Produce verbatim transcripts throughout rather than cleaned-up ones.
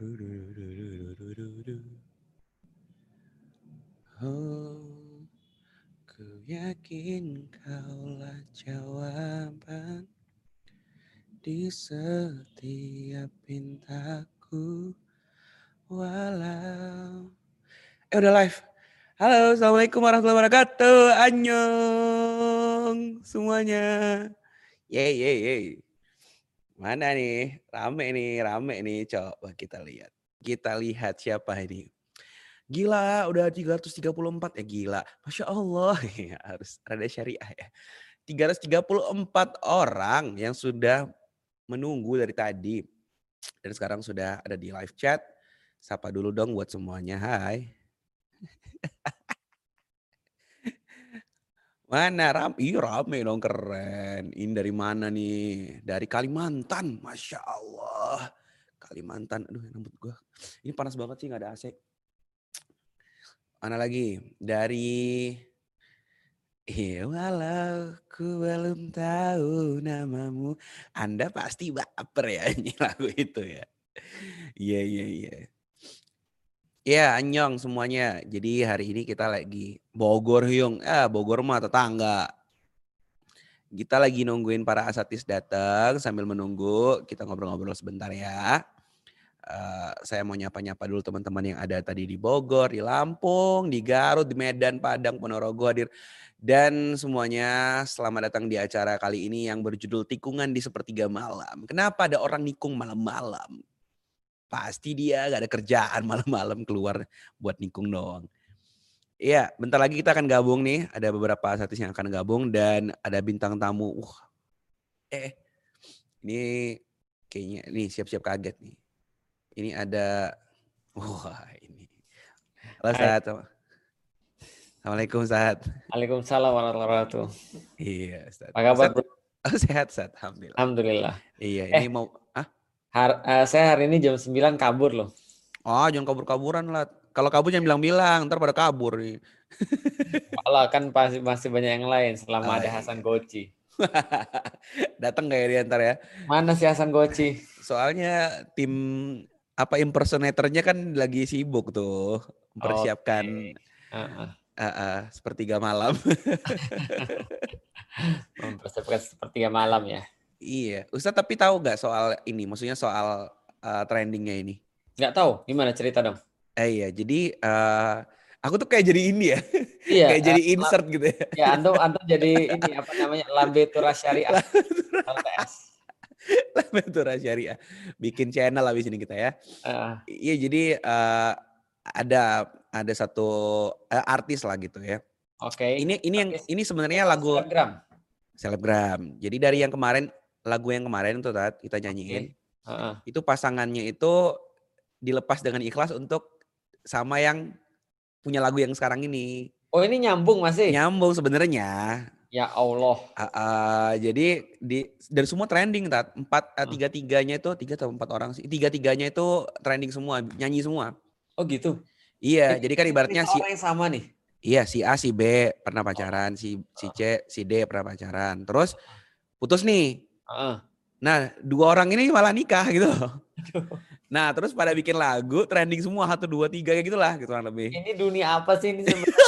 Oh, ku yakin kaulah jawaban di setiap pintaku walau. Eh udah live. Halo, assalamualaikum warahmatullahi wabarakatuh. Annyeong semuanya. Yeay, yeay, yeay. Mana nih? Rame nih, rame nih. Coba kita lihat. Kita lihat siapa ini. Gila, udah tiga ratus tiga puluh empat ya gila. Masya Allah, ya, harus rada syariah ya. tiga ratus tiga puluh empat orang yang sudah menunggu dari tadi. Dan sekarang sudah ada di live chat. Sapa dulu dong buat semuanya, hai. Mana ram? Iya rame dong, keren. Ini dari mana nih? Dari Kalimantan, Masya Allah. Kalimantan, aduh rambut gue. Ini panas banget sih, gak ada A C. Mana lagi? Dari... Iya, walau ku belum tahu namamu, Anda pasti baper ya nyanyi lagu itu ya. Iya, iya, iya. Ya, annyeong semuanya. Jadi hari ini kita lagi Bogor Hyung. Ah, Bogor mah tetangga. Kita lagi nungguin para asatis datang, sambil menunggu kita ngobrol-ngobrol sebentar ya. Uh, saya mau nyapa-nyapa dulu teman-teman yang ada tadi di Bogor, di Lampung, di Garut, di Medan, Padang, Ponorogo hadir. Dan semuanya selamat datang di acara kali ini yang berjudul Tikungan di Sepertiga Malam. Kenapa ada orang nikung malam-malam? Pasti dia gak ada kerjaan malam-malam keluar buat nikung doang. Iya, bentar lagi kita akan gabung nih. Ada beberapa artis yang akan gabung dan ada bintang tamu. Uh, eh, ini kayaknya nih siap-siap kaget nih. Ini ada, wah ini. Halo Hai. Sahat. Assalamualaikum Sahat. Waalaikumsalam warahmatullahi wabarakatuh. Iya Ustaz. Apa kabar bro? Oh, sehat Sahat, alhamdulillah. Alhamdulillah. Iya Eh, ini mau, ah? har, uh, saya hari ini jam sembilan kabur loh. Oh jangan kabur-kaburan lah. Kalau kabur jangan bilang-bilang, ntar pada kabur nih. Malah kan pasti masih banyak yang lain selama Oh, ada iya. Hasan Goci. Datang kayak dia ntar ya. Mana si Hasan Goci? Soalnya tim apa impersonatornya kan lagi sibuk tuh mempersiapkan Oke. Uh-uh. uh, uh, sepertiga malam. Mempersiapkan sepertiga malam ya. Iya, Ustadz tapi tahu nggak soal ini? Maksudnya soal uh, trendingnya ini? Nggak tahu, gimana cerita dong? Eh iya, jadi uh, aku tuh kayak jadi ini ya, Iya. kayak uh, jadi insert gitu ya. Ya, Ando, Ando jadi ini apa namanya Lambetura Syariah. L T S. Lambetura Syariah, bikin channel habis ini kita ya. Uh, Iya, jadi uh, ada ada satu uh, artis lah gitu ya. Oke. Okay. Ini ini yang ini sebenarnya Oh, lagu selebgram. Selebgram. Jadi dari yang kemarin lagu yang kemarin tuh Tat, kita nyanyiin. Okay. Uh-uh. Itu pasangannya itu dilepas dengan ikhlas untuk sama yang punya lagu yang sekarang ini. Oh ini nyambung masih? Nyambung sebenarnya. Ya Allah. Uh, uh, jadi di dari semua trending Tat. Empat uh, tiga tiganya itu tiga atau empat orang sih. Tiga tiganya itu trending semua, nyanyi semua. Oh gitu. Iya, Ini, jadi kan ibaratnya si orang yang sama nih. Iya, si A, si B pernah pacaran, si si C, si D pernah pacaran. Terus putus nih. Uh. Nah, dua orang ini malah nikah gitu. Nah, terus pada bikin lagu trending semua satu dua tiga kayak gitulah gitu kan lebih. Ini dunia apa sih ini sebenarnya?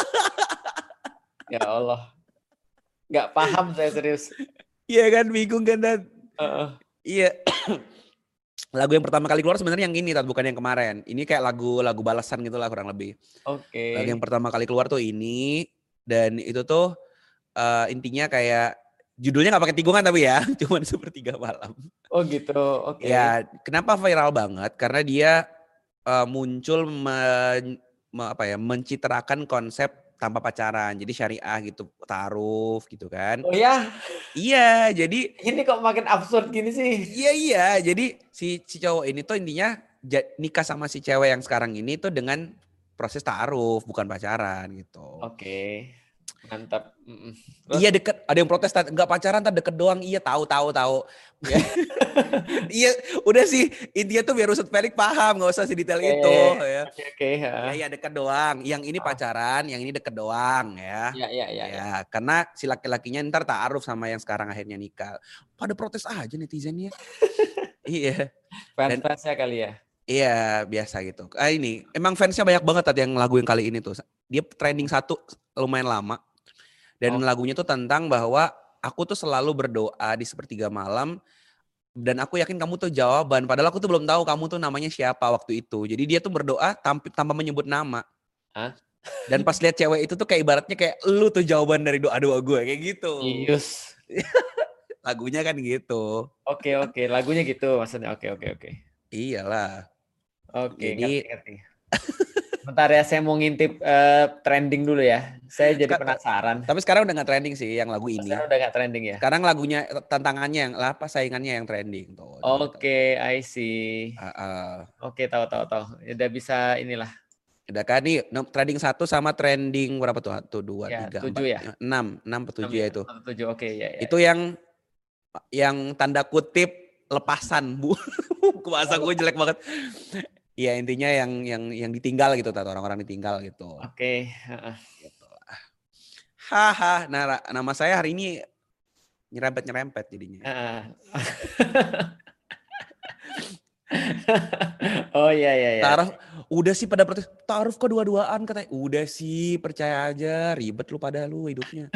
Ya Allah. Gak paham saya serius. Iya kan, bingung kan Dan? Uh. Iya. Lagu yang pertama kali keluar sebenarnya yang ini, bukan yang kemarin. Ini kayak lagu lagu balasan gitulah kurang lebih. Oke. Okay. Lagu yang pertama kali keluar tuh ini, dan itu tuh uh, intinya kayak judulnya nggak pakai tikungan tapi ya, cuman Sepertiga Malam. Oh gitu, oke. Okay. Ya, kenapa viral banget? Karena dia uh, muncul men, me, apa ya, mencitrakan konsep tanpa pacaran, jadi syariah gitu, ta'aruf gitu kan. Oh ya? Iya, jadi ini kok makin absurd gini sih? Iya iya, jadi si si cowok ini tuh intinya nikah sama si cewek yang sekarang ini tuh dengan proses ta'aruf, bukan pacaran gitu. Oke. Okay. Mantap. Terus? Iya deket, ada yang protes enggak pacaran, tak deket doang. Iya tahu tahu tahu. Ya. Iya, udah sih intinya tuh biar Ustadz Felix paham, nggak usah sedetail okay. itu ya. Oke okay, oke. Okay, ya. Ya ya deket doang. Yang ini pacaran, yang ini deket doang ya. Iya iya iya. Ya, karena si laki-lakinya ntar ta'aruf sama yang sekarang akhirnya nikah. Pada protes aja netizennya. Iya. Fans-fansnya kali ya. Iya, biasa gitu. Ah ini, emang fansnya banyak banget tadi yang lagu yang kali ini tuh. Dia trending satu lumayan lama. Dan Oh. lagunya tuh tentang bahwa aku tuh selalu berdoa di sepertiga malam. Dan aku yakin kamu tuh jawaban. Padahal aku tuh belum tahu kamu tuh namanya siapa waktu itu. Jadi dia tuh berdoa tanpa, tanpa menyebut nama. Hah? Dan pas lihat cewek itu tuh kayak ibaratnya kayak lu tuh jawaban dari doa-doa gue. Kayak gitu. Ius. Lagunya kan gitu. Oke oke, lagunya gitu maksudnya. Oke oke oke. Iyalah. Oke, ngerti Jadi ngerti. Bentar ya, saya mau ngintip uh, trending dulu ya. Saya jadi penasaran. tapi sekarang udah gak trending sih yang lagu ini. Sekarang udah gak trending ya? Sekarang lagunya tantangannya yang lah apa saingannya yang trending tuh. Oke, I see. Uh, uh. Oke, tahu tahu tahu. Udah bisa inilah. Udah kan nih trending satu sama trending berapa tuh? Satu, dua, Ya, tiga, tujuh empat, ya? enam, enam atau tujuh ya itu. tujuh, oke ya ya. Itu yang yang tanda kutip lepasan bu. Bahasa gue jelek banget. Ya intinya yang yang yang ditinggal gitu, tato orang-orang ditinggal gitu. Oke. Uh. Gitu lah. Haha. Nah nama saya hari ini nyerempet-nyerempet jadinya. Uh. Oh iya iya iya. Taruh, udah sih pada protes, taruh kok dua-duaan katanya. Udah sih percaya aja, ribet lu pada lu hidupnya.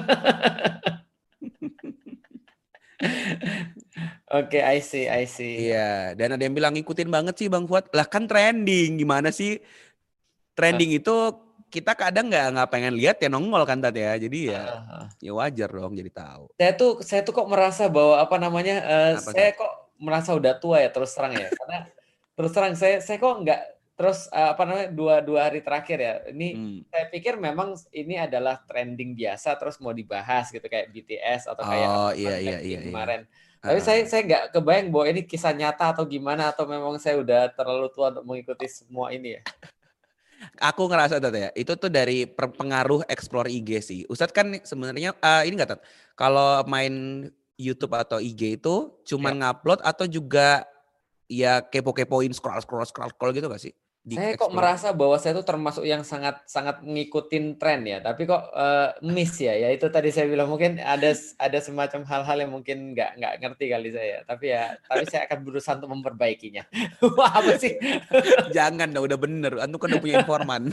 Oke, I see, I see. Iya, dan ada yang bilang ngikutin banget sih Bang Fuad. Lah kan trending, gimana sih? Trending uh. itu kita kadang nggak nggak pengen lihat ya nongol kan tadi ya. Jadi ya uh. ya wajar dong jadi tahu. Saya tuh saya tuh kok merasa bahwa apa namanya? Uh, apa saya kan? Kok merasa udah tua ya terus terang ya. Karena terus terang saya saya kok nggak terus uh, apa namanya dua dua hari terakhir ya. Ini hmm. saya pikir memang ini adalah trending biasa terus mau dibahas gitu kayak B T S atau kayak oh, apa, iya, iya, iya, kemarin. Iya. Tapi uh. saya saya nggak kebayang bahwa ini kisah nyata atau gimana atau memang saya udah terlalu tua untuk mengikuti semua ini ya. Aku ngerasa Tat ya, itu tuh dari pengaruh explore I G sih. Ustadz kan sebenarnya uh, ini nggak Tat, kalau main YouTube atau I G itu cuman ya. Ngupload atau juga ya kepo-kepoin scroll scroll scroll scroll gitu gak sih? Di saya explore. Kok merasa bahwa saya itu termasuk yang sangat sangat ngikutin tren ya, tapi kok uh, miss ya. Ya itu tadi saya bilang mungkin ada ada semacam hal-hal yang mungkin nggak nggak ngerti kali saya. Tapi ya tapi saya akan berusaha untuk memperbaikinya. Wah apa sih? Jangan dah, udah bener. Antum kan udah punya informan.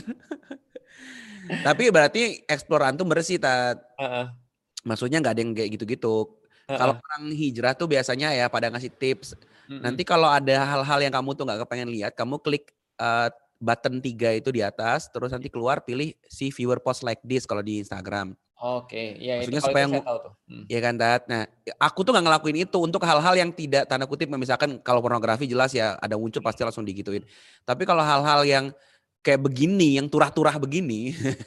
Tapi berarti explore antum bersih Tat. Uh-uh. Maksudnya nggak ada yang kayak gitu-gitu. Uh-uh. Kalau orang hijrah tuh biasanya ya pada ngasih tips. Uh-uh. Nanti kalau ada hal-hal yang kamu tuh nggak kepengen lihat, kamu klik uh, button tiga itu di atas, terus nanti keluar pilih si viewer post like this kalau di Instagram. Oke, ya maksudnya itu supaya itu saya tahu tuh. Hmm. Ya kan Tat. Nah, aku tuh nggak ngelakuin itu untuk hal-hal yang tidak tanda kutip, misalkan kalau pornografi jelas ya ada muncul pasti langsung digituin. Tapi kalau hal-hal yang kayak begini, yang turah-turah begini,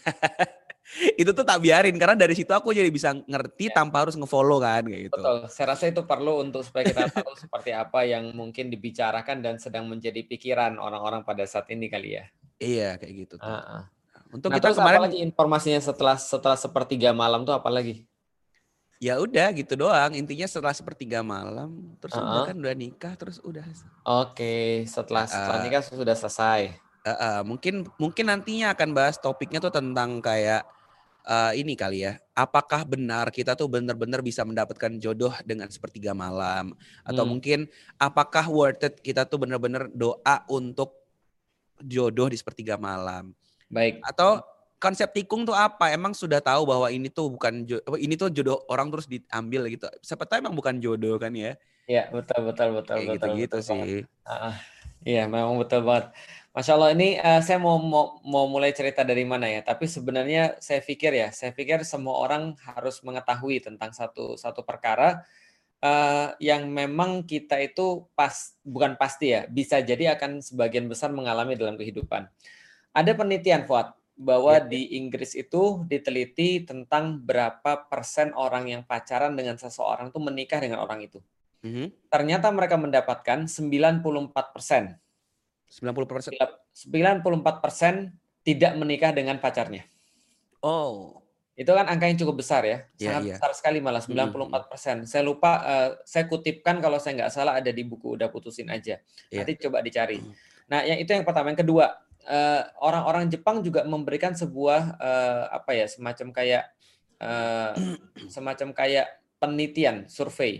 itu tuh tak biarin karena dari situ aku jadi bisa ngerti ya. Tanpa harus ngefollow kan kayak gitu. Betul, saya rasa itu perlu untuk supaya kita tahu seperti apa yang mungkin dibicarakan dan sedang menjadi pikiran orang-orang pada saat ini kali ya. Iya kayak gitu tuh. Uh-uh. Untuk nah, kita terus kemarin apalagi informasinya setelah setelah sepertiga malam tuh apa lagi? Ya udah gitu doang, intinya setelah sepertiga malam terus uh-uh. udah kan udah nikah terus udah. Oke, setelah uh, setelah nikah sudah selesai. Uh, uh, mungkin mungkin nantinya akan bahas topiknya tuh tentang kayak uh, ini kali ya. Apakah benar kita tuh benar-benar bisa mendapatkan jodoh dengan sepertiga malam atau hmm. mungkin apakah worth it kita tuh benar-benar doa untuk jodoh di sepertiga malam. Baik. Atau konsep tikung tuh apa? Emang sudah tahu bahwa ini tuh bukan jodoh, ini tuh jodoh orang terus diambil gitu. Siapa tahu emang bukan jodoh kan ya? Iya betul betul betul kayak betul. Gitu-gitu betul sih. Uh, iya memang betul banget. Masya Allah ini uh, saya mau, mau mau mulai cerita dari mana ya? Tapi sebenarnya saya pikir ya, saya pikir semua orang harus mengetahui tentang satu satu perkara uh, yang memang kita itu pas bukan pasti ya, bisa jadi akan sebagian besar mengalami dalam kehidupan. Ada penelitian Fuad bahwa ya, ya. Di Inggris itu diteliti tentang berapa persen orang yang pacaran dengan seseorang itu menikah dengan orang itu. Mm-hmm. Ternyata mereka mendapatkan sembilan puluh empat persen. sembilan puluh persen. sembilan puluh empat persen tidak menikah dengan pacarnya. Oh. Itu kan angka yang cukup besar ya. Sangat yeah, yeah. besar sekali malah sembilan puluh empat persen. Mm-hmm. Saya lupa, uh, saya kutipkan kalau saya nggak salah ada di buku Udah Putusin Aja. Yeah. Nanti coba dicari. Nah yang itu yang pertama. Yang kedua, uh, orang-orang Jepang juga memberikan sebuah uh, apa ya semacam kayak uh, semacam kayak penelitian, survei.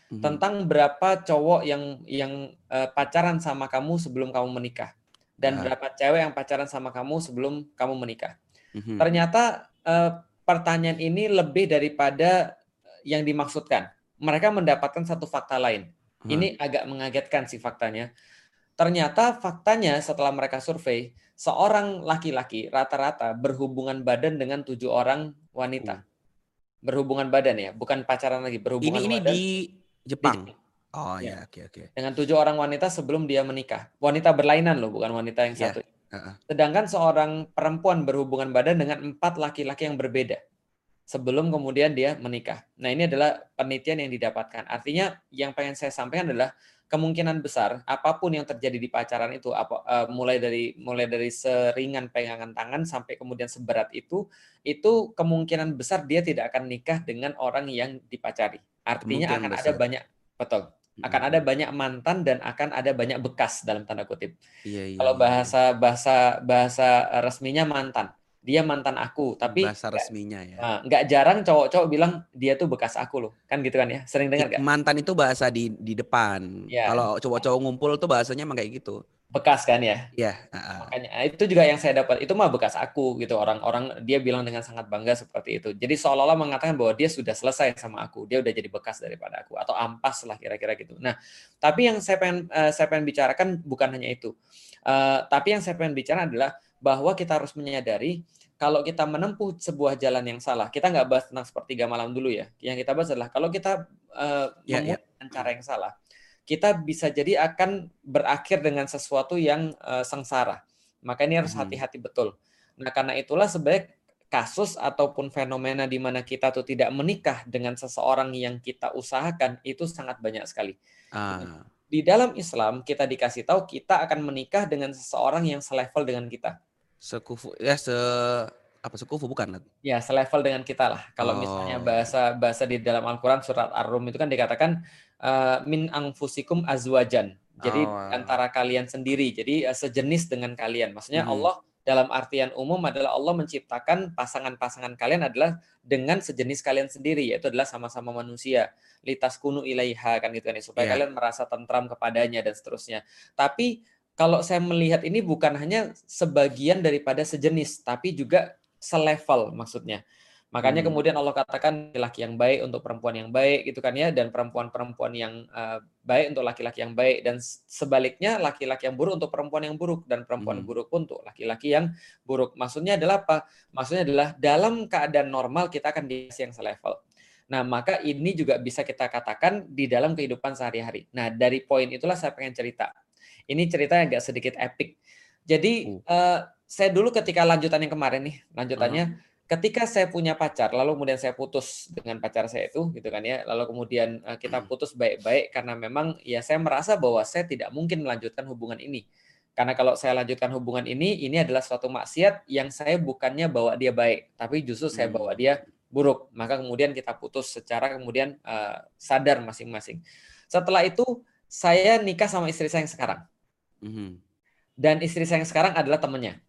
Mhm. tentang berapa cowok yang yang uh, pacaran sama kamu sebelum kamu menikah dan Heeh. berapa cewek yang pacaran sama kamu sebelum kamu menikah. Mhm. Ternyata uh, pertanyaan ini lebih daripada yang dimaksudkan. Mereka mendapatkan satu fakta lain. Heeh. Ini agak mengagetkan sih faktanya. Ternyata faktanya setelah mereka survei, seorang laki-laki rata-rata berhubungan badan dengan tujuh orang Uh. wanita. Berhubungan badan ya, bukan pacaran lagi, Ini berhubungan ini badan di di Jepang? Jepang. Oh Ya, ya, oke oke. dengan tujuh orang wanita sebelum dia menikah. Wanita berlainan loh, bukan wanita yang Iya, satu. heeh. Sedangkan seorang perempuan berhubungan badan dengan empat laki-laki yang berbeda sebelum kemudian dia menikah. Nah, ini adalah penelitian yang didapatkan. Artinya yang pengen saya sampaikan adalah kemungkinan besar apapun yang terjadi di pacaran itu apa uh, mulai dari mulai dari seringan pegangan tangan sampai kemudian seberat itu itu kemungkinan besar dia tidak akan nikah dengan orang yang dipacari. Artinya Kemungkinan akan ada besar. banyak betul. Akan ada Mhm. banyak mantan dan akan ada banyak bekas dalam tanda kutip. Iya iya Kalau iya iya. bahasa bahasa bahasa resminya mantan. Dia mantan aku, tapi Bahasa nggak resminya ya. nah, nggak jarang cowok-cowok bilang dia tuh bekas aku loh. Kan gitu kan ya? Sering dengar It, nggak? mantan itu bahasa di di depan. Ya, Kalau cowok-cowok ngumpul tuh bahasanya emang kayak gitu. bekas kan ya? Iya, heeh. Makanya nah, itu juga yang saya dapat. Itu mah bekas aku gitu. Orang-orang dia bilang dengan sangat bangga seperti itu. Jadi seolah-olah mengatakan bahwa dia sudah selesai sama aku. Dia udah jadi bekas daripada aku atau ampas lah kira-kira gitu. Nah, tapi yang saya pengen uh, saya pengen bicarakan bukan hanya itu. Uh, tapi yang saya pengen bicara adalah bahwa kita harus menyadari kalau kita menempuh sebuah jalan yang salah, kita nggak bahas tentang sepertiga malam dulu ya. Yang kita bahas adalah kalau kita uh, Iya iya. memulai dengan cara yang salah, kita bisa jadi akan berakhir dengan sesuatu yang uh, sengsara. Maka ini harus Mhm. hati-hati betul. Nah, karena itulah sebaik kasus ataupun fenomena di mana kita tuh tidak menikah dengan seseorang yang kita usahakan itu sangat banyak sekali. Ah. Di dalam Islam kita dikasih tahu kita akan menikah dengan seseorang yang selevel dengan kita. Sekufu ya se apa sekufu bukan? Ya, selevel dengan kita lah. Kalau misalnya Oh. bahasa bahasa di dalam Al-Quran surat Ar-Rum itu kan dikatakan uh, min anfusikum azwajan. Jadi Oh. antara kalian sendiri. Jadi uh, sejenis dengan kalian. Maksudnya Mhm. Allah dalam artian umum adalah Allah menciptakan pasangan-pasangan kalian adalah dengan sejenis kalian sendiri, yaitu adalah sama-sama manusia. Litas kunu ilaiha kan gitu kan ya, supaya Iya. kalian merasa tentram kepadanya dan seterusnya. Tapi kalau saya melihat ini bukan hanya sebagian daripada sejenis, tapi juga selevel maksudnya. Makanya Hmm. kemudian Allah katakan laki-laki yang baik untuk perempuan yang baik gitu kan ya, dan perempuan-perempuan yang uh, baik untuk laki-laki yang baik, dan sebaliknya laki-laki yang buruk untuk perempuan yang buruk, dan perempuan Mhm. buruk pun untuk laki-laki yang buruk. Maksudnya adalah apa? Maksudnya adalah dalam keadaan normal kita akan dikasih yang selevel. Nah, maka ini juga bisa kita katakan di dalam kehidupan sehari-hari. Nah, dari poin itulah saya pengen cerita. Ini ceritanya agak sedikit epic. Jadi, Uh. uh, saya dulu ketika lanjutan yang kemarin nih, lanjutannya, Uh-huh. ketika saya punya pacar, lalu kemudian saya putus dengan pacar saya itu, gitu kan ya, lalu kemudian uh, kita putus baik-baik karena memang ya saya merasa bahwa saya tidak mungkin melanjutkan hubungan ini. Karena kalau saya lanjutkan hubungan ini, ini adalah suatu maksiat yang saya bukannya bawa dia baik, tapi justru saya bawa Hmm. dia buruk. Maka kemudian kita putus secara kemudian uh, sadar masing-masing. Setelah itu, saya nikah sama istri saya yang sekarang. Mhm. Dan istri saya yang sekarang adalah temennya.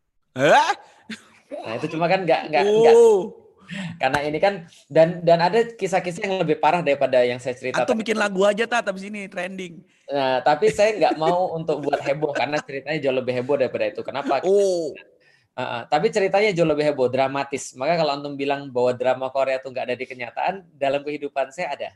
Hah? Nah itu cuma kan nggak nggak nggak Oh. karena ini kan dan dan ada kisah-kisah yang lebih parah daripada yang saya cerita Atau tadi. bikin lagu aja Tat abis ini trending. Nah, tapi saya nggak mau untuk buat heboh karena ceritanya jauh lebih heboh daripada itu. Kenapa? Oh. Uh, tapi ceritanya jauh lebih heboh, dramatis. Maka kalau antum bilang bahwa drama Korea itu nggak ada di kenyataan, dalam kehidupan saya ada.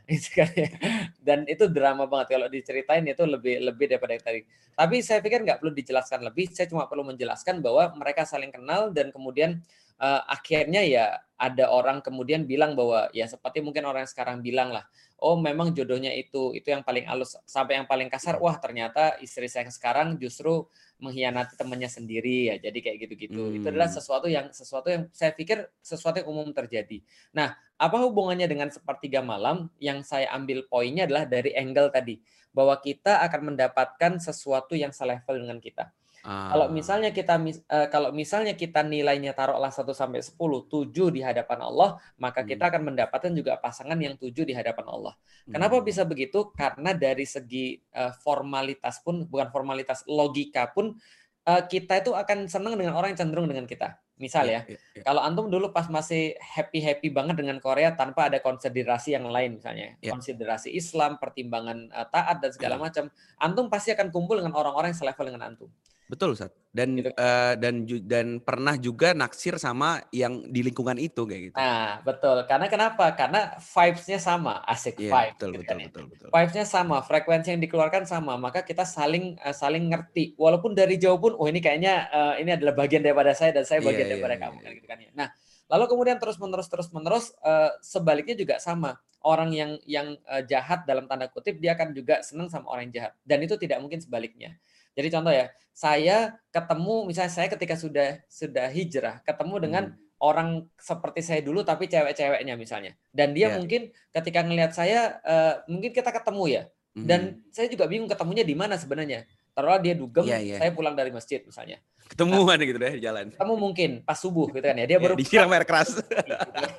Dan itu drama banget. Kalau diceritain itu lebih lebih daripada yang tadi. Tapi saya pikir nggak perlu dijelaskan lebih. Saya cuma perlu menjelaskan bahwa mereka saling kenal dan kemudian uh, akhirnya ya ada orang kemudian bilang bahwa ya seperti mungkin orang yang sekarang bilang lah, oh memang jodohnya itu itu yang paling halus sampai yang paling kasar. Wah ternyata istri saya yang sekarang justru mengkhianati temannya sendiri ya, jadi kayak gitu-gitu. Hmm. Itu adalah sesuatu yang sesuatu yang saya pikir sesuatu yang umum terjadi. Nah, apa hubungannya dengan sepertiga malam? Yang saya ambil poinnya adalah dari angle tadi, bahwa kita akan mendapatkan sesuatu yang selevel dengan kita. Ah. Kalau misalnya kita uh, kalau misalnya kita nilainya taruhlah satu sampai sepuluh, tujuh di hadapan Allah, maka kita akan mendapatkan juga pasangan yang tujuh di hadapan Allah. Kenapa Hmm. bisa begitu? Karena dari segi uh, formalitas pun, bukan formalitas, logika pun uh, kita itu akan senang dengan orang yang cenderung dengan kita. Misal Iya ya, iya iya. kalau antum dulu pas masih happy-happy banget dengan Korea tanpa ada konsiderasi yang lain misalnya, Iya. konsiderasi Islam, pertimbangan uh, taat dan segala macam, antum pasti akan kumpul dengan orang-orang yang selevel dengan antum. Betul Ustaz, dan, Gitu. eee, dan ju dan pernah juga naksir sama yang di lingkungan itu kayak gitu. Nah, betul. Karena kenapa? Karena vibes-nya sama, asik Iya, vibe betul gitu betul kan ya. betul betul. Vibes-nya sama, frekuensi yang dikeluarkan sama, maka kita saling uh, saling ngerti. Walaupun dari jauh pun, oh ini kayaknya uh, ini adalah bagian daripada saya dan saya Iya bagian iya daripada iya kamu kan iya. gitu kan ya. Nah, lalu kemudian terus-menerus terus-menerus uh, sebaliknya juga sama. Orang yang yang uh, jahat dalam tanda kutip dia akan juga senang sama orang yang jahat dan itu tidak mungkin sebaliknya. Jadi contoh ya, saya ketemu misalnya saya ketika sudah sudah hijrah, ketemu dengan Mhm. orang seperti saya dulu tapi cewek-ceweknya misalnya. Dan dia Iya. mungkin ketika ngelihat saya uh, mungkin kita ketemu ya. Mhm. Dan saya juga bingung ketemunya di mana sebenarnya. Taruhlah dia Iya dugem, iya. saya pulang dari masjid misalnya. Nah, Ketemuan gitu deh di jalan. ketemu mungkin pas subuh gitu kan ya. Dia Iya, baru disiram pulang air keras. gitu ya.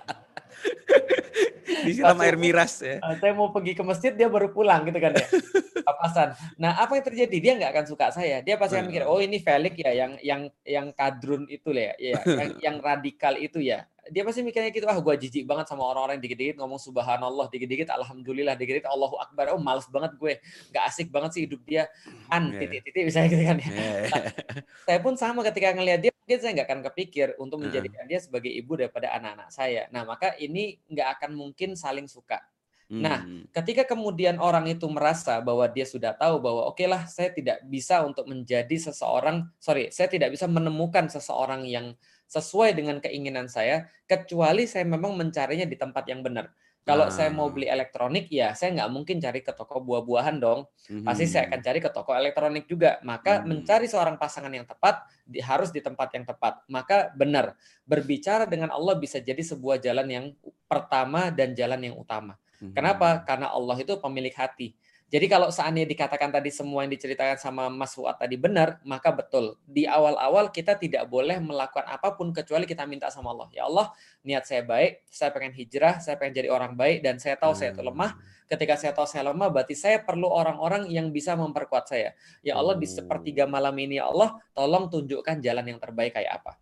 Pas Disiram air subuh, miras ya. uh, saya mau pergi ke masjid dia baru pulang gitu kan ya. Papasan. Nah, apa yang terjadi? Dia nggak akan suka saya. Dia pasti akan mikir, Heeh. oh ini Felix ya yang yang yang kadrun itu ya, ya yang yang radikal itu ya. Dia pasti mikirnya gitu, ah gue jijik banget sama orang-orang yang dikit-dikit ngomong subhanallah, dikit-dikit alhamdulillah, dikit-dikit Allahu Akbar. Oh males banget gue, nggak asik banget sih hidup dia. An Iya. titik-titik misalnya gitu kan ya. Iya Nah, iya. saya pun sama ketika ngelihat dia, mungkin saya nggak akan kepikir untuk Heeh. menjadikan dia sebagai ibu daripada anak-anak saya. Nah, maka ini nggak akan mungkin saling suka. Nah, Mmm. ketika kemudian orang itu merasa bahwa dia sudah tahu bahwa oke lah saya tidak bisa untuk menjadi seseorang, sorry, saya tidak bisa menemukan seseorang yang sesuai dengan keinginan saya, kecuali saya memang mencarinya di tempat yang benar. Kalau saya mau Ah. beli elektronik, ya saya nggak mungkin cari ke toko buah-buahan dong. Pasti saya akan Mhm. cari ke toko elektronik juga. Maka Mmm. mencari seorang pasangan yang tepat di, harus di tempat yang tepat. Maka benar, berbicara dengan Allah bisa jadi sebuah jalan yang pertama dan jalan yang utama. Kenapa? Mhm. Karena Allah itu pemilik hati. Jadi kalau seandainya dikatakan tadi semua yang diceritakan sama Mas Fuad tadi benar, maka betul. Di awal-awal kita tidak boleh melakukan apapun kecuali kita minta sama Allah. Ya Allah, niat saya baik, saya pengen hijrah, saya pengen jadi orang baik, dan saya tahu saya itu lemah. Ah. Ketika saya tahu saya lemah, berarti saya perlu orang-orang yang bisa memperkuat saya. Ya Allah, di sepertiga Oh. malam ini, ya Allah, tolong tunjukkan jalan yang terbaik kayak apa.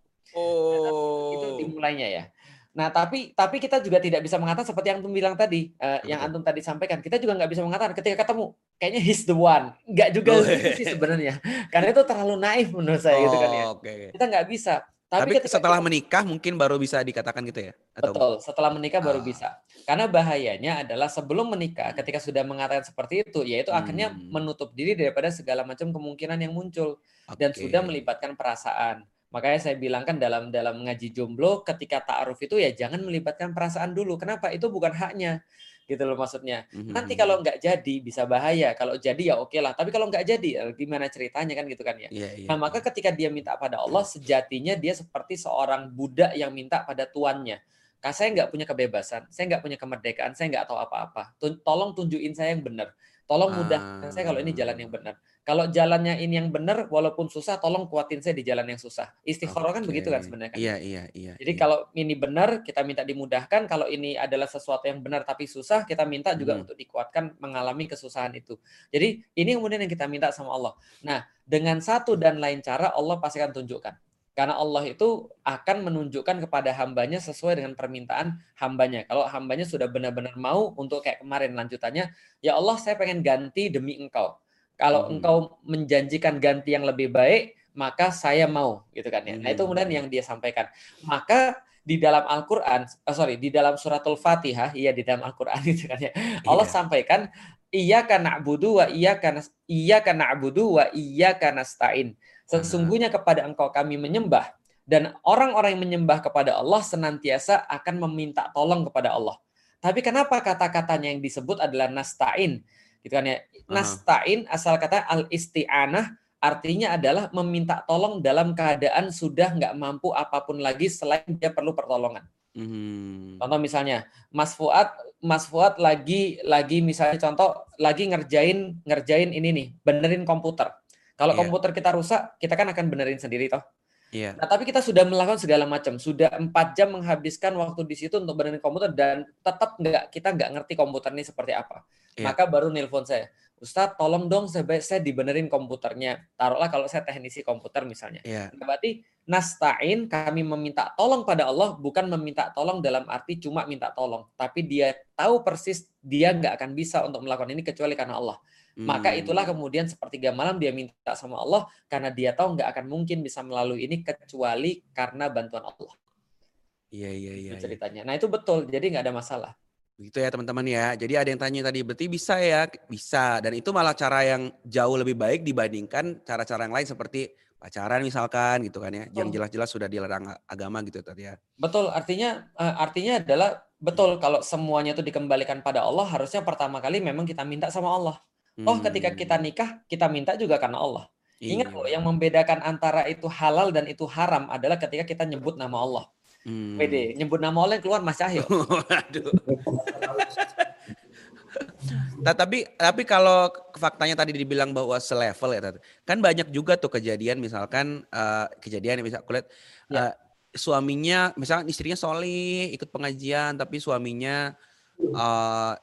Itu Oh. dimulainya ya. Nah, tapi tapi kita juga tidak bisa mengatakan seperti yang antum bilang tadi, eee, Apa yang tuh? antum tadi sampaikan, kita juga nggak bisa mengatakan ketika ketemu, kayaknya he's the one. Nggak juga Oh. gitu sih sebenarnya. Karena itu terlalu naif menurut saya gitu kan ya. Oke. Kita nggak bisa. Tapi Tapi ketika setelah kita menikah mungkin baru bisa dikatakan gitu ya? Atau enggak? betul, setelah menikah baru Ah. bisa. Karena bahayanya adalah sebelum menikah, ketika sudah mengatakan seperti itu, yaitu akhirnya Mmm. menutup diri daripada segala macam kemungkinan yang muncul dan Oke. sudah melibatkan perasaan. Makanya saya bilang kan dalam dalam ngaji jomblo, ketika ta'aruf itu ya jangan melibatkan perasaan dulu. Kenapa? Itu bukan haknya. Gitu loh maksudnya. Mhm Nanti mhm. kalau nggak jadi bisa bahaya. Kalau jadi ya oke lah. Tapi kalau nggak jadi, ya gimana ceritanya kan gitu kan ya. Iya iya Nah, maka iya. ketika dia minta pada Allah, sejatinya dia seperti seorang budak yang minta pada tuannya. Kak, saya nggak punya kebebasan, saya nggak punya kemerdekaan, saya nggak tahu apa-apa. Tun- Tolong tunjukin saya yang benar. Tolong mudahkan saya kalau ini jalan yang Ah. benar. Kalau jalannya ini yang benar, walaupun susah, tolong kuatin saya di jalan yang susah. Istikharah kan Oke. begitu kan sebenarnya kan Iya ya. iya iya Jadi iya. kalau ini benar, kita minta dimudahkan. Kalau ini adalah sesuatu yang benar tapi susah, kita minta juga Mhm. untuk dikuatkan mengalami kesusahan itu. Jadi ini kemudian yang kita minta sama Allah. Nah, dengan satu dan lain cara Allah pasti akan tunjukkan. Karena Allah itu akan menunjukkan kepada hambanya sesuai dengan permintaan hambanya. Kalau hambanya sudah benar-benar mau untuk kayak kemarin lanjutannya, ya Allah saya pengen ganti demi engkau. Kalau Mhm. engkau menjanjikan ganti yang lebih baik, maka saya mau gitu kan ya. Nah itu Mhm kemudian mhm. yang dia sampaikan. Maka di dalam Al-Qur'an, oh sorry, di dalam suratul Fatihah, iya di dalam Al-Qur'an itu kan ya. Allah Iya. sampaikan iyyaka na'budu wa iyyaka nas iyyaka na'budu wa iyyaka nasta'in. Aha. Sesungguhnya kepada engkau kami menyembah dan orang-orang yang menyembah kepada Allah senantiasa akan meminta tolong kepada Allah. Tapi kenapa kata-katanya yang disebut adalah nasta'in? Gitu kan ya. Aha. Nasta'in asal kata al-isti'anah artinya adalah meminta tolong dalam keadaan sudah nggak mampu apapun lagi selain dia perlu pertolongan. Mhm. Contoh misalnya, Mas Fuad, Mas Fuad lagi lagi misalnya contoh lagi ngerjain ngerjain ini nih, benerin komputer. Kalau Iya komputer kita rusak, kita kan akan benerin sendiri toh. iya Nah, tapi kita sudah melakukan segala macam, sudah empat jam menghabiskan waktu di situ untuk benerin komputer dan tetap nggak kita nggak ngerti komputer ini seperti apa. iya. Maka baru nelpon saya. Ustadz tolong dong saya, saya dibenerin komputernya. Taruhlah kalau saya teknisi komputer misalnya. Yeah. Berarti nasta'in, kami meminta tolong pada Allah, bukan meminta tolong dalam arti cuma minta tolong. Tapi dia tahu persis dia nggak akan bisa untuk melakukan ini kecuali karena Allah. Maka itulah kemudian sepertiga malam dia minta sama Allah karena dia tahu nggak akan mungkin bisa melalui ini kecuali karena bantuan Allah. Iya, iya, iya. Itu ceritanya. Nah itu betul, jadi nggak ada masalah. Begitu ya teman-teman ya. Jadi ada yang tanya tadi, berarti bisa ya? Bisa. Dan itu malah cara yang jauh lebih baik dibandingkan cara-cara yang lain seperti pacaran misalkan gitu kan ya. Yang jelas-jelas sudah dilarang agama gitu tadi ya. Betul, artinya artinya adalah betul kalau semuanya itu dikembalikan pada Allah, harusnya pertama kali memang kita minta sama Allah. Oh, ketika kita nikah, kita minta juga karena Allah. Ingat loh, yang membedakan antara itu halal dan itu haram adalah ketika kita nyebut nama Allah. Hmm. Pede, nyebut nama Allah yang keluar Mas Cahyo. Aduh. tapi tapi kalau faktanya tadi dibilang bahwa selevel ya, kan banyak juga tuh kejadian misalkan uh, kejadian misal kulihat uh, ya. Suaminya misalkan istrinya solih ikut pengajian tapi suaminya uh,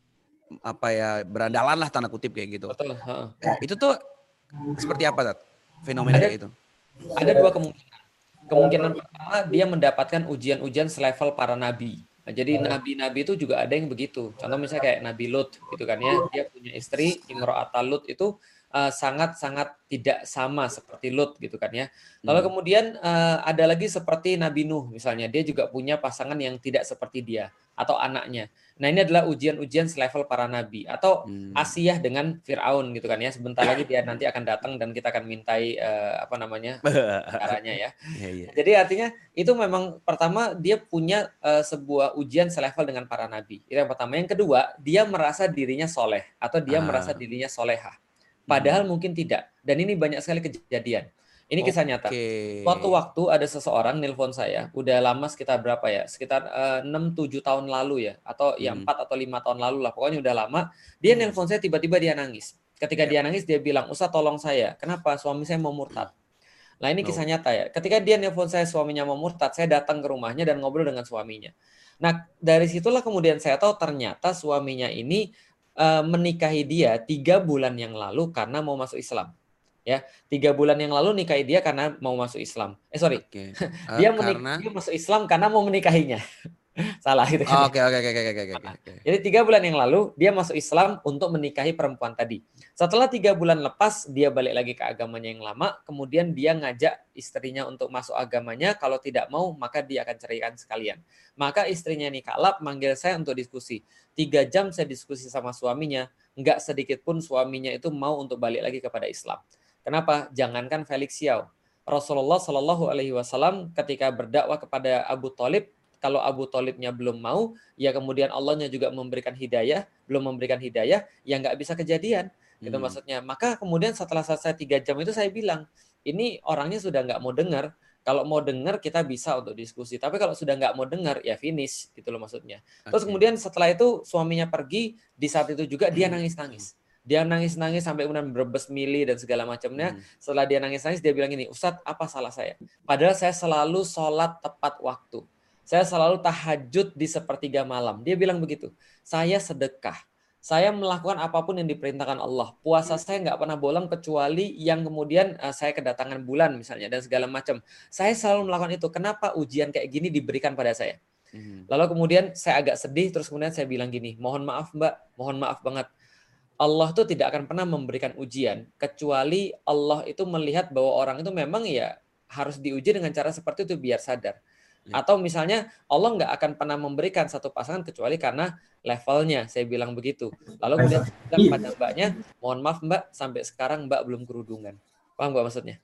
apa ya berandalan lah tanda kutip kayak gitu. Betul. Ya, itu tuh seperti apa Tat? Fenomena ada, kayak itu? Ada dua kemungkinan. Kemungkinan pertama dia mendapatkan ujian-ujian selevel para nabi. Nah, jadi nabi-nabi itu juga ada yang begitu. Contoh misalnya kayak Nabi Lut gitu kan ya, dia punya istri Imra'atul Lut itu sangat-sangat uh, tidak sama seperti Lut gitu kan ya. Lalu hmm. kemudian uh, ada lagi seperti Nabi Nuh misalnya, dia juga punya pasangan yang tidak seperti dia atau anaknya. Nah, ini adalah ujian-ujian selevel para nabi atau hmm. Asiyah dengan Firaun gitu kan ya. Sebentar lagi dia nanti akan datang dan kita akan mintai uh, apa namanya? caranya ya. Yeah, yeah. Jadi artinya itu memang pertama dia punya uh, sebuah ujian selevel dengan para nabi. Itu yang pertama. Yang kedua, dia merasa dirinya soleh atau dia ah. merasa dirinya solehah. Padahal hmm. mungkin tidak. Dan ini banyak sekali kejadian. Ini kisah nyata. Okay. Suatu waktu ada seseorang nelpon saya, udah lama sekitar berapa ya? Sekitar uh, enam tujuh tahun lalu ya, atau hmm. ya empat atau lima tahun lalu lah. Pokoknya udah lama. Dia hmm. nelpon saya, tiba-tiba dia nangis. Ketika yep. dia nangis, dia bilang, "Ustaz tolong saya. Kenapa? Suami saya mau murtad." Nah ini kisah no. nyata ya. Ketika dia nelpon saya suaminya mau murtad, saya datang ke rumahnya dan ngobrol dengan suaminya. Nah dari situlah kemudian saya tahu ternyata suaminya ini uh, menikahi dia tiga bulan yang lalu karena mau masuk Islam. Ya, tiga bulan yang lalu nikahi dia karena mau masuk Islam. Eh sorry, okay. uh, dia, menik- karena... dia masuk Islam karena mau menikahinya. Salah gitu kan. Oke oke oke oke oke. Jadi tiga bulan yang lalu dia masuk Islam untuk menikahi perempuan tadi. Setelah tiga bulan lepas dia balik lagi ke agamanya yang lama. Kemudian dia ngajak istrinya untuk masuk agamanya. Kalau tidak mau maka dia akan ceraikan sekalian. Maka istrinya ini kalap manggil saya untuk diskusi. Tiga jam saya diskusi sama suaminya. Nggak sedikit pun suaminya itu mau untuk balik lagi kepada Islam. Kenapa? Jangankan Felix Xiao. Rasulullah Shallallahu Alaihi Wasallam ketika berdakwah kepada Abu Thalib, kalau Abu Thalibnya belum mau, ya kemudian Allahnya juga memberikan hidayah, belum memberikan hidayah, ya nggak bisa kejadian. Gitu hmm. maksudnya. Maka kemudian setelah selesai tiga jam itu saya bilang, ini orangnya sudah nggak mau dengar. Kalau mau dengar kita bisa untuk diskusi. Tapi kalau sudah nggak mau dengar, ya finish. Gitu loh maksudnya. Terus okay. kemudian setelah itu suaminya pergi, di saat itu juga dia nangis-nangis. Dia nangis-nangis sampai kemudian berbes mili dan segala macamnya. Hmm. Setelah dia nangis-nangis, dia bilang gini, Ustadz, apa salah saya? Padahal saya selalu sholat tepat waktu. Saya selalu tahajud di sepertiga malam. Dia bilang begitu. Saya sedekah. Saya melakukan apapun yang diperintahkan Allah. Puasa saya nggak pernah bolong kecuali yang kemudian uh, saya kedatangan bulan misalnya dan segala macam. Saya selalu melakukan itu. Kenapa ujian kayak gini diberikan pada saya? Hmm. Lalu kemudian saya agak sedih. Terus kemudian saya bilang gini, mohon maaf Mbak, mohon maaf banget. Allah itu tidak akan pernah memberikan ujian kecuali Allah itu melihat bahwa orang itu memang ya harus diuji dengan cara seperti itu biar sadar. Ya. Atau misalnya Allah nggak akan pernah memberikan satu pasangan kecuali karena levelnya, saya bilang begitu. Lalu kemudian saya bilang pada mbaknya, mohon maaf mbak, sampai sekarang mbak belum kerudungan. Paham nggak maksudnya?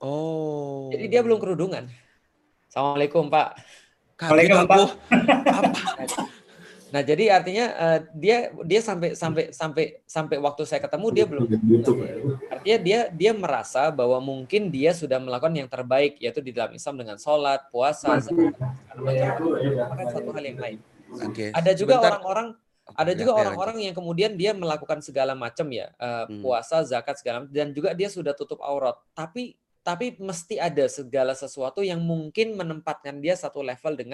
Oh. Jadi dia belum kerudungan. Assalamualaikum pak. Waalaikumsalam pak. Apa? Nah, jadi artinya uh, dia dia sampai sampai sampai sampai waktu saya ketemu dia belum. Artinya dia dia merasa bahwa mungkin dia sudah melakukan yang terbaik yaitu di dalam Islam dengan sholat, puasa, segala macam satu hal yang lain. Okay. Ada juga Sebentar. orang-orang ada juga ya, orang-orang ya, yang kemudian dia melakukan segala macam ya, uh, hmm. puasa, zakat segala macam dan juga dia sudah tutup aurat. Tapi tapi mesti ada segala sesuatu yang mungkin menempatkan dia satu level dengan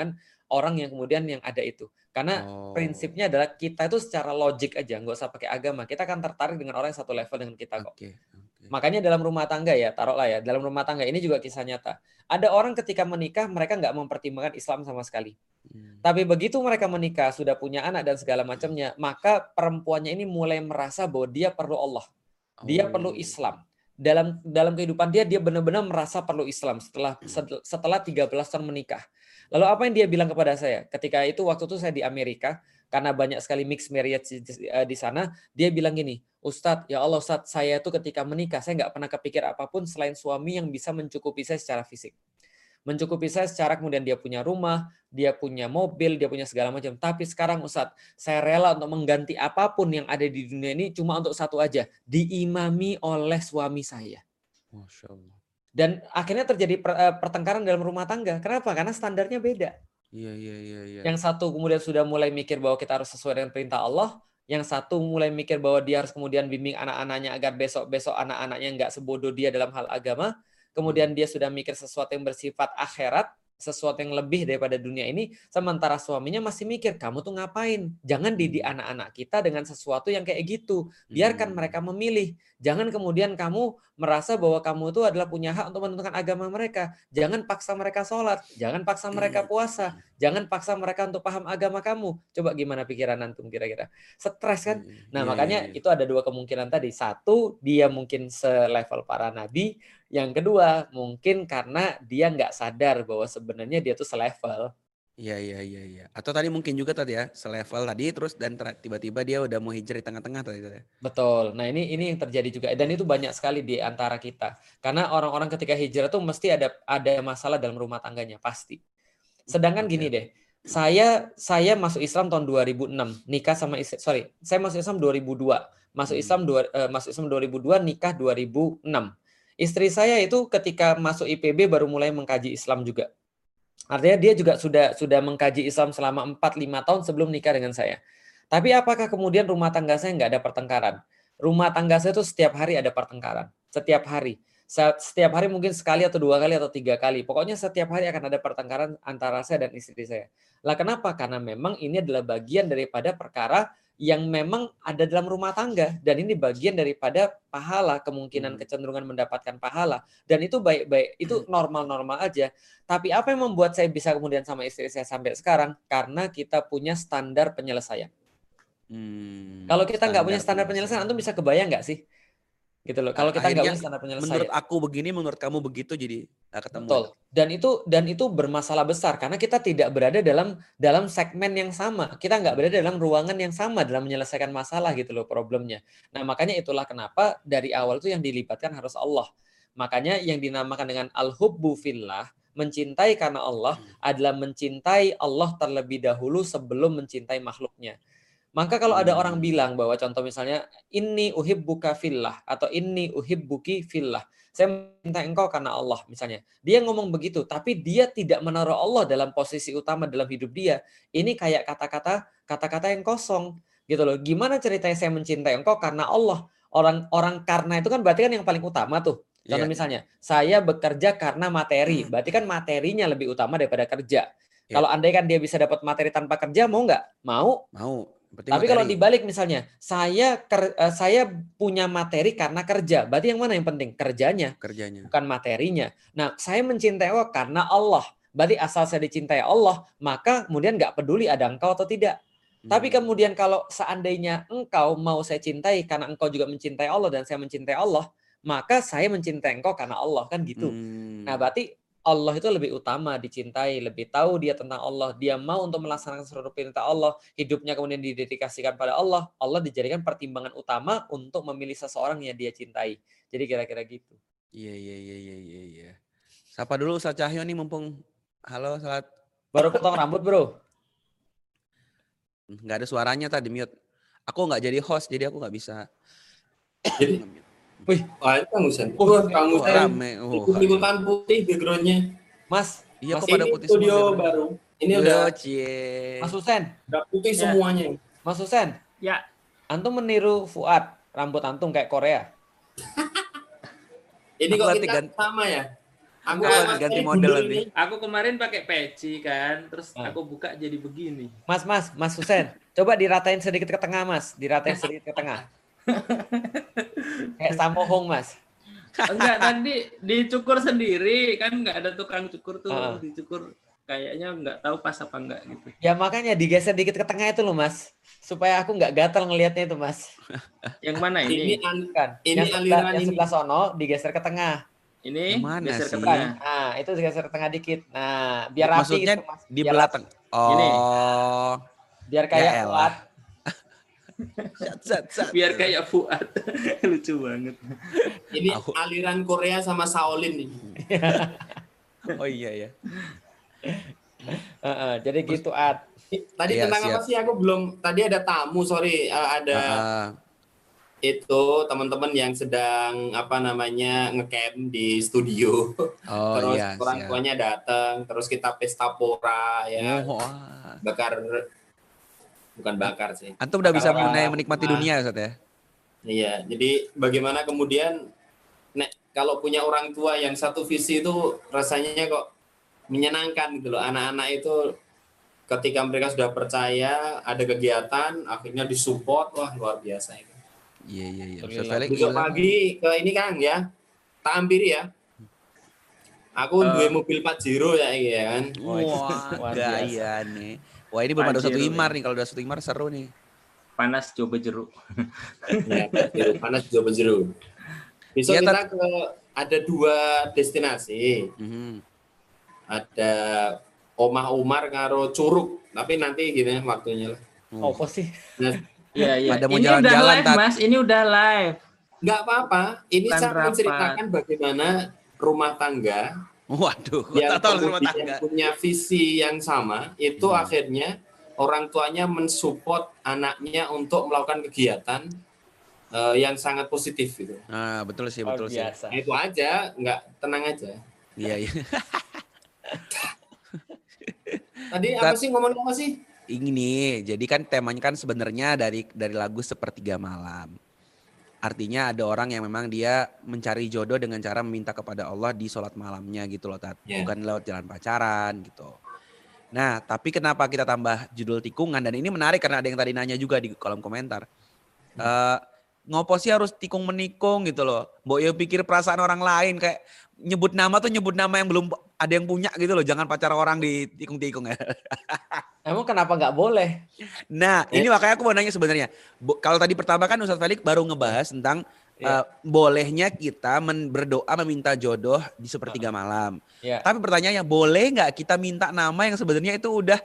orang yang kemudian yang ada itu. Karena Oh. prinsipnya adalah kita itu secara logik aja, nggak usah pakai agama. Kita akan tertarik dengan orang yang satu level dengan kita kok. Oke, oke. Makanya dalam rumah tangga ya, taruhlah ya, dalam rumah tangga ini juga kisah nyata. Ada orang ketika menikah mereka nggak mempertimbangkan Islam sama sekali. Hmm. Tapi begitu mereka menikah, sudah punya anak dan segala macamnya, maka perempuannya ini mulai merasa bahwa dia perlu Allah. Dia perlu Oh. Islam. Dalam dalam kehidupan dia, dia benar-benar merasa perlu Islam setelah setelah tiga belas tahun menikah. Lalu apa yang dia bilang kepada saya? Ketika itu waktu itu saya di Amerika, karena banyak sekali mixed marriage di, di sana, dia bilang gini, Ustadz, ya Allah Ustadz, saya itu ketika menikah, saya nggak pernah kepikir apapun selain suami yang bisa mencukupi saya secara fisik. Mencukupi saya secara kemudian dia punya rumah, dia punya mobil, dia punya segala macam. Tapi sekarang Ustadz, saya rela untuk mengganti apapun yang ada di dunia ini cuma untuk satu aja, diimami oleh suami saya. Masya Allah. Dan akhirnya terjadi pertengkaran dalam rumah tangga. Kenapa? Karena standarnya beda. Iya, iya, iya, iya. Yang satu kemudian sudah mulai mikir bahwa kita harus sesuai dengan perintah Allah. Yang satu mulai mikir bahwa dia harus kemudian bimbing anak-anaknya agar besok-besok anak-anaknya nggak sebodoh dia dalam hal agama. Kemudian dia sudah mikir sesuatu yang bersifat akhirat, sesuatu yang lebih daripada dunia ini, sementara suaminya masih mikir, kamu tuh ngapain? Jangan didik anak-anak kita dengan sesuatu yang kayak gitu. Biarkan mereka memilih. Jangan kemudian kamu merasa bahwa kamu itu adalah punya hak untuk menentukan agama mereka. Jangan paksa mereka sholat. Jangan paksa mereka puasa. Jangan paksa mereka untuk paham agama kamu. Coba gimana pikiran antum kira-kira? Stres kan? Nah, Iya, makanya iya, iya. itu ada dua kemungkinan tadi. Satu, dia mungkin selevel para nabi. Yang kedua, mungkin karena dia nggak sadar bahwa sebenarnya dia tuh selevel. Iya, iya, iya, iya. Atau tadi mungkin juga tadi ya, selevel tadi terus dan tiba-tiba dia udah mau hijrah di tengah-tengah tadi. Betul. Nah, ini ini yang terjadi juga dan itu banyak sekali di antara kita. Karena orang-orang ketika hijrah tuh mesti ada ada masalah dalam rumah tangganya, pasti. Sedangkan Oke, gini oke. deh. Saya saya masuk Islam tahun dua ribu enam, nikah sama istri, sorry, saya masuk Islam dua ribu dua. Masuk Hmm. Islam dua, eh, masuk Islam dua ribu dua, nikah dua ribu enam. Istri saya itu ketika masuk I P B baru mulai mengkaji Islam juga. Artinya dia juga sudah sudah mengkaji Islam selama empat lima tahun sebelum nikah dengan saya. Tapi apakah kemudian rumah tangga saya nggak ada pertengkaran? Rumah tangga saya itu setiap hari ada pertengkaran. Setiap hari. Setiap hari mungkin sekali atau dua kali atau tiga kali. Pokoknya setiap hari akan ada pertengkaran antara saya dan istri saya. Lah kenapa? Karena memang ini adalah bagian daripada perkara yang memang ada dalam rumah tangga. Dan ini bagian daripada pahala, kemungkinan kecenderungan mendapatkan pahala. Dan itu baik-baik, itu normal-normal aja. Tapi apa yang membuat saya bisa kemudian sama istri saya sampai sekarang? Karena kita punya standar penyelesaian. Hmm, kalau kita nggak punya standar penyelesaian, antum bisa kebayang nggak sih? Gitu loh. Kalau kita nggak punya standar penyelesaian. Menurut aku begini, menurut kamu begitu, jadi nggak ketemu. Betul. Dan itu dan itu bermasalah besar karena kita tidak berada dalam dalam segmen yang sama. Kita nggak berada dalam ruangan yang sama dalam menyelesaikan masalah gitu loh problemnya. Nah makanya itulah kenapa dari awal itu yang dilibatkan harus Allah. Makanya yang dinamakan dengan al-hubbu fillah, mencintai karena Allah adalah mencintai Allah terlebih dahulu sebelum mencintai makhluknya. Maka kalau ada orang bilang bahwa contoh misalnya inni uhibbuka fillah atau inni uhibbuki fillah, saya mencintai engkau karena Allah misalnya. Dia ngomong begitu, tapi dia tidak menaruh Allah dalam posisi utama dalam hidup dia. Ini kayak kata-kata kata-kata yang kosong gitu loh. Gimana ceritanya saya mencintai engkau karena Allah? Orang-orang karena itu kan berarti kan yang paling utama tuh. Contoh yeah. misalnya, saya bekerja karena materi, berarti kan materinya lebih utama daripada kerja. Yeah. Kalau andai kan dia bisa dapat materi tanpa kerja, mau nggak? Mau. Mau. Tapi materi. Kalau dibalik misalnya, saya ker, uh, saya punya materi karena kerja, berarti yang mana yang penting? Kerjanya, kerjanya, bukan materinya. Nah, saya mencintai Allah karena Allah, berarti asal saya dicintai Allah, maka kemudian nggak peduli ada engkau atau tidak. Hmm. Tapi kemudian kalau seandainya engkau mau saya cintai karena engkau juga mencintai Allah dan saya mencintai Allah, maka saya mencintai engkau karena Allah, kan gitu. Hmm. Nah, berarti Allah itu lebih utama dicintai, lebih tahu dia tentang Allah, dia mau untuk melaksanakan seluruh perintah Allah, hidupnya kemudian didedikasikan pada Allah, Allah dijadikan pertimbangan utama untuk memilih seseorang yang dia cintai. Jadi kira-kira gitu. Iya, iya, iya, iya, iya, iya. Sapa dulu Ustaz Cahyo nih mumpung. Halo, salat. Baru potong rambut, Bro. Nggak ada suaranya tadi mute. Aku nggak jadi host, jadi aku nggak bisa. Jadi, wih, wah itu Kang Husen. Oh, oh, Kang Husen. Rame. Oh, ikut-ikutan putih backgroundnya. Mas, iya Mas kok pada putih studio semua. baru. Ini Yo, udah cie. Mas Husen. Udah putih ya. semuanya. Mas Husen. Ya. Antum meniru Fuad, rambut antum kayak Korea. Ini kok kita ganti. Sama ya? Aku Enggak, sama ganti saya model gundul nanti. ini. Aku kemarin pakai peci kan, terus Ah. aku buka jadi begini. Mas, Mas, Mas Husen, coba diratain sedikit ke tengah, Mas. Diratain sedikit ke tengah. Kayak samohong, Mas. Enggak, tadi dicukur sendiri kan, nggak ada tukang cukur tuh, Ah. dicukur kayaknya nggak tahu pas apa enggak gitu. Ya makanya digeser dikit ke tengah itu loh, Mas. Supaya aku nggak gatal ngelihatnya itu, Mas. Yang mana Ini ini? an- Kan? Ini yang sebelah, aliran yang ini. sebelah sono digeser ke tengah. Ini Yang mana geser ke sih? tengah. Nah, itu digeser ke tengah dikit. Nah, biar rapi Maksudnya gitu, Mas. di Biar belakang. Ini. Oh. Biar Ya kayak elah. kuat. Zat, zat, zat. Biar kayak Fuad. Lucu banget. Ini Aku- aliran Korea sama Shaolin nih. Oh iya ya. Heeh, jadi gitu, Ad. Tadi Iya, tentang apa siap. sih? Aku belum. Tadi ada tamu, sorry. Eh, ada Ah, itu teman-teman yang sedang apa namanya ngecamp di studio. oh Terus iya, orang siap. tuanya datang, terus kita pesta pora ya, Oh, wah. bakar bukan bakar sih. Antum udah Bakar bisa orang. mulai menikmati Nah. dunia, Ustaz ya? Iya, jadi bagaimana kemudian nek kalau punya orang tua yang satu visi itu rasanya kok menyenangkan gitu loh. Anak-anak itu ketika mereka sudah percaya ada kegiatan, akhirnya disupport, wah luar biasa itu. Iya, iya, iya. Alhamdulillah. Ustaz Felix Besok hilang. pagi ke ini Kang ya, tak hampir ya. Aku Eh. duwe mobil Pajero ya iki ya kan. Wah, Luar biasa. gaya nih. Wah, ini belum ada satu Pajero, Imar ya. nih. Kalau udah satu Imar seru nih. Panas coba jeruk. Ya, Pajero panas juga Pajero. Besok Iya, kita ke ada dua destinasi. Mhm. Ada Omah Umar karo Curug, tapi nanti gini waktunya lah. Oh, apa sih? Nah, Iya, iya. Pada mau Ini udah jalan-jalan, live, Tat. Mas. Ini udah live. nggak apa-apa. Ini Bukan saya rapat. menceritakan bagaimana rumah tangga Waduh, gua yang tak tahu rumah kemudian tangga. punya visi yang sama, itu Hmm. akhirnya orang tuanya mensupport anaknya untuk melakukan kegiatan eh, yang sangat positif gitu. Nah, betul sih, Luar betul sih. biasa. Nah, itu aja, nggak tenang aja. Iya, iya. Tadi Tat. apa sih ngomong apa sih? Ini nih, jadi kan temanya kan sebenarnya dari dari lagu Sepertiga Malam. Artinya ada orang yang memang dia mencari jodoh dengan cara meminta kepada Allah di sholat malamnya gitu loh, Tat. Ya. Bukan lewat jalan pacaran gitu. Nah, tapi kenapa kita tambah judul tikungan? Dan ini menarik karena ada yang tadi nanya juga di kolom komentar. Eh, ngopo sih harus tikung menikung gitu loh. Mbok yo pikir perasaan orang lain, kayak nyebut nama tuh nyebut nama yang belum ada yang punya gitu loh. Jangan pacar orang ditikung-tikung ya. Emang kenapa nggak boleh? Nah, Eh. ini makanya aku mau nanya sebenarnya. Bo- Kalau tadi pertama kan Ustadz Felix baru ngebahas tentang Iya. eh, bolehnya kita men- berdoa meminta jodoh di sepertiga malam. Ya. Tapi pertanyaannya, boleh nggak kita minta nama yang sebenarnya itu udah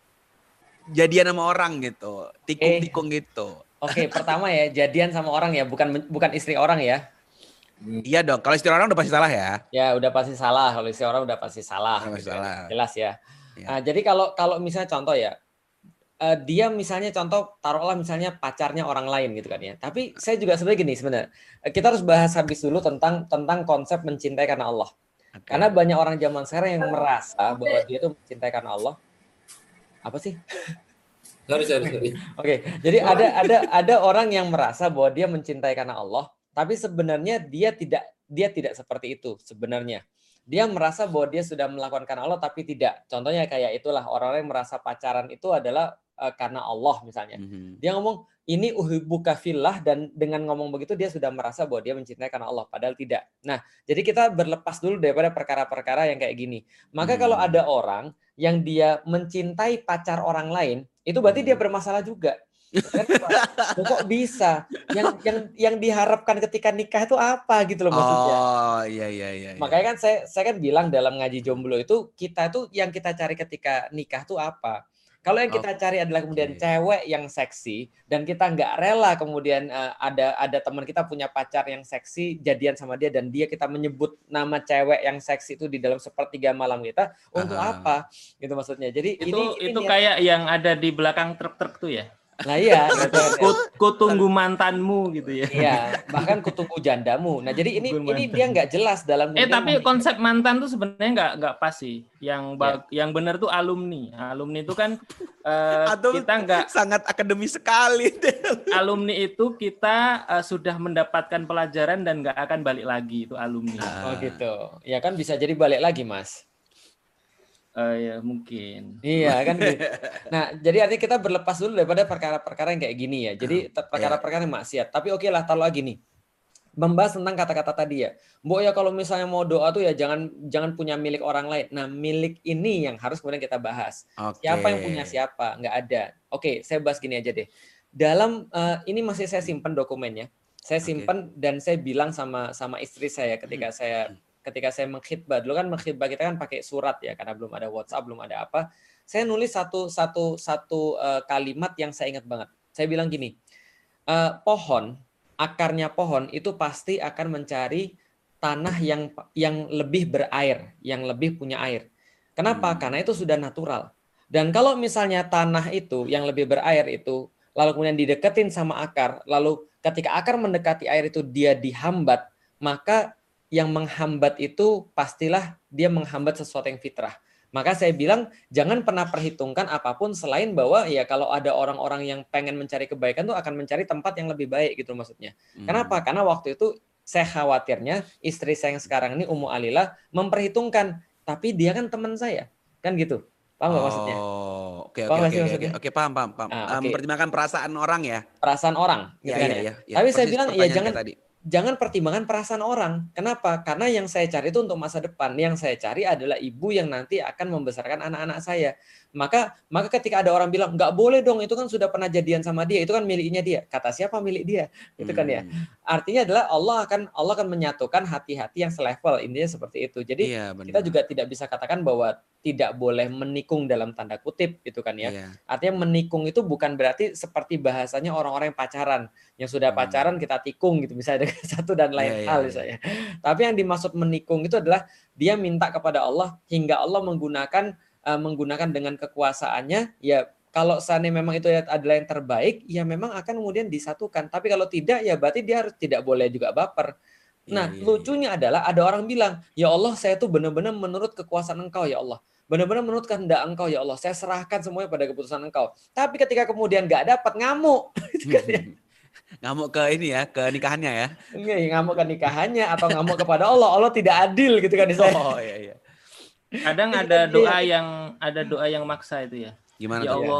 jadian sama orang gitu, tikung-tikung gitu. Oke, pertama ya, jadian sama orang ya, bukan bukan istri orang ya. Iya dong, kalau istri orang udah pasti salah ya. Ya udah pasti salah, kalau istri orang udah pasti salah. Udah pasti gitu ya. salah. Jelas ya. Iya. Nah, jadi kalau kalau misalnya contoh ya, eh, dia misalnya contoh taruhlah misalnya pacarnya orang lain gitu kan ya. Tapi saya juga sebenarnya gini sebenarnya, eh, kita harus bahas habis dulu tentang tentang konsep mencintai karena Allah. Oke. Karena banyak orang zaman sekarang yang merasa bahwa dia tuh mencintai karena Allah. Apa sih? Sorry, sorry, sorry. Oke, jadi ada ada ada orang yang merasa bahwa dia mencintai karena Allah, tapi sebenarnya dia tidak dia tidak seperti itu sebenarnya. Dia merasa bahwa dia sudah melakukan karena Allah tapi tidak. Contohnya kayak itulah orang-orang yang merasa pacaran itu adalah eh, karena Allah misalnya. Mhm. Dia ngomong ini uhibbuka fillah dan dengan ngomong begitu dia sudah merasa bahwa dia mencintai karena Allah padahal tidak. Nah, jadi kita berlepas dulu daripada perkara-perkara yang kayak gini. Maka Hmm. kalau ada orang yang dia mencintai pacar orang lain, itu berarti dia bermasalah juga. Kenapa? Loh, kok bisa? Yang yang yang diharapkan ketika nikah itu apa gitu loh maksudnya. Oh, iya iya iya. iya. Makanya kan saya saya kan bilang dalam ngaji jomblo itu kita tuh yang kita cari ketika nikah tuh apa? Kalau yang kita cari adalah kemudian Oke. cewek yang seksi dan kita nggak rela kemudian eh, ada ada teman kita punya pacar yang seksi jadian sama dia dan dia kita menyebut nama cewek yang seksi itu di dalam sepertiga malam kita untuk Aha. apa? Gitu maksudnya. Jadi Itu ini, ini itu niat- kayak yang ada di belakang truk-truk tuh ya. Nah iya, gitu kan ya. Ku, ku tunggu mantanmu gitu ya. Iya, bahkan kutunggu jandamu. Nah jadi ini Tunggu ini mantan. dia nggak jelas dalam Eh kemudian tapi memberikan- konsep mantan tuh sebenarnya nggak nggak pas sih. Yang Ya. bag, yang benar tuh alumni. Alumni itu kan eh, Atau kita nggak sangat akademis sekali. alumni itu kita eh, sudah mendapatkan pelajaran dan nggak akan balik lagi itu alumni. Oh gitu. Ya kan bisa jadi balik lagi, Mas. Eh, ya mungkin. Iya kan gitu. Nah, jadi artinya kita berlepas dulu daripada perkara-perkara yang kayak gini ya. Jadi te- perkara-perkara yang maksiat. Tapi oke lah, taruh lagi nih. Membahas tentang kata-kata tadi ya. Mbok ya kalau misalnya mau doa tuh ya jangan jangan punya milik orang lain. Nah, milik ini yang harus kemudian kita bahas. Oke. Siapa yang punya siapa? Nggak ada. Oke, saya bahas gini aja deh. Dalam eh, ini masih saya simpan dokumennya. Saya Oke. simpan dan saya bilang sama sama istri saya ketika saya ketika saya mengkhitbah. Dulu kan mengkhitbah kita kan pakai surat ya karena belum ada WhatsApp, belum ada apa. Saya nulis satu satu satu eh, kalimat yang saya ingat banget. Saya bilang gini, eh, pohon, akarnya pohon itu pasti akan mencari tanah yang yang lebih berair, yang lebih punya air. Kenapa? Hmm. Karena itu sudah natural. Dan kalau misalnya tanah itu yang lebih berair itu lalu kemudian dideketin sama akar, lalu ketika akar mendekati air itu dia dihambat, maka yang menghambat itu pastilah dia menghambat sesuatu yang fitrah. Maka saya bilang jangan pernah perhitungkan apapun selain bahwa ya kalau ada orang-orang yang pengen mencari kebaikan tuh akan mencari tempat yang lebih baik gitu maksudnya. Kenapa? Karena waktu itu saya khawatirnya istri saya yang sekarang ini Ummu Alilah memperhitungkan, tapi dia kan teman saya, kan gitu. Paham nggak maksudnya? Oh, oke Paham oke nggak sih oke oke maksudnya? oke paham paham paham. Ah, Eh, oke. Mempertimbangkan perasaan orang ya. Perasaan orang, gitu Iya kan iya ya. iya. iya. Tapi saya Persis bilang ya pertanyaan jangan kayak tadi. jangan pertimbangan perasaan orang. Kenapa? Karena yang saya cari itu untuk masa depan. Yang saya cari adalah ibu yang nanti akan membesarkan anak-anak saya. Maka maka ketika ada orang bilang nggak boleh dong, itu kan sudah pernah jadian sama dia, itu kan miliknya dia. Kata siapa milik dia? Itu kan ya. Hmm. Artinya adalah Allah akan Allah akan menyatukan hati-hati yang selevel. Intinya seperti itu. Jadi Iya benar. kita juga tidak bisa katakan bahwa tidak boleh menikung dalam tanda kutip gitu kan ya. Iya. Artinya menikung itu bukan berarti seperti bahasanya orang-orang yang pacaran. Yang sudah Hmm. pacaran kita tikung gitu misalnya dengan satu dan lain Iya, iya, hal iya. misalnya. Tapi yang dimaksud menikung itu adalah dia minta kepada Allah hingga Allah menggunakan uh, menggunakan dengan kekuasaannya ya kalau seandainya memang itu adalah yang terbaik ya memang akan kemudian disatukan. Tapi kalau tidak ya berarti dia harus tidak boleh juga baper. Nah, Iya, iya, lucunya adalah ada orang bilang, "Ya Allah, saya tuh benar-benar menurut kekuasaan Engkau ya Allah. Benar-benar menurut kehendak Engkau ya Allah. Saya serahkan semuanya pada keputusan Engkau." Tapi ketika kemudian nggak dapat ngamuk, gitu kan ya. Ngamuk ke ini ya, ke nikahannya ya. Nggak, ngamuk ke nikahannya atau ngamuk kepada Allah. Allah tidak adil gitu kan di saya. Oh iya iya. Kadang Jadi ada kan doa dia- yang ada doa yang maksa itu ya. Gimana Ya tuh? Allah,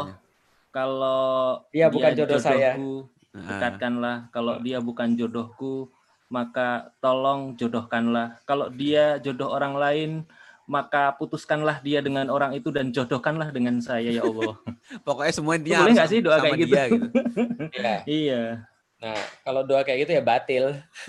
kalau Dia bukan jodoh saya. jodohku, Ah. dekatkanlah. Kalau dia bukan jodohku, maka tolong jodohkanlah. Kalau dia jodoh orang lain, maka putuskanlah dia dengan orang itu dan jodohkanlah dengan saya ya Allah. Pokoknya semua Itu dia boleh harus nggak sih doa sama kayak gitu? dia gitu. Ya. Iya. Nah, kalau doa kayak gitu ya batil.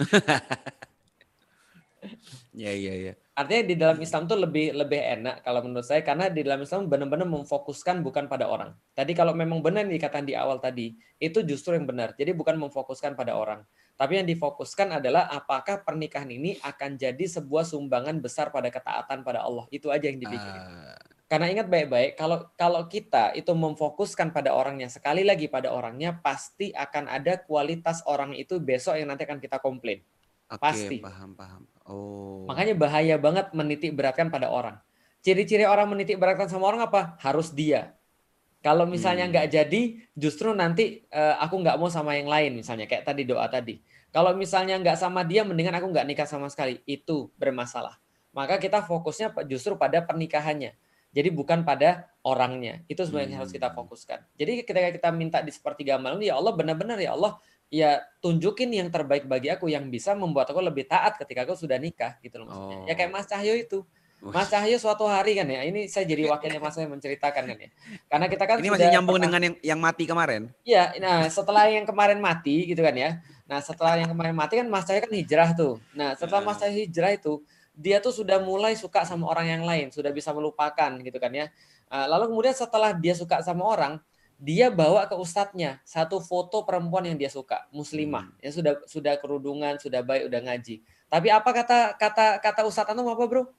Iya iya iya. Artinya di dalam Islam tuh lebih lebih enak kalau menurut saya karena di dalam Islam benar-benar memfokuskan bukan pada orang. Tadi kalau memang benar yang dikatakan di awal tadi, itu justru yang benar. Jadi bukan memfokuskan pada orang, tapi yang difokuskan adalah apakah pernikahan ini akan jadi sebuah sumbangan besar pada ketaatan pada Allah. Itu aja yang dipikirin. Ah, Karena ingat baik-baik, kalau kalau kita itu memfokuskan pada orangnya, sekali lagi pada orangnya, pasti akan ada kualitas orang itu besok yang nanti akan kita komplain. oke, Pasti. paham paham. Oh. Makanya bahaya banget menitik beratkan pada orang. Ciri-ciri orang menitik beratkan sama orang apa? Harus dia. Kalau misalnya Hmm. nggak jadi, justru nanti eh, aku nggak mau sama yang lain misalnya. Kayak tadi doa tadi. Kalau misalnya nggak sama dia, mendingan aku nggak nikah sama sekali. Itu bermasalah. Maka kita fokusnya justru pada pernikahannya. Jadi bukan pada orangnya. Itu sebenarnya yang harus kita Hmm. fokuskan. Jadi ketika kita minta di sepertiga malam, ya Allah benar-benar ya Allah, ya tunjukin yang terbaik bagi aku yang bisa membuat aku lebih taat ketika aku sudah nikah gitu loh maksudnya. Ya kayak Oh. Mas Cahyo itu. Wih. Mas Cahyo suatu hari kan ya, ini saya jadi wakilnya Mas Cahyo menceritakan kan ya. Karena kita kan Ini sudah masih nyambung pernah- dengan yang yang mati kemarin. Iya, nah setelah yang kemarin mati gitu kan ya. Nah setelah yang kemarin mati kan Mas Cahyo kan hijrah tuh. Nah setelah Mas Cahyo hijrah itu, dia tuh sudah mulai suka sama orang yang lain, sudah bisa melupakan gitu kan ya. Uh, Lalu kemudian setelah dia suka sama orang, dia bawa ke ustadznya satu foto perempuan yang dia suka, muslimah, Hmm. ya sudah sudah kerudungan, sudah baik, udah ngaji. Tapi apa kata kata kata ustadz antum apa bro?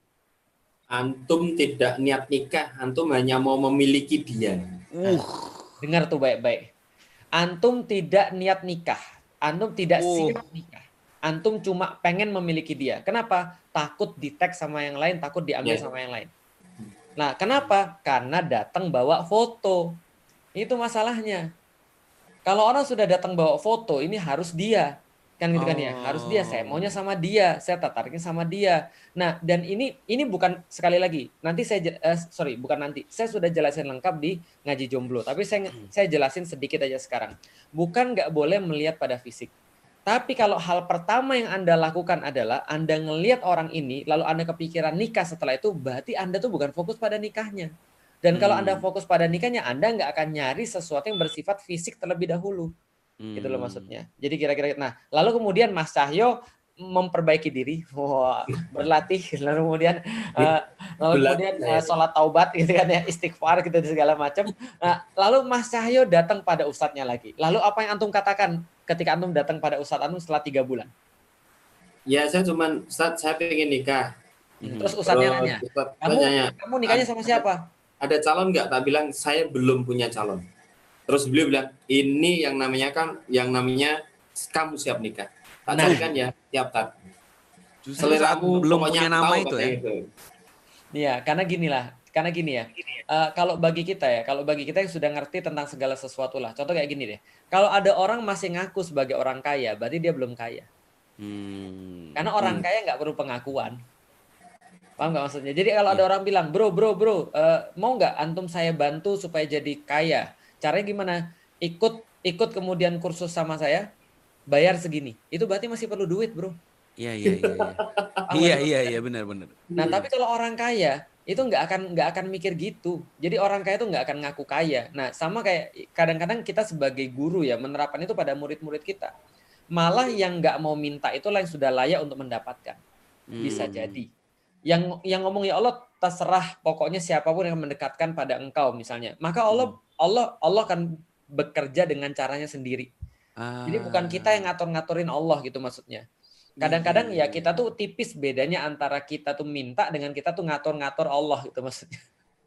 Antum tidak niat nikah, antum hanya mau memiliki dia. Uh. Dengar tuh baik-baik. Antum tidak niat nikah. Antum tidak Oh. siap nikah. Antum cuma pengen memiliki dia. Kenapa? Takut di-tag sama yang lain, takut diambil Ya. sama yang lain. Nah, kenapa? Karena datang bawa foto. Itu masalahnya. Kalau orang sudah datang bawa foto, ini harus dia. Kan gitu kan ya, harus dia. Saya maunya sama dia, saya tertariknya sama dia. Nah, dan ini ini bukan sekali lagi. Nanti saya je- eh, sorry, bukan nanti. Saya sudah jelasin lengkap di ngaji jomblo, tapi saya saya jelasin sedikit aja sekarang. Bukan nggak boleh melihat pada fisik. Tapi kalau hal pertama yang Anda lakukan adalah Anda ngelihat orang ini, lalu Anda kepikiran nikah setelah itu, berarti Anda tuh bukan fokus pada nikahnya. Dan kalau Anda Hmm. fokus pada nikahnya, Anda nggak akan nyari sesuatu yang bersifat fisik terlebih dahulu. Gitu loh Hmm. maksudnya. Jadi kira-kira, nah lalu kemudian Mas Cahyo memperbaiki diri, wah, berlatih, lalu kemudian eh, lalu kemudian eh, sholat taubat gitu kan ya, istighfar gitu segala macam. Nah, lalu Mas Cahyo datang pada ustadznya lagi. Lalu apa yang antum katakan ketika antum datang pada ustadz antum setelah tiga bulan? Ya saya cuman Ustaz saya pengen nikah. Mhm. Terus ustadznya Terus nanya, Ustaz kamu tanya, kamu nikahnya sama siapa? ada calon nggak? Tak bilang saya belum punya calon. Terus beliau bilang ini yang namanya kan yang namanya kamu siap nikah. Tak Nah. carikan ya tiap tat. Justru saat Seleramu belum pokoknya punya nama tahu itu ya. katanya gitu. Iya, karena gini lah, karena gini ya. Eh, kalau bagi kita ya, kalau bagi kita yang sudah ngerti tentang segala sesuatu lah. Contoh kayak gini deh. Kalau ada orang masih ngaku sebagai orang kaya, berarti dia belum kaya. Hmm. Karena orang kaya nggak perlu pengakuan. Paham nggak maksudnya? Jadi kalau ada orang bilang, bro, bro, bro, eh, mau nggak antum saya bantu supaya jadi kaya? Caranya gimana? Ikut, ikut kemudian kursus sama saya, bayar segini. Itu berarti masih perlu duit, bro. Iya iya iya. Iya Paham iya nggak sih? iya iya benar benar. Nah, tapi kalau orang kaya itu nggak akan nggak akan mikir gitu. Jadi orang kaya itu nggak akan ngaku kaya. Nah, sama kayak kadang-kadang kita sebagai guru ya menerapkan itu pada murid-murid kita. Malah yang nggak mau minta itulah yang sudah layak untuk mendapatkan. Bisa Hmm. jadi. Yang yang ngomong ya Allah terserah pokoknya siapapun yang mendekatkan pada engkau misalnya. Maka Allah Allah Allah akan bekerja dengan caranya sendiri. Jadi bukan kita yang ngatur-ngaturin Allah gitu maksudnya. Kadang-kadang ya kita tuh tipis bedanya antara kita tuh minta dengan kita tuh ngatur-ngatur Allah gitu maksudnya.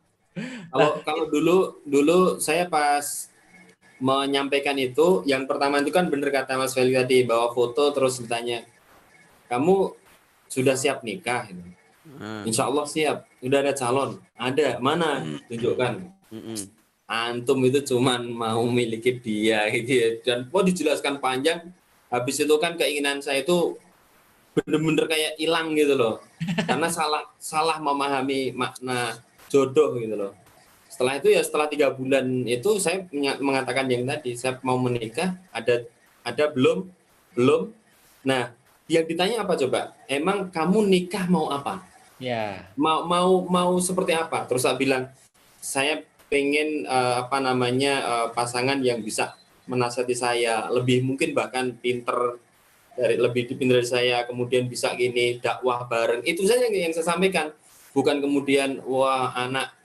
Kalau kalau dulu dulu saya pas menyampaikan itu, yang pertama itu kan bener kata Mas Feli tadi, bawa foto terus ditanya, kamu sudah siap nikah? Hmm. Insya Allah siap. Udah ada calon? Ada. Mana? Tunjukkan. Mm-mm. Antum itu cuman mau miliki dia gitu ya. Dan mau dijelaskan panjang, habis itu kan keinginan saya itu bener-bener kayak hilang gitu loh. Karena salah salah memahami makna jodoh gitu loh. Setelah itu ya setelah tiga bulan itu saya mengatakan yang tadi, saya mau menikah, ada ada belum? Belum. Nah, yang ditanya apa coba? Emang kamu nikah mau apa? Ya. Mau mau mau seperti apa? Terus saya bilang, saya pengen uh, apa namanya uh, pasangan yang bisa menasihati saya, lebih mungkin bahkan pinter dari lebih pinter dari saya, kemudian bisa gini dakwah bareng. Itu saja yang, yang saya sampaikan. Bukan kemudian wah anak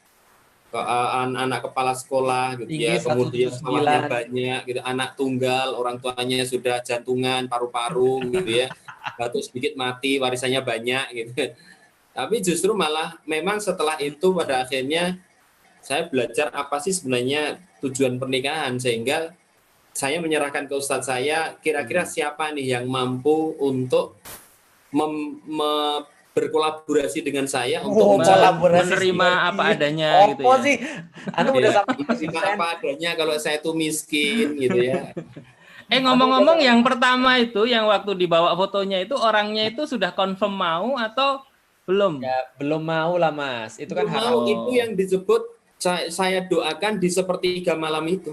uh, anak kepala sekolah gitu Tinggi ya, kemudian seratus tujuh puluh sawahnya sembilan. banyak gitu, anak tunggal, orang tuanya sudah jantungan, paru-paru gitu ya. Batuk sedikit mati, warisannya banyak gitu. Tapi justru malah memang setelah itu pada akhirnya saya belajar apa sih sebenarnya tujuan pernikahan, sehingga saya menyerahkan ke ustadz saya, kira-kira siapa nih yang mampu untuk mem, me, berkolaborasi dengan saya Oh, untuk kolaborasi menerima seperti apa adanya apa gitu ya. sih? Anda udah ya, sampai menerima apa adanya kalau saya itu miskin gitu ya. Eh ngomong-ngomong yang pertama itu yang waktu dibawa fotonya itu orangnya itu sudah confirm mau atau belum? Ya, belum mau lah Mas. Itu kan Belum haram. mau, itu yang disebut saya, saya doakan di sepertiga malam itu.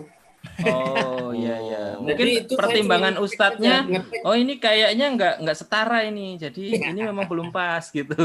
Oh iya ya. Mungkin Jadi itu pertimbangan saya cuma ustadznya, ngetek. oh ini kayaknya nggak nggak setara ini, jadi ini memang belum pas gitu.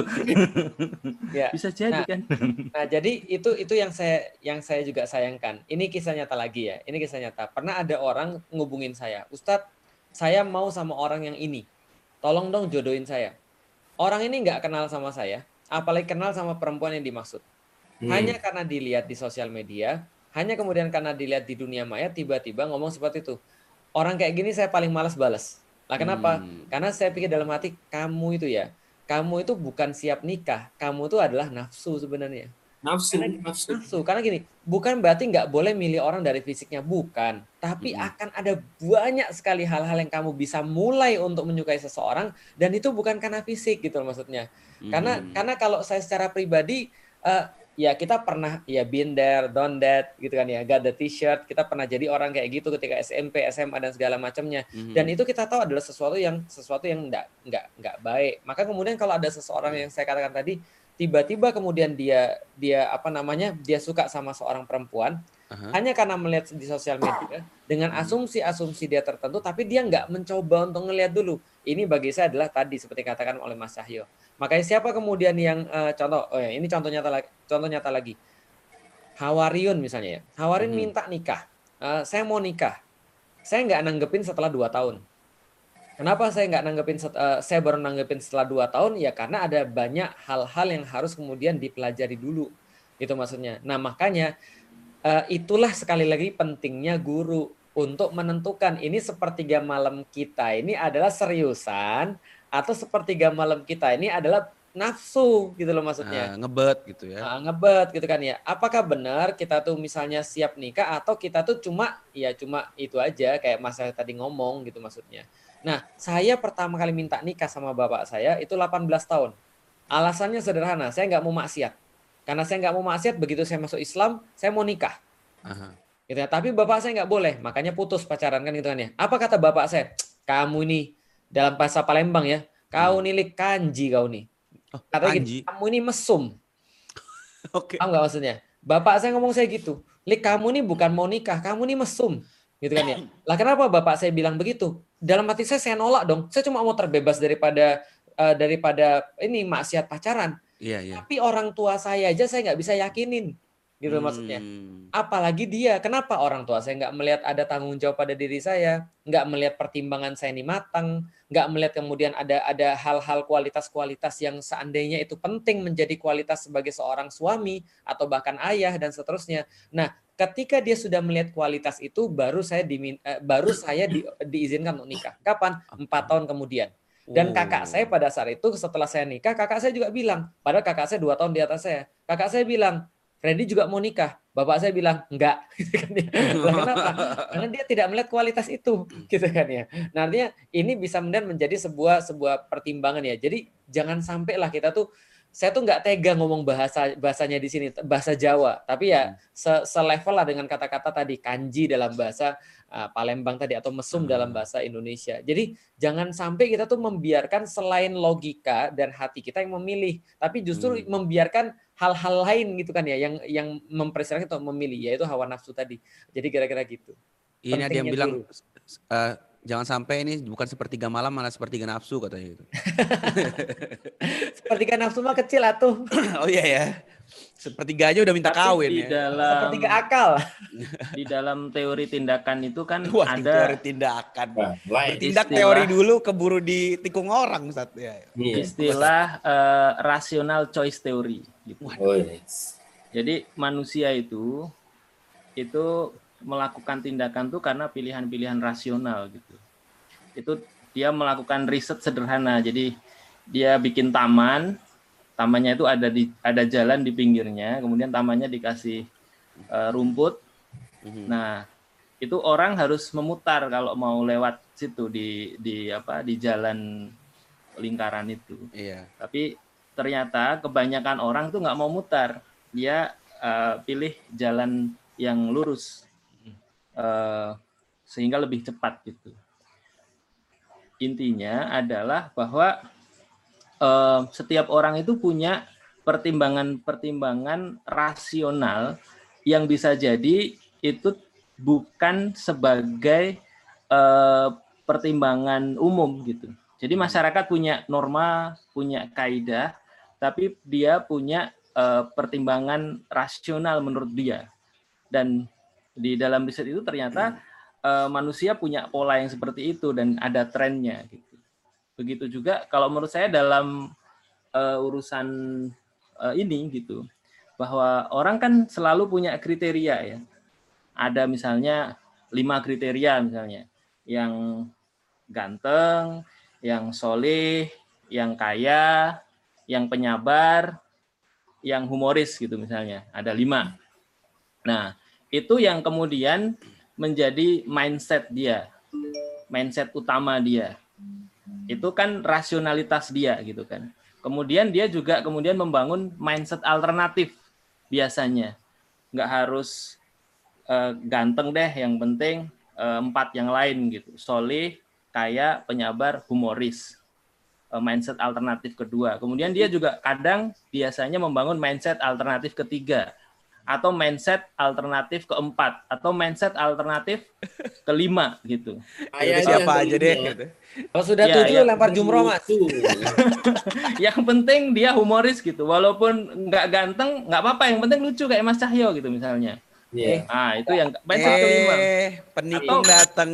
Ya. Bisa jadi Nah, kan. Nah, jadi itu itu yang saya yang saya juga sayangkan. Ini kisah nyata lagi ya. Ini kisah nyata. Pernah ada orang ngubungin saya, Ustadz, saya mau sama orang yang ini. Tolong dong jodohin saya. Orang ini nggak kenal sama saya, apalagi kenal sama perempuan yang dimaksud. Hmm. Hanya karena dilihat di sosial media, hanya kemudian karena dilihat di dunia maya, tiba-tiba ngomong seperti itu. Orang kayak gini saya paling malas balas. Lah kenapa? Hmm. Karena saya pikir dalam hati, kamu itu ya, kamu itu bukan siap nikah, kamu itu adalah nafsu sebenarnya. Nafsu, Karena nafsu. nafsu. Karena gini, bukan berarti nggak boleh milih orang dari fisiknya, bukan. Tapi Mm-mm. akan ada banyak sekali hal-hal yang kamu bisa mulai untuk menyukai seseorang, dan itu bukan karena fisik gitu loh maksudnya. Karena Mhm. karena kalau saya secara pribadi, eh, ya kita pernah ya been there, done that gitu kan ya, got the t-shirt, kita pernah jadi orang kayak gitu ketika S M P, S M A dan segala macamnya. Dan Mhm. itu kita tahu adalah sesuatu yang sesuatu yang enggak enggak enggak baik. Maka kemudian kalau ada seseorang yang saya katakan tadi tiba-tiba kemudian dia dia apa namanya dia suka sama seorang perempuan Aha. hanya karena melihat di sosial media dengan Hmm. asumsi-asumsi dia tertentu, tapi dia nggak mencoba untuk ngelihat dulu. Ini bagi saya adalah tadi seperti katakan oleh Mas Cahyo. Makanya siapa kemudian yang eh, contoh, oh ya, ini contoh nyata lagi, contoh nyata lagi. Hawariun misalnya ya, Hawariun Mhm. minta nikah. Eh, saya mau nikah. Saya nggak nanggepin setelah dua tahun. Kenapa saya nggak nanggepin, uh, saya baru nanggepin setelah dua tahun? Ya karena ada banyak hal-hal yang harus kemudian dipelajari dulu. Itu maksudnya. Nah makanya uh, itulah sekali lagi pentingnya guru untuk menentukan ini sepertiga malam kita ini adalah seriusan atau sepertiga malam kita ini adalah nafsu gitu loh maksudnya. Ah, ngebet gitu ya. Uh, ngebet gitu kan ya. Apakah benar kita tuh misalnya siap nikah atau kita tuh cuma ya cuma itu aja kayak Mas saya tadi ngomong gitu maksudnya. Nah, saya pertama kali minta nikah sama bapak saya itu delapan belas tahun. Alasannya sederhana, saya nggak mau maksiat. Karena saya nggak mau maksiat, begitu saya masuk Islam, saya mau nikah. Aha. Gitu ya. Tapi bapak saya nggak boleh, makanya putus pacaran kan gitu kan ya. Apa kata bapak saya? Kamu ini dalam bahasa Palembang ya, kau Hmm. nilik kanji kau nih. Oh, Katanya gitu, kanji. kamu ini mesum. Oke. Paham nggak maksudnya? Bapak saya ngomong saya gitu. Lik, kamu ini bukan mau nikah, kamu ini mesum. Gitu kan ya. Lah kenapa bapak saya bilang begitu? Dalam hati saya saya nolak dong. Saya cuma mau terbebas daripada uh, daripada ini maksiat pacaran. Iya, iya. Tapi orang tua saya aja saya nggak bisa yakinin. Gitu Hmm. maksudnya. Apalagi dia. Kenapa orang tua saya nggak melihat ada tanggung jawab pada diri saya, nggak melihat pertimbangan saya ini matang, nggak melihat kemudian ada ada hal-hal kualitas-kualitas yang seandainya itu penting menjadi kualitas sebagai seorang suami atau bahkan ayah dan seterusnya. Nah, ketika dia sudah melihat kualitas itu, baru saya dimin, eh, baru saya di, diizinkan untuk nikah. Kapan? Empat tahun kemudian. Dan kakak saya pada saat itu setelah saya nikah, kakak saya juga bilang, padahal kakak saya dua tahun di atas saya, kakak saya bilang, Randy juga mau nikah. Bapak saya bilang enggak. Lah kenapa? Karena dia tidak melihat kualitas itu, gitu kan ya. Nah, artinya ini bisa kemudian menjadi sebuah sebuah pertimbangan ya. Jadi jangan sampai lah kita tuh, saya tuh nggak tega ngomong bahasa bahasanya di sini bahasa Jawa, tapi ya se selevel lah dengan kata-kata tadi kanji dalam bahasa uh, Palembang tadi atau mesum Hmm. dalam bahasa Indonesia. Jadi jangan sampai kita tuh membiarkan selain logika dan hati kita yang memilih, tapi justru Hmm. membiarkan hal-hal lain gitu kan ya yang yang mempersilahkan untuk memilih, yaitu hawa nafsu tadi. Jadi kira-kira gitu. Ini ada yang Pentingnya bilang guru. uh, jangan sampai ini bukan sepertiga malam malah sepertiga nafsu katanya gitu. Sepertiga nafsu mah kecil atuh. Oh iya ya. Sepertiga aja udah minta Tapi kawin di ya. dalam Sepertiga akal. di dalam teori tindakan itu kan Wah, teori ada tindakan. Nah, lain. Bertindak istilah- teori dulu keburu ditikung orang Ustaz. Ya. Iya. istilah eh, rational choice theory gitu. Oh, yes. Jadi manusia itu itu melakukan tindakan tuh karena pilihan-pilihan rasional gitu. Itu dia melakukan riset sederhana. Jadi dia bikin taman, tamannya itu ada di ada jalan di pinggirnya, kemudian tamannya dikasih uh, rumput. Nah, itu orang harus memutar kalau mau lewat situ di di apa di jalan lingkaran itu. Iya. Tapi ternyata kebanyakan orang tuh nggak mau mutar. Dia uh, pilih jalan yang lurus uh, sehingga lebih cepat gitu. Intinya adalah bahwa uh, setiap orang itu punya pertimbangan-pertimbangan rasional yang bisa jadi itu bukan sebagai uh, pertimbangan umum gitu. Jadi masyarakat punya norma, punya kaidah, tapi dia punya uh, pertimbangan rasional menurut dia. Dan di dalam riset itu ternyata uh, manusia punya pola yang seperti itu dan ada trennya gitu. Begitu juga kalau menurut saya dalam uh, urusan uh, ini gitu, bahwa orang kan selalu punya kriteria ya. Ada misalnya lima kriteria misalnya, yang ganteng, yang soleh, yang kaya, yang penyabar, yang humoris gitu misalnya, ada lima. Nah, itu yang kemudian menjadi mindset dia, mindset utama dia. Itu kan rasionalitas dia gitu kan. Kemudian dia juga kemudian membangun mindset alternatif biasanya. Nggak harus uh, ganteng deh, yang penting uh, empat yang lain gitu. Soleh, kaya, penyabar, humoris. Uh, mindset alternatif kedua. Kemudian dia juga kadang biasanya membangun mindset alternatif ketiga. Atau mindset alternatif keempat, atau mindset alternatif kelima gitu. Yaudah, siapa aja deh. Gitu. Kalau sudah ya, tujuh ya. lempar jumroh Mas. Yang penting dia humoris gitu, walaupun nggak ganteng nggak apa-apa, yang penting lucu kayak Mas Cahyo gitu misalnya. Yeah. Ah itu yang mindset eh, kelima. Penikung datang.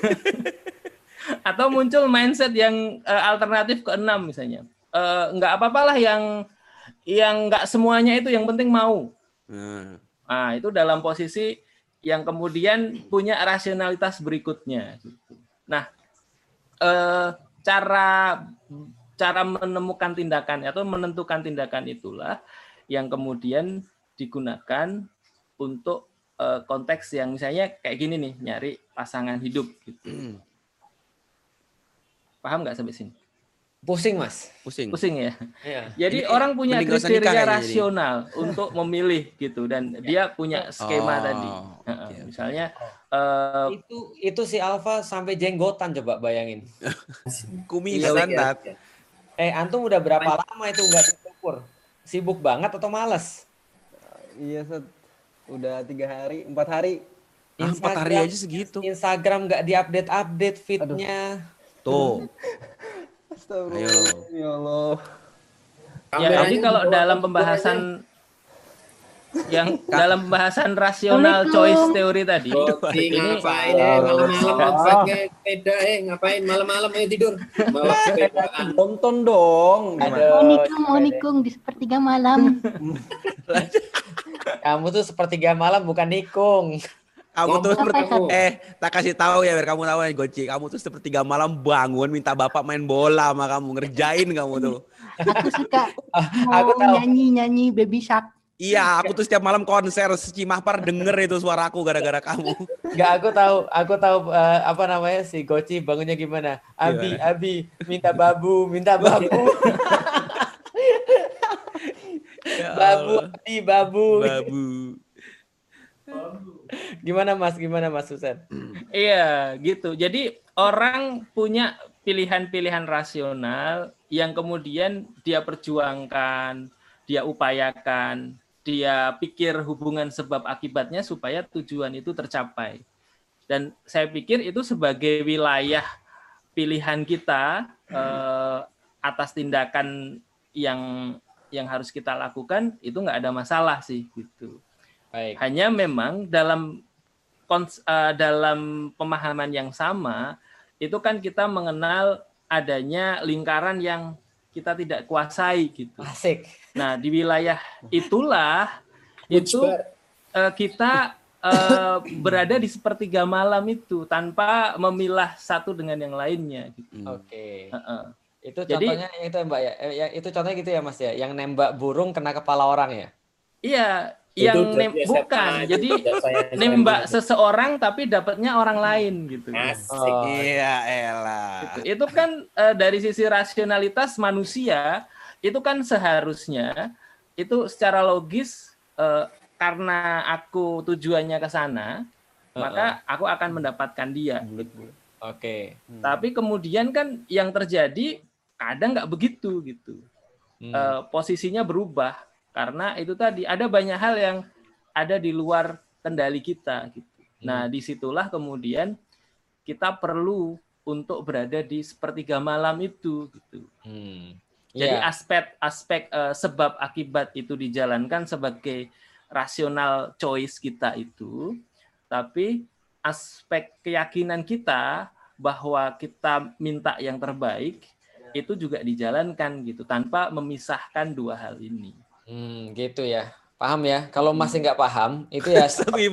Atau muncul mindset yang uh, alternatif keenam misalnya. Uh, nggak apa-apalah yang yang nggak semuanya itu, yang penting mau. Hmm. Nah, itu dalam posisi yang kemudian punya rasionalitas berikutnya. Nah, eh, cara cara menemukan tindakan atau menentukan tindakan itulah yang kemudian digunakan untuk eh, konteks yang misalnya kayak gini nih, nyari pasangan hidup. Gitu. Paham nggak sampai sini? Pusing Mas. Pusing. Pusing ya. Iya. Jadi Ini orang punya kriteria rasional jadi. untuk memilih gitu, dan dia punya skema oh, tadi. Okay. Misalnya uh, itu itu si Alfa sampai jenggotan, coba bayangin. Kumisan ya, ya. Eh antum udah berapa Main. lama itu nggak diukur? Sibuk banget atau malas? Iya Set. Udah tiga hari, empat hari. Ah, empat hari aja segitu. Instagram nggak diupdate update feednya. Tuh. Astagfirullah. Ya Allah. Ya, jadi kalau dalam pembahasan yang dalam pembahasan rasional choice teori tadi, ini ngapain eh malam-malam pakai sepeda eh ngapain malam-malam eh tidur. Bawa sepedaan. Tonton dong. Monikung, monikung di sepertiga malam. Kamu tuh sepertiga malam bukan nikung. Kamu tuh seperti eh tak kasih tahu ya biar kamu tahu ya Goci, kamu tuh sepertiga malam bangun minta bapak main bola sama kamu, ngerjain kamu tuh. Aku suka mau aku tahu. nyanyi-nyanyi Baby Shark. Iya, aku tuh setiap malam konser Cimahpar denger itu suaraku gara-gara kamu. Enggak, aku tahu, aku tahu uh, apa namanya si Goci bangunnya gimana. Abi, gimana? Abi, minta babu, minta babu. Ya babu, Abi, babu. Babu. Gimana Mas? Gimana Mas Susan? Iya, gitu. Jadi orang punya pilihan-pilihan rasional yang kemudian dia perjuangkan, dia upayakan, dia pikir hubungan sebab akibatnya supaya tujuan itu tercapai. Dan saya pikir itu sebagai wilayah pilihan kita eh, atas tindakan yang yang harus kita lakukan, itu nggak ada masalah sih gitu. Baik. Hanya memang dalam uh, dalam pemahaman yang sama itu kan kita mengenal adanya lingkaran yang kita tidak kuasai gitu. Asik. Nah di wilayah itulah itu uh, kita uh, berada di sepertiga malam itu tanpa memilah satu dengan yang lainnya. Gitu. Oke. Okay. Uh-uh. Itu contohnya Jadi, itu Mbak ya. Itu contohnya gitu ya Mas ya. Yang nembak burung kena kepala orang ya. Iya. Yang nem- bukan, jadi nembak seseorang tapi dapatnya orang lain gitu. Asik. Oh, iya, elah. Gitu. Itu kan uh, dari sisi rasionalitas manusia itu kan seharusnya itu secara logis uh, karena aku tujuannya ke sana, uh-uh. maka aku akan mendapatkan dia. Gitu. Oke. Okay. Hmm. Tapi kemudian kan yang terjadi kadang nggak begitu gitu. Hmm. Uh, posisinya berubah. Karena itu tadi ada banyak hal yang ada di luar kendali kita. Gitu. Nah, disitulah kemudian kita perlu untuk berada di sepertiga malam itu. Gitu. Hmm. Jadi yeah. aspek-aspek uh, sebab akibat itu dijalankan sebagai rasional choice kita itu, tapi aspek keyakinan kita bahwa kita minta yang terbaik itu juga dijalankan gitu tanpa memisahkan dua hal ini. Hmm, gitu ya. Paham ya? Kalau masih nggak paham, itu ya seperti,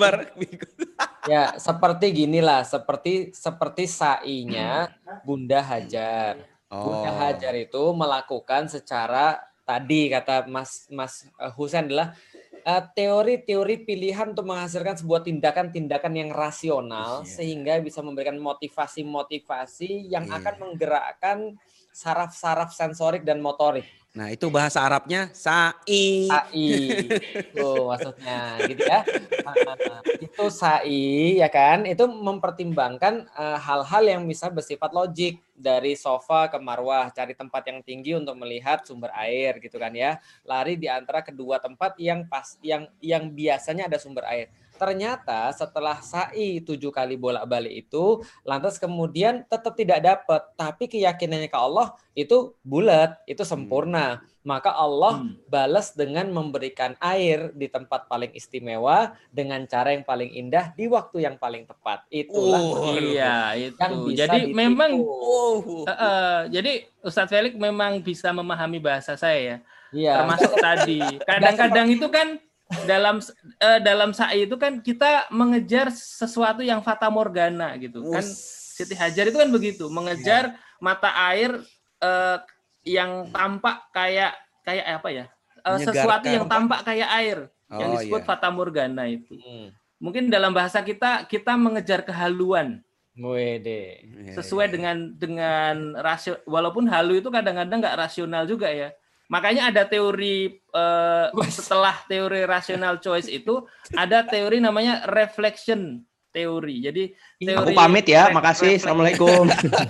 ya seperti ginilah, seperti seperti sainya Bunda Hajar. Oh. Bunda Hajar itu melakukan secara tadi kata Mas Mas Husain adalah uh, teori-teori pilihan untuk menghasilkan sebuah tindakan-tindakan yang rasional Iya. sehingga bisa memberikan motivasi-motivasi yang Iya. akan menggerakkan saraf-saraf sensorik dan motorik. Nah, itu bahasa Arabnya sa'i. Sa'i, tuh maksudnya gitu ya. Uh, itu sa'i ya kan, itu mempertimbangkan uh, hal-hal yang bisa bersifat logik dari sofa ke marwah, cari tempat yang tinggi untuk melihat sumber air gitu kan ya. Lari di antara kedua tempat yang pas yang yang biasanya ada sumber air. Ternyata setelah sa'i tujuh kali bolak-balik itu, lantas kemudian tetap tidak dapat, tapi keyakinannya ke Allah itu bulat, itu sempurna. Maka Allah Hmm. balas dengan memberikan air di tempat paling istimewa dengan cara yang paling indah di waktu yang paling tepat. Itulah Oh, Iya, yang itu. bisa Jadi ditipu. memang Oh. eh, eh, jadi Ustadz Felix memang bisa memahami bahasa saya ya. Iya. Termasuk tadi. Kadang-kadang itu kan dalam eh, dalam sa'i itu kan kita mengejar sesuatu yang fata morgana gitu kan. Siti Hajar itu kan begitu, mengejar mata air eh, yang tampak kayak kayak apa ya? Eh, sesuatu Menyegarkan. yang tampak kayak air yang Oh, disebut iya. fata morgana itu. Hmm. Mungkin dalam bahasa kita kita mengejar kehaluan Wede. Iya, sesuai iya. dengan dengan rasio, walaupun halu itu kadang-kadang nggak rasional juga ya. Makanya ada teori eh, setelah teori rational choice itu ada teori namanya reflection teori. Jadi teori Aku pamit ya, re- makasih. refleks- Assalamualaikum.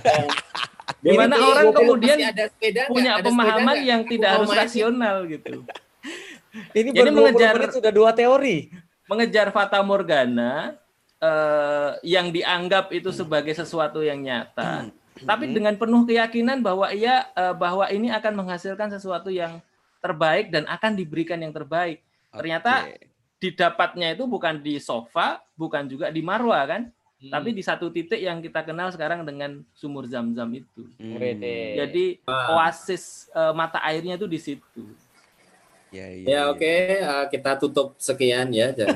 Di mana Ini orang mobil kemudian masih ada sepeda nggak? punya Ada pemahaman sepeda nggak? yang Aku tidak mau harus main nih. rasional gitu. Ini Jadi baru dua puluh mengejar- menit sudah dua teori. Mengejar fata morgana eh, yang dianggap itu sebagai sesuatu yang nyata, tapi dengan penuh keyakinan bahwa ia eh, bahwa ini akan menghasilkan sesuatu yang terbaik dan akan diberikan yang terbaik. Ternyata Oke. didapatnya itu bukan di sofa, bukan juga di marwah kan, Hmm. tapi di satu titik yang kita kenal sekarang dengan sumur Zam-Zam itu. Hmm. Wede. Jadi oasis eh, mata airnya itu di situ. Ya, iya, Ya iya. oke, eh, kita tutup sekian ya. Jadi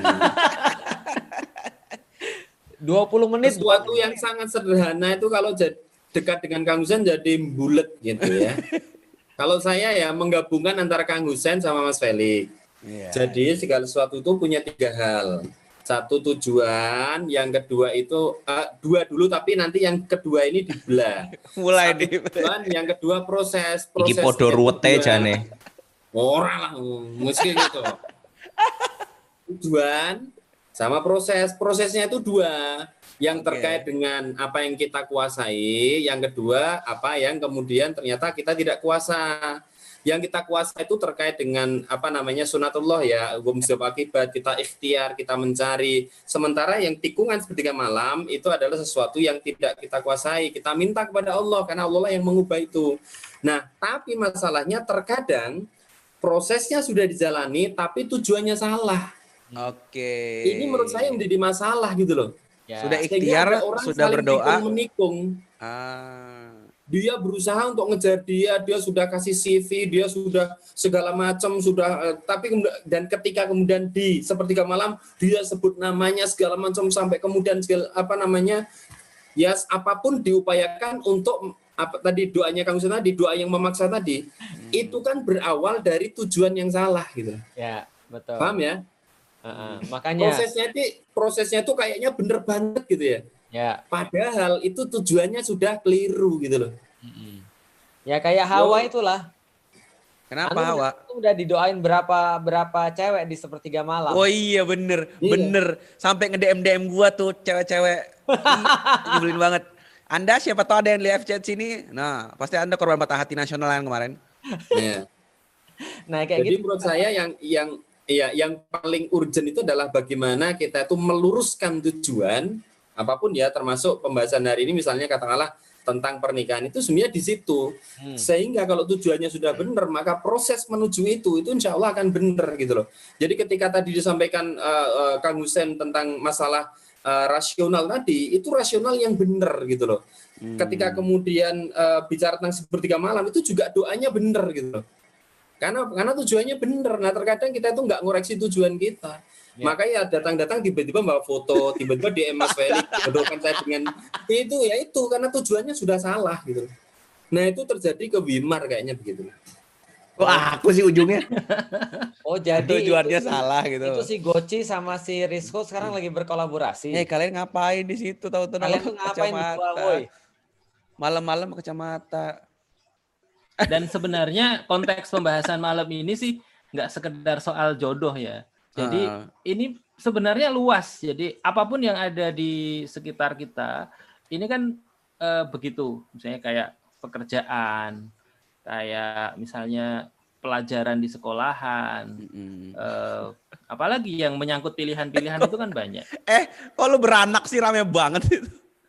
dua puluh menit sesuatu yang sangat sederhana itu kalau jad- dekat dengan Kang Husain jadi bulet gitu ya. Kalau saya ya menggabungkan antara Kang Husain sama Mas Felix. Iya. Jadi segala sesuatu itu punya tiga hal. Satu tujuan, yang kedua itu eh, dua dulu tapi nanti yang kedua ini dibelah. Mulai Satu di tujuan, yang kedua proses. Iki Proses podo yang ruwete kedua- jane. Orang lah, mesti gitu. Tujuan sama proses. Prosesnya itu dua. Yang Oke. terkait dengan apa yang kita kuasai. Yang kedua, apa yang kemudian ternyata kita tidak kuasa. Yang kita kuasa itu terkait dengan apa namanya sunatullah ya, gumsub akibat, kita ikhtiar, kita mencari. Sementara yang tikungan sepertiga malam itu adalah sesuatu yang tidak kita kuasai. Kita minta kepada Allah karena Allah lah yang mengubah itu. Nah, tapi masalahnya terkadang prosesnya sudah dijalani tapi tujuannya salah. Oke. Ini menurut saya yang menjadi masalah gitu loh. Ya. Sudah Sehingga ikhtiar, ada orang sudah saling berdoa. tikung menikung. Ah. Dia berusaha untuk ngejar dia, dia sudah kasih C V, dia sudah segala macam sudah, eh, tapi kemudian, dan ketika kemudian di sepertiga malam dia sebut namanya segala macam sampai kemudian segala, apa namanya ya apapun diupayakan untuk apa tadi doanya Kang Husain tadi, doa yang memaksa tadi, itu kan berawal dari tujuan yang salah gitu. Ya, betul. Paham ya? Uh-uh. Makanya Prosesnya itu prosesnya itu kayaknya bener banget gitu ya. ya. Padahal itu tujuannya sudah keliru gitu loh. Ya kayak Hawa itulah. Kenapa Anu Hawa? udah, udah didoain berapa berapa cewek di sepertiga malam. Oh iya bener, Iya. bener. Sampai nge-D M D M gua tuh cewek-cewek. Ih, nyebelin banget. Anda siapa tahu ada yang live chat sini. Nah, pasti Anda korban patah hati nasional yang kemarin. Ya. Nah kayak Jadi gitu. menurut saya yang yang ya yang paling urgent itu adalah bagaimana kita itu meluruskan tujuan apapun ya, termasuk pembahasan hari ini misalnya katakanlah tentang pernikahan itu sebenarnya di situ. Hmm. Sehingga kalau tujuannya sudah benar, maka proses menuju itu itu insya Allah akan benar gitu loh. Jadi ketika tadi disampaikan uh, uh, Kang Husain tentang masalah uh, rasional tadi, itu rasional yang benar gitu loh. Hmm. Ketika kemudian uh, bicara tentang sepertiga malam itu juga doanya benar gitu loh. Karena karena tujuannya benar. Nah terkadang kita itu nggak ngoreksi tujuan kita. Ya. Makanya datang-datang tiba-tiba bawa foto, tiba-tiba D M Mas Felix, jodohkan saya dengan itu ya itu karena tujuannya sudah salah gitu. Nah itu terjadi ke Wimar kayaknya begitu. Wah, aku sih ujungnya. Oh jadi Tujuannya itu, salah gitu. itu si Goci sama si Rizko sekarang lagi berkolaborasi. Eh kalian ngapain di situ tahu-tahu Kalian nama tuh ngapain berdua, woi? Malam-malam ke kacamata. Dan sebenarnya konteks pembahasan malam ini sih nggak sekedar soal jodoh ya. Jadi Ah. ini sebenarnya luas. Jadi apapun yang ada di sekitar kita, ini kan eh, begitu. Misalnya kayak pekerjaan, kayak misalnya pelajaran di sekolahan, Mm-mm. eh, apalagi yang menyangkut pilihan-pilihan itu kan banyak. Eh, kok lu beranak sih rame banget itu.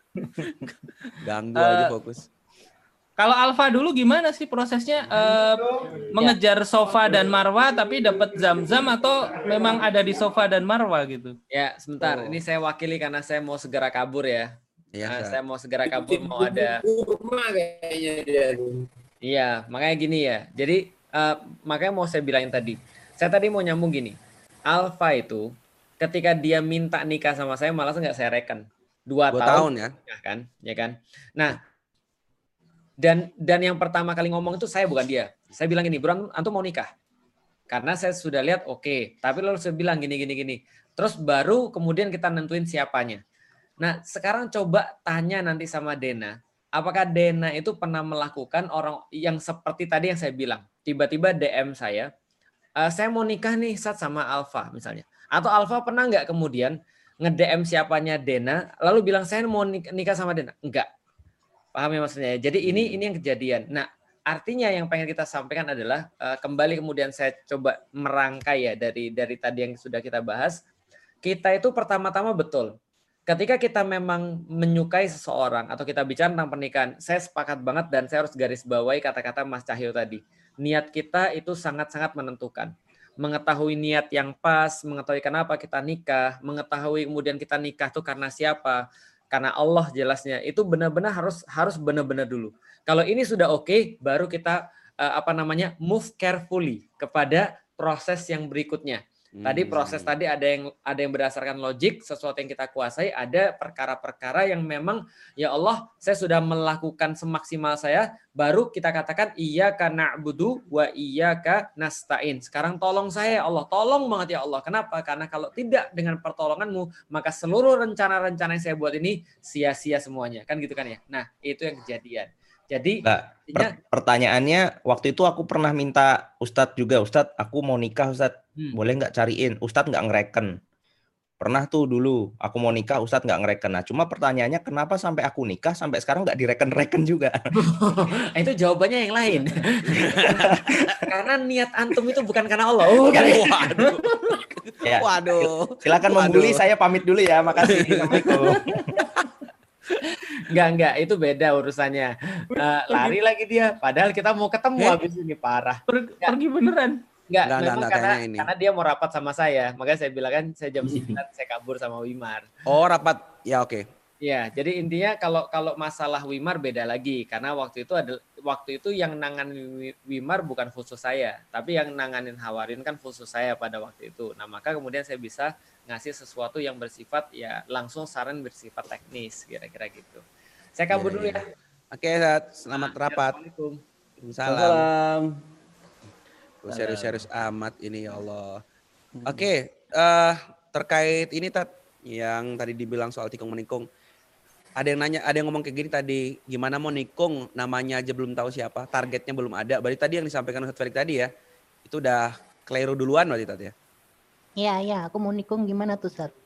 Ganggu aja Eh, fokus. Kalau Alfa dulu gimana sih prosesnya eh, mengejar Sofa dan Marwa tapi dapat Zam-Zam atau memang ada di Sofa dan Marwa gitu? Ya, sebentar. Oh. Ini saya wakili karena saya mau segera kabur ya. Iya, Nah, Sat. saya mau segera kabur, mau ada. Kurma kayaknya dia. Iya, makanya gini ya. Jadi eh, makanya mau saya bilangin tadi. Saya tadi mau nyambung gini. Alfa itu ketika dia minta nikah sama saya malah nggak saya reken. Dua, Dua tahun, tahun ya. nikah kan, ya kan. Nah, dan dan yang pertama kali ngomong itu saya bukan dia. Saya bilang gini, Bro, antum mau nikah? Karena saya sudah lihat oke, okay. Tapi lalu saya bilang gini gini gini. Terus baru kemudian kita nentuin siapanya. Nah, sekarang coba tanya nanti sama Dena, apakah Dena itu pernah melakukan orang yang seperti tadi yang saya bilang. Tiba-tiba D M saya, e, saya mau nikah nih Sat sama Alfa misalnya. Atau Alfa pernah nggak kemudian nge-D M siapanya Dena, lalu bilang saya mau nikah sama Dena? Enggak. Paham ya maksudnya? Jadi ini Hmm. ini yang kejadian. Nah, artinya yang pengen kita sampaikan adalah uh, kembali kemudian saya coba merangkai ya dari dari tadi yang sudah kita bahas. Kita itu pertama-tama betul. Ketika kita memang menyukai seseorang atau kita bicara tentang pernikahan, saya sepakat banget dan saya harus garis bawahi kata-kata Mas Cahyo tadi. Niat kita itu sangat-sangat menentukan. Mengetahui niat yang pas, mengetahui kenapa kita nikah, mengetahui kemudian kita nikah tuh karena siapa, karena Allah jelasnya, itu benar-benar harus harus benar-benar dulu. Kalau ini sudah oke, okay, baru kita uh, apa namanya move carefully kepada proses yang berikutnya. Tadi proses tadi ada yang ada yang berdasarkan logik, sesuatu yang kita kuasai, ada perkara-perkara yang memang ya Allah, saya sudah melakukan semaksimal saya, baru kita katakan iyyaka na'budu wa iyyaka nasta'in. Sekarang tolong saya Allah, tolong banget ya Allah. Kenapa? Karena kalau tidak dengan pertolonganmu, maka seluruh rencana-rencana yang saya buat ini sia-sia semuanya. Kan gitu kan ya. Nah, itu yang kejadian. Jadi Nggak, per- pertanyaannya waktu itu aku pernah minta Ustadz juga, Ustadz aku mau nikah Ustadz, Hmm. boleh nggak cariin? Ustadz nggak ngereken. Pernah tuh dulu aku mau nikah Ustadz nggak ngereken. Nah cuma pertanyaannya kenapa sampai aku nikah sampai sekarang nggak direken-reken juga? Itu jawabannya yang lain. Karena niat antum itu bukan karena Allah. Oh, kan? Waduh. Ya, Waduh. silakan Waduh. membuli, saya pamit dulu ya, makasih. Assalamualaikum. Enggak, enggak, itu beda urusannya. Uh, lari lagi dia, padahal kita mau ketemu Eh? habis ini parah. Per- Nggak. pergi beneran. Enggak, Enggak, memang enggak, karena kayaknya ini. karena dia mau rapat sama saya, makanya saya bilang kan saya jam sembilan saya kabur sama Wimar. Oh, rapat. Ya oke. Ya, jadi intinya kalau kalau masalah Wimar beda lagi karena waktu itu ada waktu itu yang nanganin Wimar bukan khusus saya, tapi yang nanganin Hawarin kan khusus saya pada waktu itu. Nah, maka kemudian saya bisa ngasih sesuatu yang bersifat ya langsung saran bersifat teknis kira-kira gitu. Saya kabur Iya, dulu iya. ya. Oke, Sat. Selamat Nah, rapat. Assalamualaikum. Salam. Salam. Oh, serius-serius amat ini ya Allah. Oke, eh terkait ini Tat yang tadi dibilang soal tikung menikung. Ada yang nanya, ada yang ngomong kayak gini tadi, gimana mau nikung namanya aja belum tahu siapa, targetnya belum ada. Berarti tadi yang disampaikan Ustadz Felix tadi ya, itu udah keliru duluan berarti Tat ya. Iya, iya, aku mau nikung gimana tuh, Sat?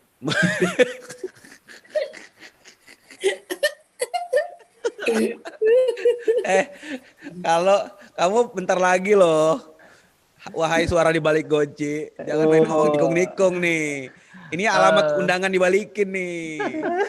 eh, kalau kamu bentar lagi loh. Wahai suara di balik Goci, jangan main ngomong nikung-nikung nih. Ini alamat undangan dibalikin nih.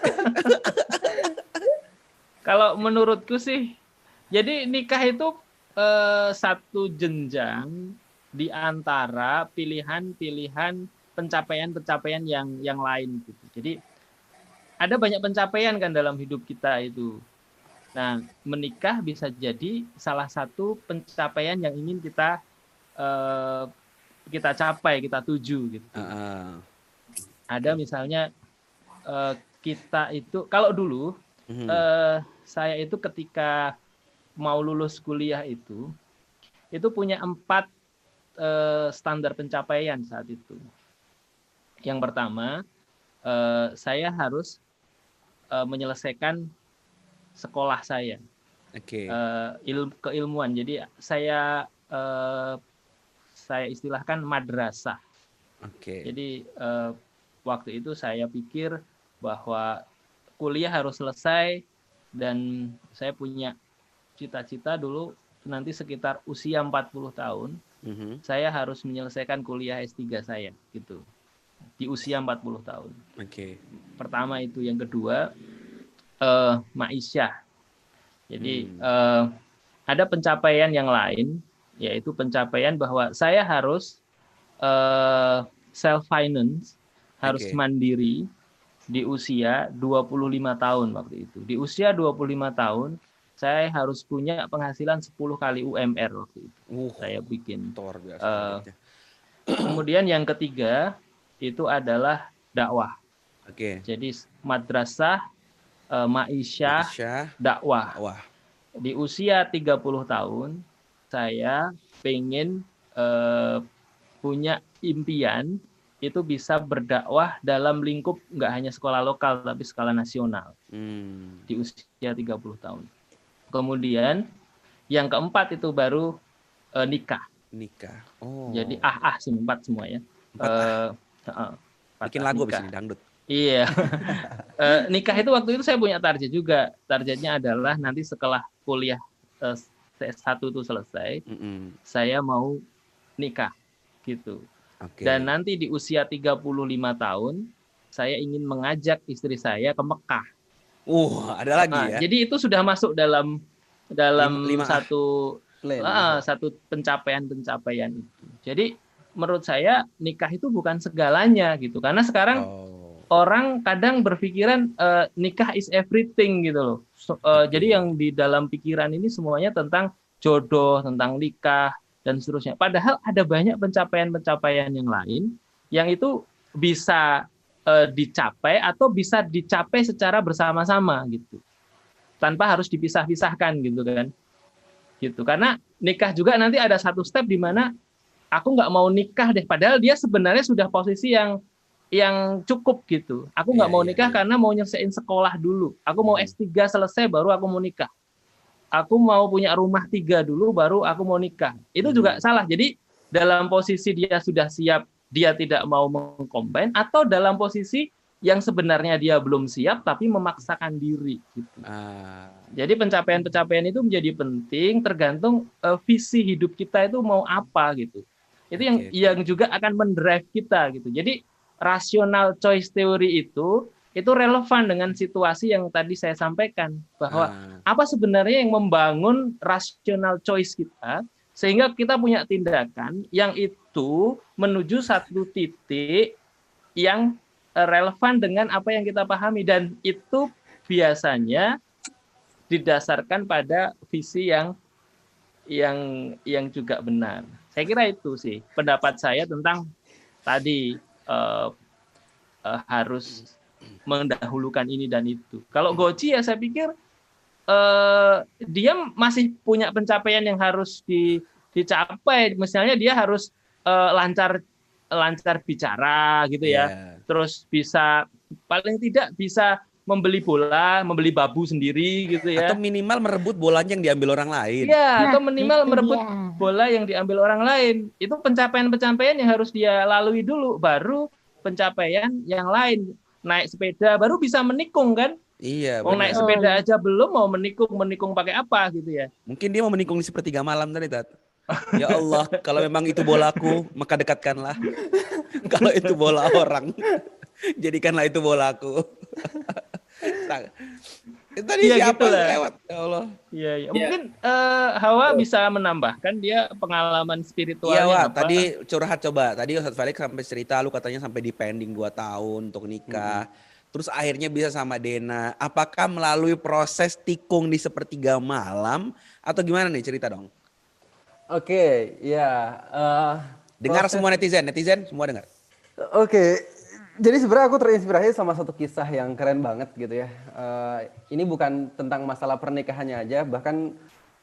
Kalau menurutku sih, jadi nikah itu eh, satu jenjang di antara pilihan-pilihan pencapaian-pencapaian yang yang lain gitu. Jadi ada banyak pencapaian kan dalam hidup kita itu. Nah, menikah bisa jadi salah satu pencapaian yang ingin kita eh, kita capai, kita tuju gitu. Uh-uh. Ada misalnya eh, kita itu kalau dulu Mhm. eh, saya itu ketika mau lulus kuliah itu itu punya empat eh, standar pencapaian saat itu. Yang pertama, eh, saya harus eh, menyelesaikan sekolah saya, Oke. eh, ilmu keilmuan. Jadi saya eh, saya istilahkan madrasah. Oke. Jadi eh, waktu itu saya pikir bahwa kuliah harus selesai dan saya punya cita-cita dulu nanti sekitar usia empat puluh tahun Mhm. saya harus menyelesaikan kuliah S tiga saya gitu. Di usia empat puluh tahun. Oke. Pertama itu, yang kedua eh ma'isyah. Jadi Hmm. eh, ada pencapaian yang lain, yaitu pencapaian bahwa saya harus eh, self finance, harus Oke. mandiri di usia dua puluh lima tahun waktu itu. Di usia dua puluh lima tahun saya harus punya penghasilan sepuluh kali U M R waktu itu. Uh, Saya bikin. luar biasa. Eh, targetnya. kemudian yang ketiga itu adalah dakwah. Oke. Jadi madrasah, eh, ma'isyah, Ma'isyah, dakwah. dakwah. Di usia tiga puluh tahun saya pengen eh, punya impian itu bisa berdakwah dalam lingkup nggak hanya sekolah lokal tapi skala nasional Hmm. di usia tiga puluh tahun. Kemudian yang keempat itu baru eh, nikah. Nikah. Oh. Jadi ah ah sih empat semua ya. Empat ah. Eh, heeh, empat Bikin ah lagu abis nikah. ini dangdut. Iya. Eh, nikah itu waktu itu saya punya target juga. Targetnya adalah nanti setelah kuliah eh, S satu itu selesai, Mm-mm. saya mau nikah gitu. Oke. Dan nanti di usia tiga puluh lima tahun, saya ingin mengajak istri saya ke Mekah. Uh, ada lagi Nah, ya. jadi itu sudah masuk dalam dalam Lima- lima ah. satu Plan. ah, satu pencapaian-pencapaian itu. Jadi menurut saya nikah itu bukan segalanya gitu. Karena sekarang Oh. orang kadang berpikiran eh, nikah is everything gitu loh. So, eh, Oke. Jadi yang di dalam pikiran ini semuanya tentang jodoh, tentang nikah dan seterusnya. Padahal ada banyak pencapaian-pencapaian yang lain yang itu bisa eh, dicapai atau bisa dicapai secara bersama-sama gitu, tanpa harus dipisah-pisahkan gitu kan. Gitu. Karena nikah juga nanti ada satu step di mana aku nggak mau nikah deh, padahal dia sebenarnya sudah posisi yang yang cukup gitu. Aku nggak Iya, mau iya, nikah iya. karena mau nyelesain sekolah dulu. Aku mau Hmm. S tiga selesai baru aku mau nikah. Aku mau punya rumah tiga dulu baru aku mau nikah. Itu Hmm. juga salah. Jadi dalam posisi dia sudah siap, dia tidak mau mengcombine, atau dalam posisi yang sebenarnya dia belum siap tapi memaksakan diri gitu. Ah. Jadi pencapaian-pencapaian itu menjadi penting tergantung eh, visi hidup kita itu mau apa gitu. Itu yang Oke, oke. yang juga akan mendrive kita gitu. Jadi rational choice theory itu itu relevan dengan situasi yang tadi saya sampaikan bahwa Ah. apa sebenarnya yang membangun rational choice kita sehingga kita punya tindakan yang itu menuju satu titik yang eh, relevan dengan apa yang kita pahami, dan itu biasanya didasarkan pada visi yang yang yang juga benar. Saya kira itu sih pendapat saya tentang tadi eh, eh, harus mendahulukan ini dan itu. Kalau Goci ya saya pikir eh, dia masih punya pencapaian yang harus di, dicapai. Misalnya dia harus eh, lancar lancar bicara gitu ya. Iya. Terus bisa paling tidak bisa membeli bola, membeli babu sendiri gitu ya. Atau minimal merebut bolanya yang diambil orang lain. Iya, atau Nah, minimal itu merebut dia. bola yang diambil orang lain. Itu pencapaian-pencapaian yang harus dia lalui dulu, baru pencapaian yang lain. Naik sepeda baru bisa menikung kan? Iya, Mau naik benar. sepeda aja belum, mau menikung, menikung pakai apa gitu ya. Mungkin dia mau menikung di sepertiga malam tadi, Tat. Ya Allah, kalau memang itu bolaku, maka dekatkanlah. Kalau itu bola orang, jadikanlah itu bolaku. Itu tadi Iya, siapa gitu lah. lewat? Ya Allah. Iya, iya. Ya. Mungkin eh, Hawa bisa menambahkan dia pengalaman Iya, spiritualnya Wak. apa? Tadi curhat coba. Tadi Ustadz Felix sampai cerita lu katanya sampai di pending dua tahun untuk nikah. Terus akhirnya bisa sama Dena. Apakah melalui proses tikung di sepertiga malam atau gimana nih cerita dong? Oke, ya. eh, Dengar proses- semua netizen, netizen semua dengar. Oke, jadi sebenarnya aku terinspirasi sama satu kisah yang keren banget gitu ya. Eh, ini bukan tentang masalah pernikahannya aja, bahkan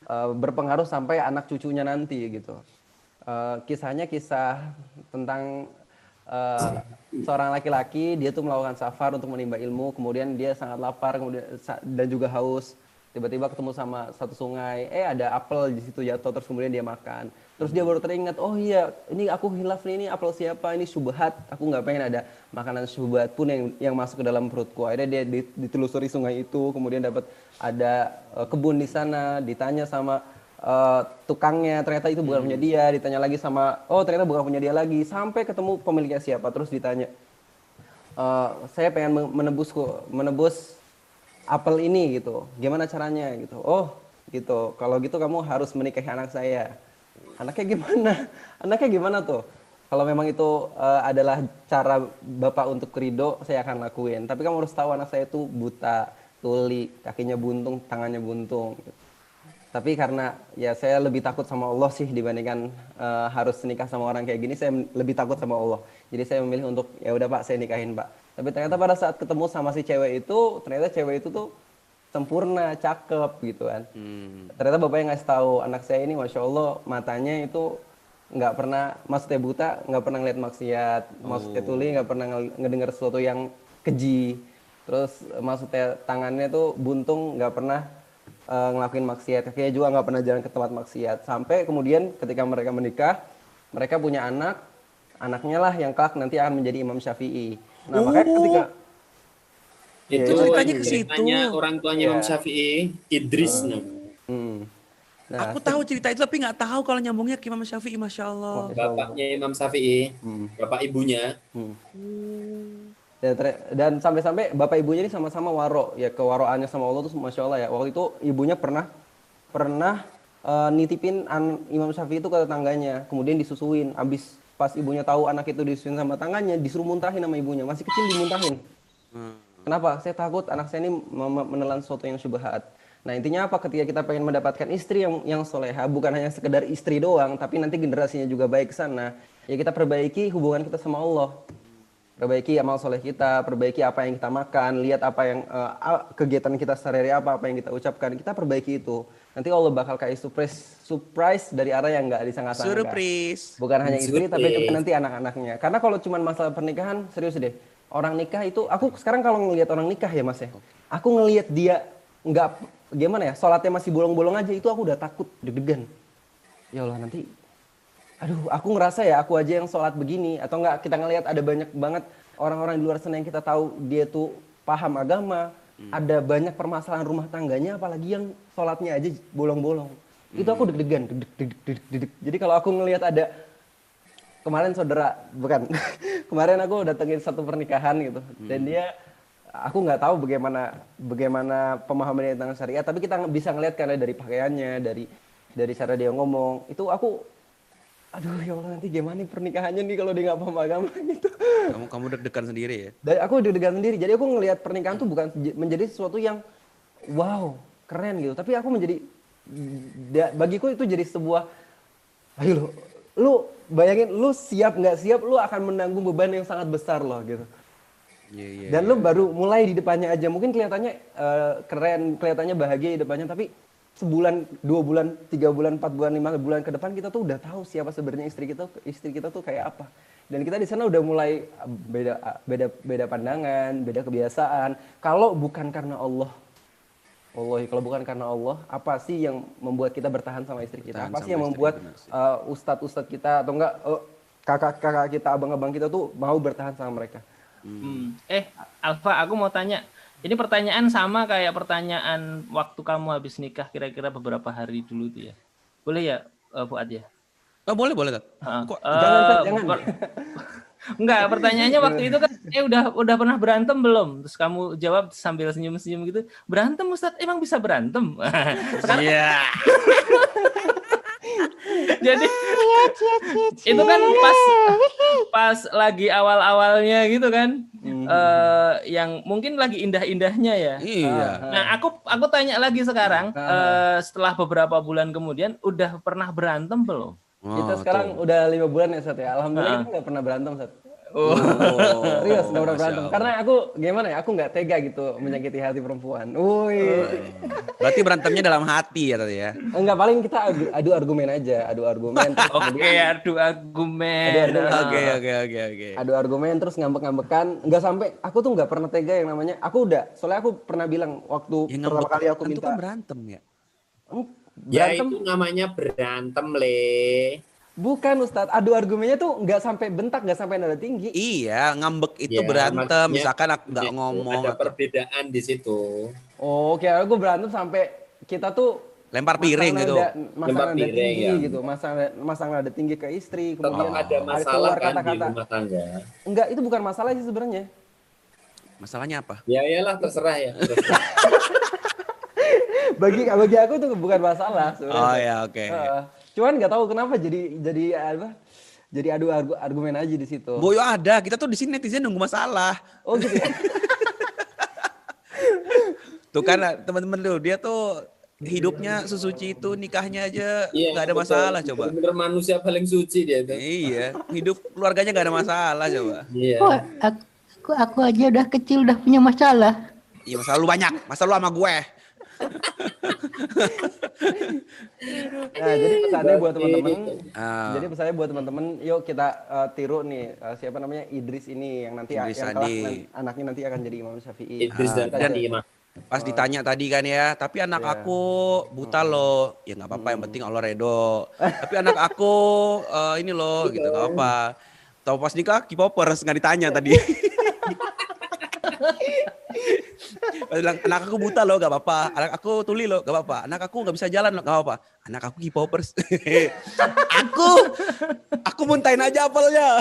uh, berpengaruh sampai anak cucunya nanti gitu. Uh, kisahnya kisah tentang uh, seorang laki-laki, dia tuh melakukan safar untuk menimba ilmu, kemudian dia sangat lapar, kemudian dan juga haus. Tiba-tiba ketemu sama satu sungai, eh ada apel di situ jatuh, terus kemudian dia makan. Terus dia baru teringat, oh iya, ini aku hilaf nih, ini apel siapa? Ini syubhat. Aku nggak pengen ada makanan syubhat pun yang yang masuk ke dalam perutku. Akhirnya dia ditelusuri sungai itu, kemudian dapat ada uh, kebun di sana, ditanya sama uh, tukangnya, ternyata itu bukan punya dia. Ditanya lagi sama, oh ternyata bukan punya dia lagi. Sampai ketemu pemiliknya siapa, terus ditanya, uh, saya pengen menebus menebus apel ini gitu, gimana caranya gitu. Oh gitu, kalau gitu kamu harus menikahi anak saya. Anaknya gimana? Anaknya gimana tuh? Kalau memang itu uh, adalah cara Bapak untuk ridho, saya akan lakuin. Tapi kamu harus tahu anak saya itu buta, tuli, kakinya buntung, tangannya buntung. Tapi karena ya saya lebih takut sama Allah sih dibandingkan uh, harus nikah sama orang kayak gini, saya lebih takut sama Allah. Jadi saya memilih untuk ya udah Pak, saya nikahin Pak. Tapi ternyata pada saat ketemu sama si cewek itu, ternyata cewek itu tuh sempurna, cakep gitu kan. Hmm. Ternyata bapaknya ngasih tahu anak saya ini, masya Allah matanya itu nggak pernah, maksudnya buta, nggak pernah ngeliat maksiat, oh. maksudnya tuli nggak pernah ngedengar sesuatu yang keji. Terus maksudnya tangannya tuh buntung, nggak pernah uh, ngelakuin maksiat, kakinya juga nggak pernah jalan ke tempat maksiat. Sampai kemudian ketika mereka menikah, mereka punya anak, anaknya lah yang kelak nanti akan menjadi Imam Syafi'i. Nah oh. makanya ketika itu ya, ceritanya ke situ. Ceritanya orang tuanya yeah. Imam Syafi'i, Idris. Hmm. Hmm. Nah, aku tahu cerita itu tapi nggak tahu kalau nyambungnya ke Imam Syafi'i, masya Allah. Bapaknya Imam Syafi'i, hmm. bapak ibunya. Hmm. Dan, dan sampai-sampai bapak ibunya ini sama-sama waro, ya kewaroannya sama Allah tuh masya Allah ya. Waktu itu ibunya pernah pernah uh, nitipin an, Imam Syafi'i itu ke tetangganya, kemudian disusuin. Abis pas ibunya tahu anak itu disusuin sama tangannya, disuruh muntahin sama ibunya, masih kecil dimuntahin. Hmm. Kenapa? Saya takut anak saya ini menelan sesuatu yang syubhat. Nah intinya apa? Ketika kita pengen mendapatkan istri yang yang soleha, bukan hanya sekedar istri doang, tapi nanti generasinya juga baik sana. Ya kita perbaiki hubungan kita sama Allah, perbaiki amal soleh kita, perbaiki apa yang kita makan, lihat apa yang uh, kegiatan kita sehari-hari apa, apa yang kita ucapkan, kita perbaiki itu. Nanti Allah bakal kasih surprise, surprise dari arah yang nggak disangka-sangka. Surprise. Bukan hanya istri, tapi juga nanti anak-anaknya. Karena kalau cuma masalah pernikahan, serius deh. Orang nikah itu, aku sekarang kalau ngelihat orang nikah ya mas ya, aku ngelihat dia nggak gimana ya, sholatnya masih bolong-bolong aja, itu aku udah takut, deg-degan. Ya Allah nanti, aduh aku ngerasa ya aku aja yang sholat begini, atau nggak kita ngelihat ada banyak banget orang-orang di luar sana yang kita tahu dia tuh paham agama, hmm. ada banyak permasalahan rumah tangganya, apalagi yang sholatnya aja bolong-bolong. Hmm. Itu aku deg-degan, deg-deg. Jadi kalau aku ngelihat ada kemarin saudara, bukan, kemarin aku datengin satu pernikahan gitu, hmm. dan dia, aku nggak tahu bagaimana bagaimana pemahamannya tentang syariat, tapi kita bisa ngelihat karena dari pakaiannya, dari dari cara dia ngomong, itu aku, aduh ya Allah nanti gimana nih pernikahannya nih kalau dia nggak paham agama gitu. Kamu kamu deg-degan sendiri ya? Dan aku deg-degan sendiri, jadi aku ngelihat pernikahan tuh bukan menjadi sesuatu yang wow keren gitu, tapi aku menjadi, bagiku itu jadi sebuah, ayo lu, lu bayangin lu siap nggak siap, lu akan menanggung beban yang sangat besar loh gitu. Yeah, yeah, Dan yeah. lu baru mulai di depannya aja, mungkin kelihatannya uh, keren, kelihatannya bahagia di depannya, tapi sebulan, dua bulan, tiga bulan, empat bulan, lima bulan ke depan kita tuh udah tahu siapa sebenarnya istri kita, istri kita tuh kayak apa. Dan kita di sana udah mulai beda, beda, beda pandangan, beda kebiasaan. Kalau bukan karena Allah, Allah, kalau bukan karena Allah, apa sih yang membuat kita bertahan sama istri kita? Bertahan apa sih yang membuat uh, ustadz-ustadz kita atau enggak uh, kakak-kakak kita, abang-abang kita tuh mau bertahan sama mereka? Hmm. Eh, Alfa, aku mau tanya. Ini pertanyaan sama kayak pertanyaan waktu kamu habis nikah kira-kira beberapa hari dulu tuh ya. Boleh ya, uh, Fuad ya? Oh, boleh, boleh, Kak. Uh, Kok, uh, jangan, jangan. Per- Enggak, pertanyaannya waktu itu kan, eh udah udah pernah berantem belum? Terus kamu jawab sambil senyum-senyum gitu, berantem Ustadz, emang bisa berantem? Sekarang, yeah. Jadi itu kan pas pas lagi awal-awalnya gitu kan, hmm. uh, yang mungkin lagi indah-indahnya ya. Iya. Nah aku aku tanya lagi sekarang, uh, setelah beberapa bulan kemudian, udah pernah berantem belum? Oh, kita sekarang tuh. Udah lima bulan ya Sat ya. Alhamdulillah nah. kita nggak pernah berantem Sat. Oh. Oh, Serius nggak pernah Masya berantem. Allah. Karena aku gimana ya? Aku nggak tega gitu menyakiti hati perempuan. Woi. Berarti berantemnya dalam hati ya tadi ya. Enggak, paling kita adu, adu argumen aja, adu argumen terus Oke, kemudian adu argumen. Adu argumen. Oke Ah. oke oke oke. adu argumen terus ngambek-ngambekan. Enggak sampai aku tuh nggak pernah tega yang namanya. Aku udah, soalnya aku pernah bilang waktu Yang pertama kali aku itu minta kan berantem ya. "Hmm, Ya berantem." itu namanya berantem, Le. Bukan Ustadz, adu argumennya tuh nggak sampai bentak, nggak sampai nada tinggi. Iya, ngambek itu Ya, berantem. maksudnya Misalkan aku nggak itu ngomong ada atau perbedaan di situ. Oh, oke, aku berantem sampai kita tuh lempar piring masang gitu. nada, masang Lempar nada piring, tinggi ya. gitu, masang masang nada tinggi ke istri, Tetap kemudian ada masalah keluar kan di kata-kata. rumah tangga. Enggak, itu bukan masalah sih sebenarnya. Masalahnya apa? Ya iyalah terserah ya. Terserah. Bagi bagi aku itu bukan masalah sebenarnya. Oh ya oke. Heeh. Cuman nggak tahu kenapa jadi jadi apa? Jadi adu argu- argumen aja di situ. Boyo ada, kita tuh di sini netizen nunggu masalah. Oh gitu ya. Tuh kan teman-teman tuh, dia tuh hidupnya sesuci itu, nikahnya aja Iya, nggak ada betul. masalah coba. Bener manusia paling suci dia itu. Iya, hidup keluarganya nggak ada masalah coba. Iya. Oh, aku, aku aja udah kecil udah punya masalah. Iya, masalah lu banyak, masalah lu sama gue. Nah, jadi pesannya buat teman-teman. Ah. Jadi pesannya buat teman-teman, yuk kita uh, tiru nih uh, siapa namanya Idris ini yang nanti Idris yang kelak Adi. nan- anaknya nanti akan jadi Imam Syafi'i. Idris dan Kita Tani aja- mah. Pas ditanya tadi kan ya, tapi anak Iya. aku buta loh. Ya nggak apa-apa, yang penting Allah redho. Tapi anak aku eh, ini loh, gitu nggak apa. Tahu pas nikah K-popers nggak ditanya tadi. Pas bilang, anak aku buta loh, gak apa-apa. Anak aku tuli loh, gak apa-apa. Anak aku gak bisa jalan loh, gak apa-apa. Anak aku K-popers. aku, aku muntahin aja apelnya.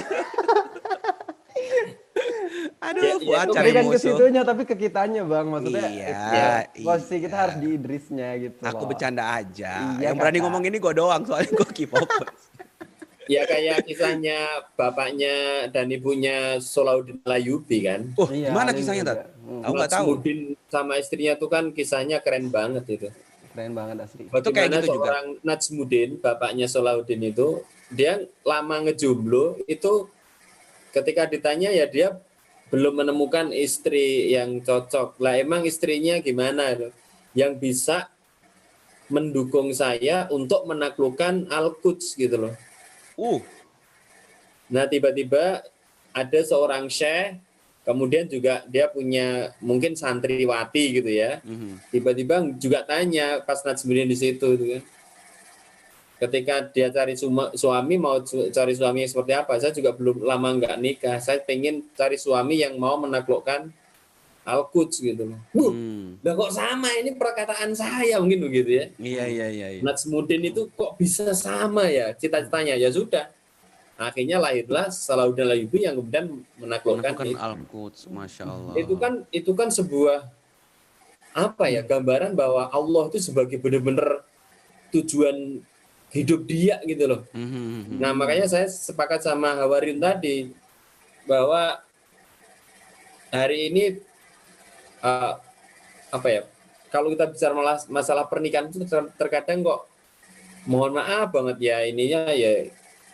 Aduh, Ya, ya, buat itu cari Bukan ke musuh. situnya tapi ke kitanya bang, maksudnya Iya, ya, posisi iya. kita harus di Idrisnya gitu. Aku loh. bercanda aja. Iya, Yang berani Kakak. ngomong ini gue doang, soalnya gue K-popers. Ya kayak kisahnya bapaknya dan ibunya Solahuddin Layubi kan. Oh, Iya, gimana ini kisahnya, juga. Tat? Hmm. Aku nggak tahu. Najmuddin sama istrinya tuh kan kisahnya keren banget itu. Keren banget asli. Itu kayak Bagaimana gitu juga. seorang Najmuddin, bapaknya Solahuddin itu, dia lama ngejomblo, itu ketika ditanya ya dia belum menemukan istri yang cocok. Lah emang istrinya gimana? Yang bisa mendukung saya untuk menaklukkan Al-Quds gitu loh. Uh, Nah tiba-tiba ada seorang syekh, kemudian juga dia punya mungkin santriwati gitu ya. mhm. Tiba-tiba juga tanya pas Najmuddin di situ gitu kan. Ketika dia cari suma- suami, mau su- cari suami yang seperti apa? Saya juga belum lama nggak nikah. Saya pengen cari suami yang mau menaklukkan Al-Quds gitu loh. Wuh, Hmm. lah kok sama ini perkataan saya mungkin begitu ya. Iya, iya, iya. iya. Najmuddin itu kok bisa sama ya cita-citanya. Ya sudah. Akhirnya lahirlah Salahuddin Ayyubi yang kemudian menaklukkan Menaklukkan itu. Al-Quds, Masya Allah. Itu kan itu kan sebuah apa ya gambaran bahwa Allah itu sebagai benar-benar tujuan hidup dia gitu loh. Mhm, mhm. Nah makanya saya sepakat sama Hawarin tadi bahwa hari ini uh, apa ya kalau kita bicara malah- masalah pernikahan itu ter- terkadang kok mohon maaf banget ya ininya ya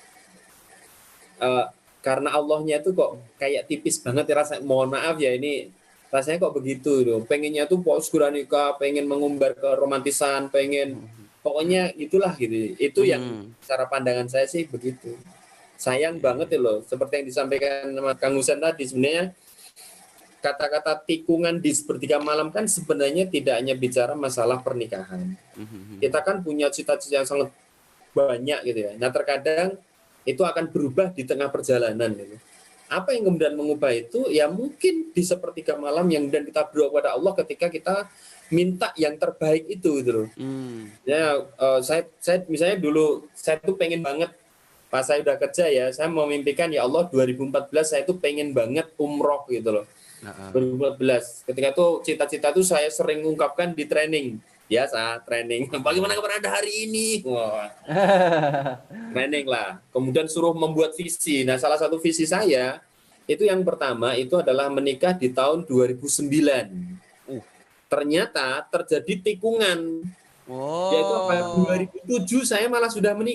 uh, karena Allahnya tuh kok kayak tipis banget ya rasa mohon maaf ya ini rasanya kok begitu loh. Pengennya tuh kok segera nikah, pengen mengumbar ke romantisan, pengen pokoknya itulah gitu. Itu yang Hmm. cara pandangan saya sih begitu. Sayang banget ya loh, seperti yang disampaikan sama Kang Husen tadi sebenarnya kata-kata tikungan di sepertiga malam kan sebenarnya tidak hanya bicara masalah pernikahan. Mhm. Kita kan punya cita-cita yang sangat banyak gitu ya. Nah terkadang itu akan berubah di tengah perjalanan gitu. Apa yang kemudian mengubah itu? Ya mungkin di sepertiga malam yang kemudian kita berdoa kepada Allah ketika kita minta yang terbaik itu gitu loh. Hmm. Ya eh, saya saya misalnya dulu saya tuh pengen banget pas saya udah kerja ya, saya mau mimpikan ya Allah dua ribu empat belas saya tuh pengen banget umroh gitu loh. Nah, dua ribu empat belas ketika itu cita-cita tuh saya sering ungkapkan di training. Biasa training. Bagaimana kabar Anda hari ini? Wah, training lah. Kemudian suruh membuat visi. Nah, salah satu visi saya itu yang pertama itu adalah menikah di tahun dua ribu sembilan. Uh. Ternyata terjadi tikungan. Oh. Yaitu apa? dua ribu tujuh saya malah sudah menikah.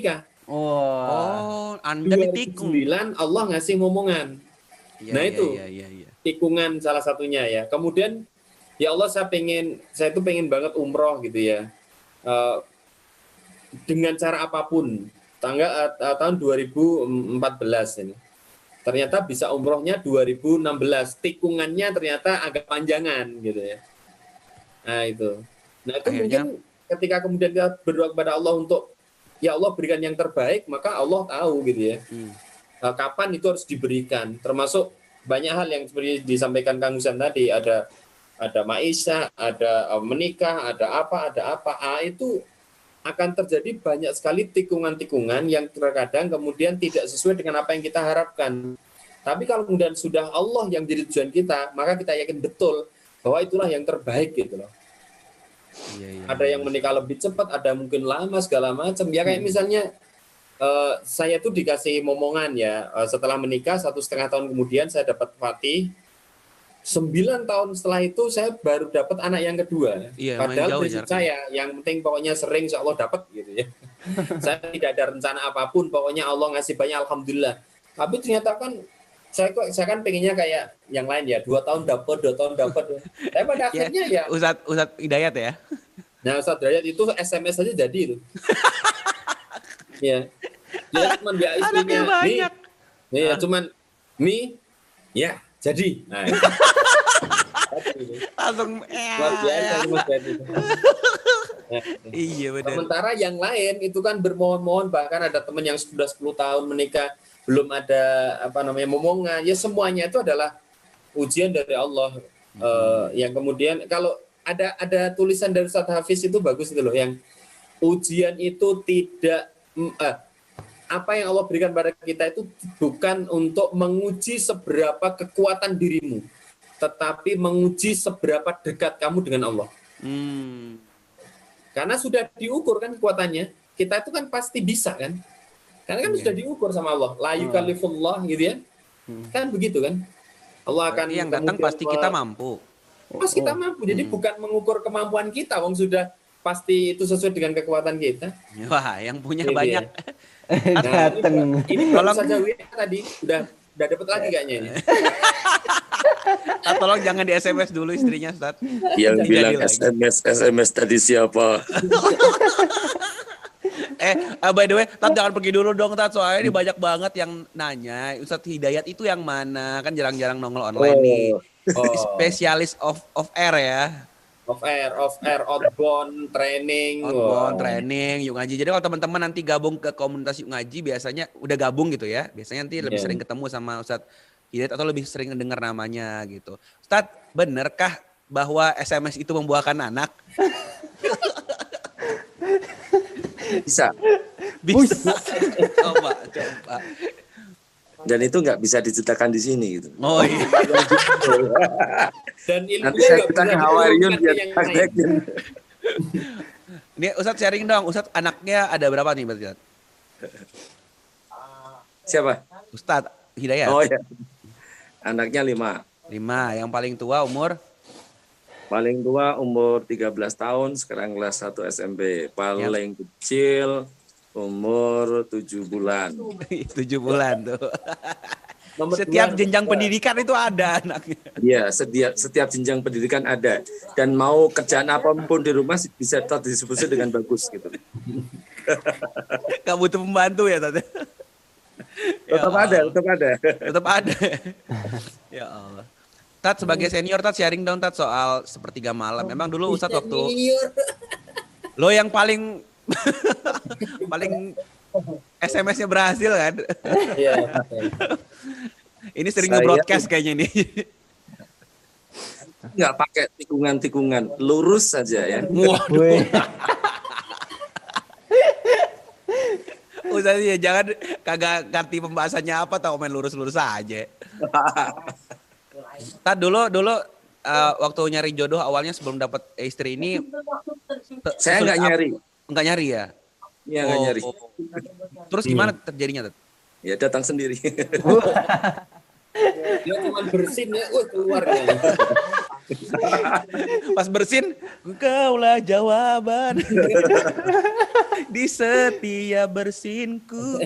Wah. Oh, Anda ditikung. dua ribu sembilan Allah ngasih momongan. Iya, Nah, iya, itu. iya, iya, iya. Tikungan salah satunya ya. Kemudian ya Allah saya pengen, saya tuh pengen banget umroh gitu ya. Uh, dengan cara apapun. Tanggal uh, tahun dua ribu empat belas ini. Ternyata bisa umrohnya dua ribu enam belas. Tikungannya ternyata agak panjangan gitu ya. Nah itu. Nah itu Akhirnya, mungkin ketika kemudian kita berdoa kepada Allah untuk ya Allah berikan yang terbaik, maka Allah tahu gitu ya. hmm. Uh, kapan itu harus diberikan. Termasuk banyak hal yang seperti disampaikan Kang Husan tadi, ada ada maisha, ada uh, menikah, ada apa, ada apa. Ah, itu akan terjadi banyak sekali tikungan-tikungan yang terkadang kemudian tidak sesuai dengan apa yang kita harapkan. Tapi kalau kemudian sudah Allah yang jadi tujuan kita, maka kita yakin betul bahwa itulah yang terbaik gitu loh. Iya, iya, Ada iya. yang menikah lebih cepat, ada mungkin lama segala macam. Ya kayak misalnya uh, saya tuh dikasih momongan ya, uh, setelah menikah satu setengah tahun kemudian saya dapat fatih. Sembilan tahun setelah itu saya baru dapat anak yang kedua. Iya, Padahal jauh prinsip jaraknya. saya yang penting pokoknya sering insya Allah dapat gitu ya. Saya tidak ada rencana apapun, pokoknya Allah ngasih banyak alhamdulillah. Tapi ternyata kan saya kok saya kan pengennya kayak yang lain ya, dua tahun dapat, dua tahun dapat. Tapi pada akhirnya ya. Ustadz Ustadz Hidayat ya. Nah Ustadz Hidayat itu S M S aja jadi itu. Ya. Dia cuma dia istrinya banyak. nih. Ya cuman mi ya jadi. Nah, Langsung luar biasa Mas Dedi. Nah, iya benar. sementara yang lain itu kan bermohon-mohon, bahkan ada teman yang sudah sepuluh tahun menikah belum ada apa namanya momongan, ya semuanya itu adalah ujian dari Allah. Hmm. Uh, yang kemudian kalau ada ada tulisan dari Ustaz Hafiz itu bagus itu loh, yang ujian itu tidak uh, apa yang Allah berikan pada kita itu bukan untuk menguji seberapa kekuatan dirimu, tetapi menguji seberapa dekat kamu dengan Allah. Hmm. Karena sudah diukur kan kekuatannya, kita itu kan pasti bisa kan? Karena kan Yeah. sudah diukur sama Allah. La yukallifullah gitu ya. Hmm. Kan begitu kan? Allah akan Berarti yang datang kemudian pasti me- kita mampu. Pasti kita mampu. Jadi Hmm. bukan mengukur kemampuan kita, wong sudah pasti itu sesuai dengan kekuatan kita. Wah, yang punya Gitu ya. banyak. Nah, Dateng. ini, ini baru Tolong- saja W A tadi udah udah dapat lagi kayaknya ini. Ustadz, tolong jangan di S M S dulu istrinya, Ustadz. Yang Tidak bilang lagi. S M S S M S tadi siapa? Eh, uh, by the way, Tat jangan pergi dulu dong, Tat. Soalnya ini banyak banget yang nanya, Ustadz Hidayat itu yang mana? Kan jarang-jarang nongol online nih. Oh, Spesialis of of air ya. off air, off air, outbound training. Outbound Wow. training, Yuk Ngaji. Jadi kalau teman-teman nanti gabung ke komunitas Yuk Ngaji, biasanya udah gabung gitu ya. Biasanya nanti lebih Iya. sering ketemu sama Ustadz Hidayat atau lebih sering dengar namanya gitu. Ustadz, benerkah bahwa S M S itu membuahkan anak? Bisa. Bisa. coba, coba. Dan itu nggak bisa diceritakan di sini gitu. Oh iya. Dan Nanti ilmunya saya nggak kita bisa ke Hawariun diturunkan biar ke yang lain. praktekin. Ini Ustadz sharing dong. Ustadz anaknya ada berapa nih berarti? Ustadz? Siapa? Ustadz Hidayat. Oh ya. Anaknya lima. Lima. Yang paling tua umur? Paling tua umur tiga belas tahun, sekarang kelas satu S M P. Paling kecil umur tujuh bulan. Tujuh bulan tuh. Nomor Setiap dua, jenjang nomor dua. pendidikan itu ada anaknya. Iya, setiap setiap jenjang pendidikan ada. Dan mau kerjaan apapun di rumah bisa tetap disebut dengan bagus gitu. Gak butuh pembantu ya Tante? Tetap ada, tetap ada. Tetap ada. Ya Allah. Tat sebagai senior Tat sharing dong Tat soal sepertiga malam. Emang dulu Ustadz waktu Senior. lo yang paling paling S M S-nya berhasil kan? Iya. Ini sering Saya- nge-broadcast kayaknya nih. Nggak pakai tikungan-tikungan, lurus saja ya. Waduh. Weh. Ustadz ya jangan kagak ganti pembahasannya apa tau main lurus-lurus aja. Tat dulu dulu uh, waktu nyari jodoh awalnya sebelum dapat istri ini te- Saya nggak sulit ap- nyari. Nggak nyari ya? Iya, nggak Oh, nyari. oh. Terus gimana terjadinya Tat? Ya datang sendiri. Dia cuma bersin ya, wah keluar ya. Pas bersin, engkaulah jawaban di setiap bersinku.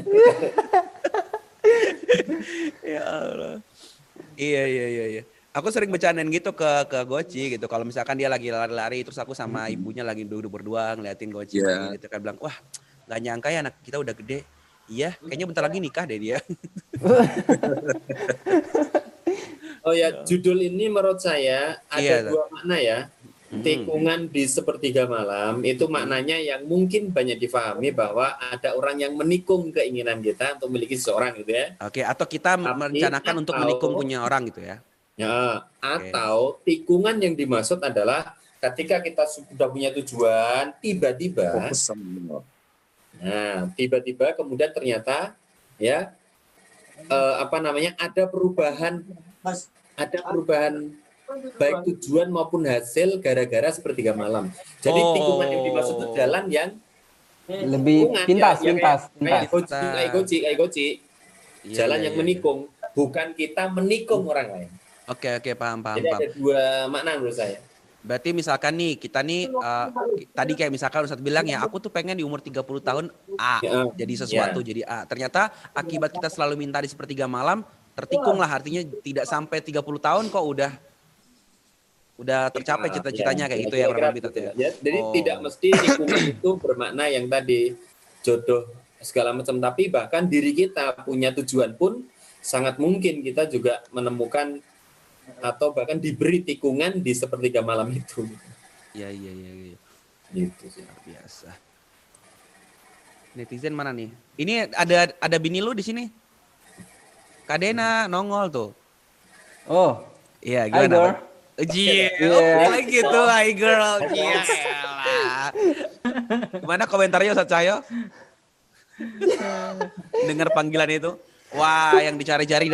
Ya Allah. Iya iya iya iya. Aku sering bercandain gitu ke ke Goci gitu. Kalau misalkan dia lagi lari-lari terus aku sama ibunya lagi duduk berdua ngeliatin Goci Iya. main gitu kan bilang, "Wah, nggak nyangka ya anak kita udah gede." Iya, kayaknya bentar lagi nikah deh dia. Oh ya, judul ini menurut saya ada Iya, dua makna ya. Tikungan di sepertiga malam itu maknanya yang mungkin banyak difahami bahwa ada orang yang menikung keinginan kita untuk memiliki seseorang gitu ya. Oke, atau kita Tapi merencanakan untuk atau- menikung punya orang gitu ya. Ya, atau tikungan yang dimaksud adalah ketika kita sudah punya tujuan, tiba-tiba, Fokus sama. nah tiba-tiba kemudian ternyata ya eh, apa namanya ada perubahan, ada perubahan baik tujuan maupun hasil gara-gara sepertiga malam. Jadi Oh. tikungan yang dimaksud itu jalan yang Lebih tikungan, pintas, ya, ya, pintas, kayak, pintas. kayak goci, kayak goci, kayak goci. Iya, Jalan iya, yang iya. menikung, bukan kita menikung orang lain. Oke oke paham paham Jadi paham. ada dua makna menurut saya. Berarti misalkan nih kita nih uh, tadi kayak misalkan Ustadz bilang ya aku tuh pengen di umur tiga puluh tahun A Ya. jadi sesuatu jadi A. Ternyata akibat kita selalu minta di sepertiga malam tertikung lah artinya tidak sampai tiga puluh tahun kok udah udah tercapai cita-citanya kayak gitu ya kurang lebih Tat, ya. Ya, jadi Oh. tidak mesti tikungan itu bermakna yang tadi jodoh segala macam, tapi bahkan diri kita punya tujuan pun sangat mungkin kita juga menemukan atau bahkan diberi tikungan di sepertiga malam itu. Iya iya iya iya. Gitu sih. Luar biasa. Netizen mana nih? Ini ada ada bini lu di sini? Kak Dena nongol tuh. Oh, Iya, hi gimana? girl. Pak? Iya, Iya. oh, gitu, hi girl. Iya, elah. Gimana komentarnya Ustadz Cahyo? Dengar panggilan itu? Wah, yang dicari-cari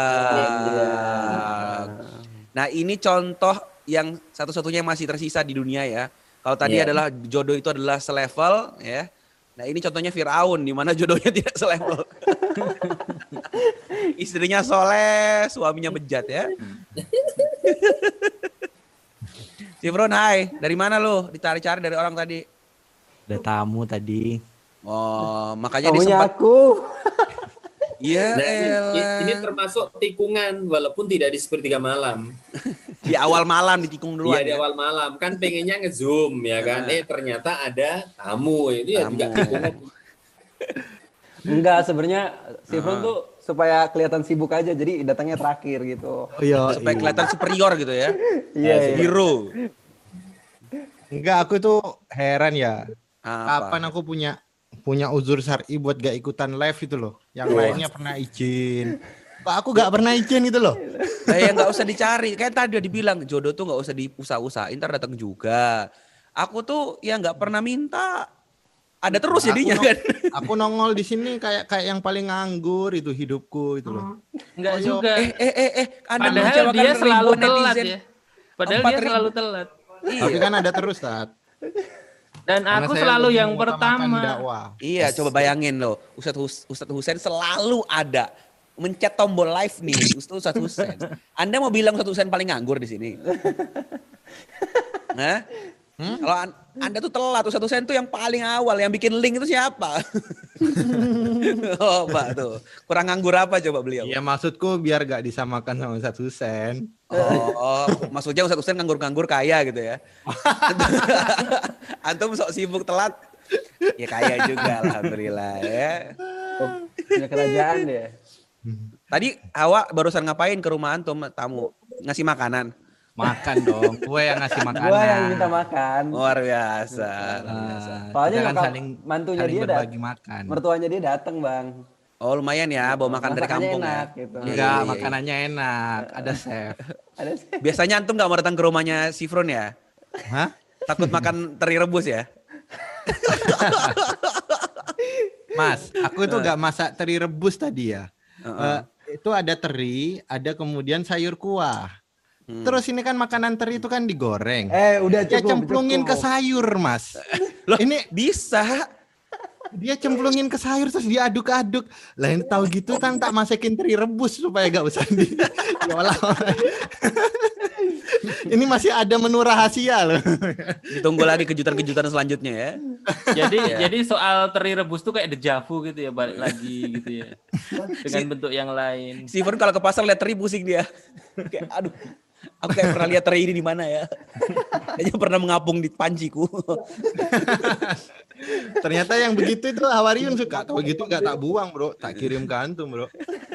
datang. Nah, ini contoh yang satu-satunya yang masih tersisa di dunia ya. Kalau tadi Iya. adalah jodoh itu adalah selevel ya. Nah, ini contohnya Firaun di mana jodohnya tidak selevel. Istrinya soleh, suaminya bejat ya. Cifron, hai. Dari mana lu? Dicari-cari dari orang tadi. Ada tamu tadi. Oh, makanya dia Kamunya sempat. aku. Iya, Nah, ini, elah. ini termasuk tikungan walaupun tidak di sepertiga malam. Di awal malam ditikung duluan Iya di ya. awal malam kan pengennya nge-zoom ya kan. Nah. Eh ternyata ada tamu. Itu ya juga Tamu. tikungan. Enggak, sebenarnya Sifron Ah. tuh supaya kelihatan sibuk aja, jadi datangnya terakhir gitu. Oh iya. Supaya kelihatan superior gitu ya. Iya, iya. Hero. Enggak, aku tuh heran ya. Apa? Kapan aku punya punya uzur syar'i buat gak ikutan live itu loh. Yang lainnya pernah izin. Kok aku gak pernah izin gitu loh. Nah, ya nggak usah dicari. Kayak tadi udah dibilang jodoh tuh nggak usah diusah-usahain, ntar datang juga. Aku tuh ya nggak pernah minta. Ada terus Aku jadinya no- kan. Aku nongol di sini kayak kayak yang paling nganggur itu hidupku itu loh. Enggak Oh, iya. juga. Eh eh eh eh. Anda Padahal mengecewakan dia selalu ribuan telat netizen. ya. Padahal Empat dia ribu. selalu telat. Tapi Iya. kan ada terus Tat. Dan Karena aku saya selalu lebih yang mengutamakan pertama. dakwah. Iya, coba bayangin loh. Ustadz Hus Ustadz Husain selalu ada mencet tombol live nih, Ustadz Ustadz Husain. Anda mau bilang Ustadz Husain paling nganggur di sini? Nah, kalau an Anda tuh telat, Ustadz Husain tuh yang paling awal, yang bikin link itu siapa? Oh, Mbak tuh. Kurang nganggur apa coba beliau? Iya maksudku biar gak disamakan sama Ustadz Husain. Oh, oh, maksudnya Ustadz Husain nganggur-nganggur kaya gitu ya. Antum sok sibuk telat. Ya kaya juga alhamdulillah ya. Punya kerajaan deh. Tadi Hawa barusan ngapain ke rumah antum tamu? Ngasih makanan. Makan dong, gue yang ngasih makanan. Gua yang minta makan. Luar biasa. Luar biasa. Nah, Soalnya kita kan nyokap saling mantunya saling dia dat- berbagi makan. Mertuanya dia datang, Bang. Oh lumayan ya bawa makan dari Masakannya kampung enak, ya. gitu. Iya, Enggak, iya, iya. makanannya enak, ada chef. Ada sih. Biasanya antum nggak mau datang ke rumahnya Sifron ya? Hah? Takut makan teri rebus ya? Mas, aku itu gak masak teri rebus tadi ya. Heeh. Eh, itu ada teri, ada kemudian sayur kuah. Hmm. Terus ini kan makanan teri itu kan digoreng. Eh, udah Dia cukup. cemplungin ke cukup. sayur, Mas. Loh, Ini bisa. dia cemplungin ke sayur terus dia aduk-aduk. Lah ini tahu gitu kan tak masakin teri rebus supaya gak usah di diolah. Ini masih ada menu rahasia loh. Ditunggu lagi kejutan-kejutan selanjutnya ya. Jadi Iya. jadi soal teri rebus tuh kayak dejavu gitu ya, balik lagi gitu ya. Dengan bentuk yang lain. Steven kalau ke pasar lihat teri pusing dia. Kayak aduh, aku kayak pernah lihat teri ini di mana ya. Kayaknya pernah mengapung di panciku. Ternyata yang begitu itu Hawariun suka. Tahu gitu nggak tak buang bro, tak kirim ke antum bro.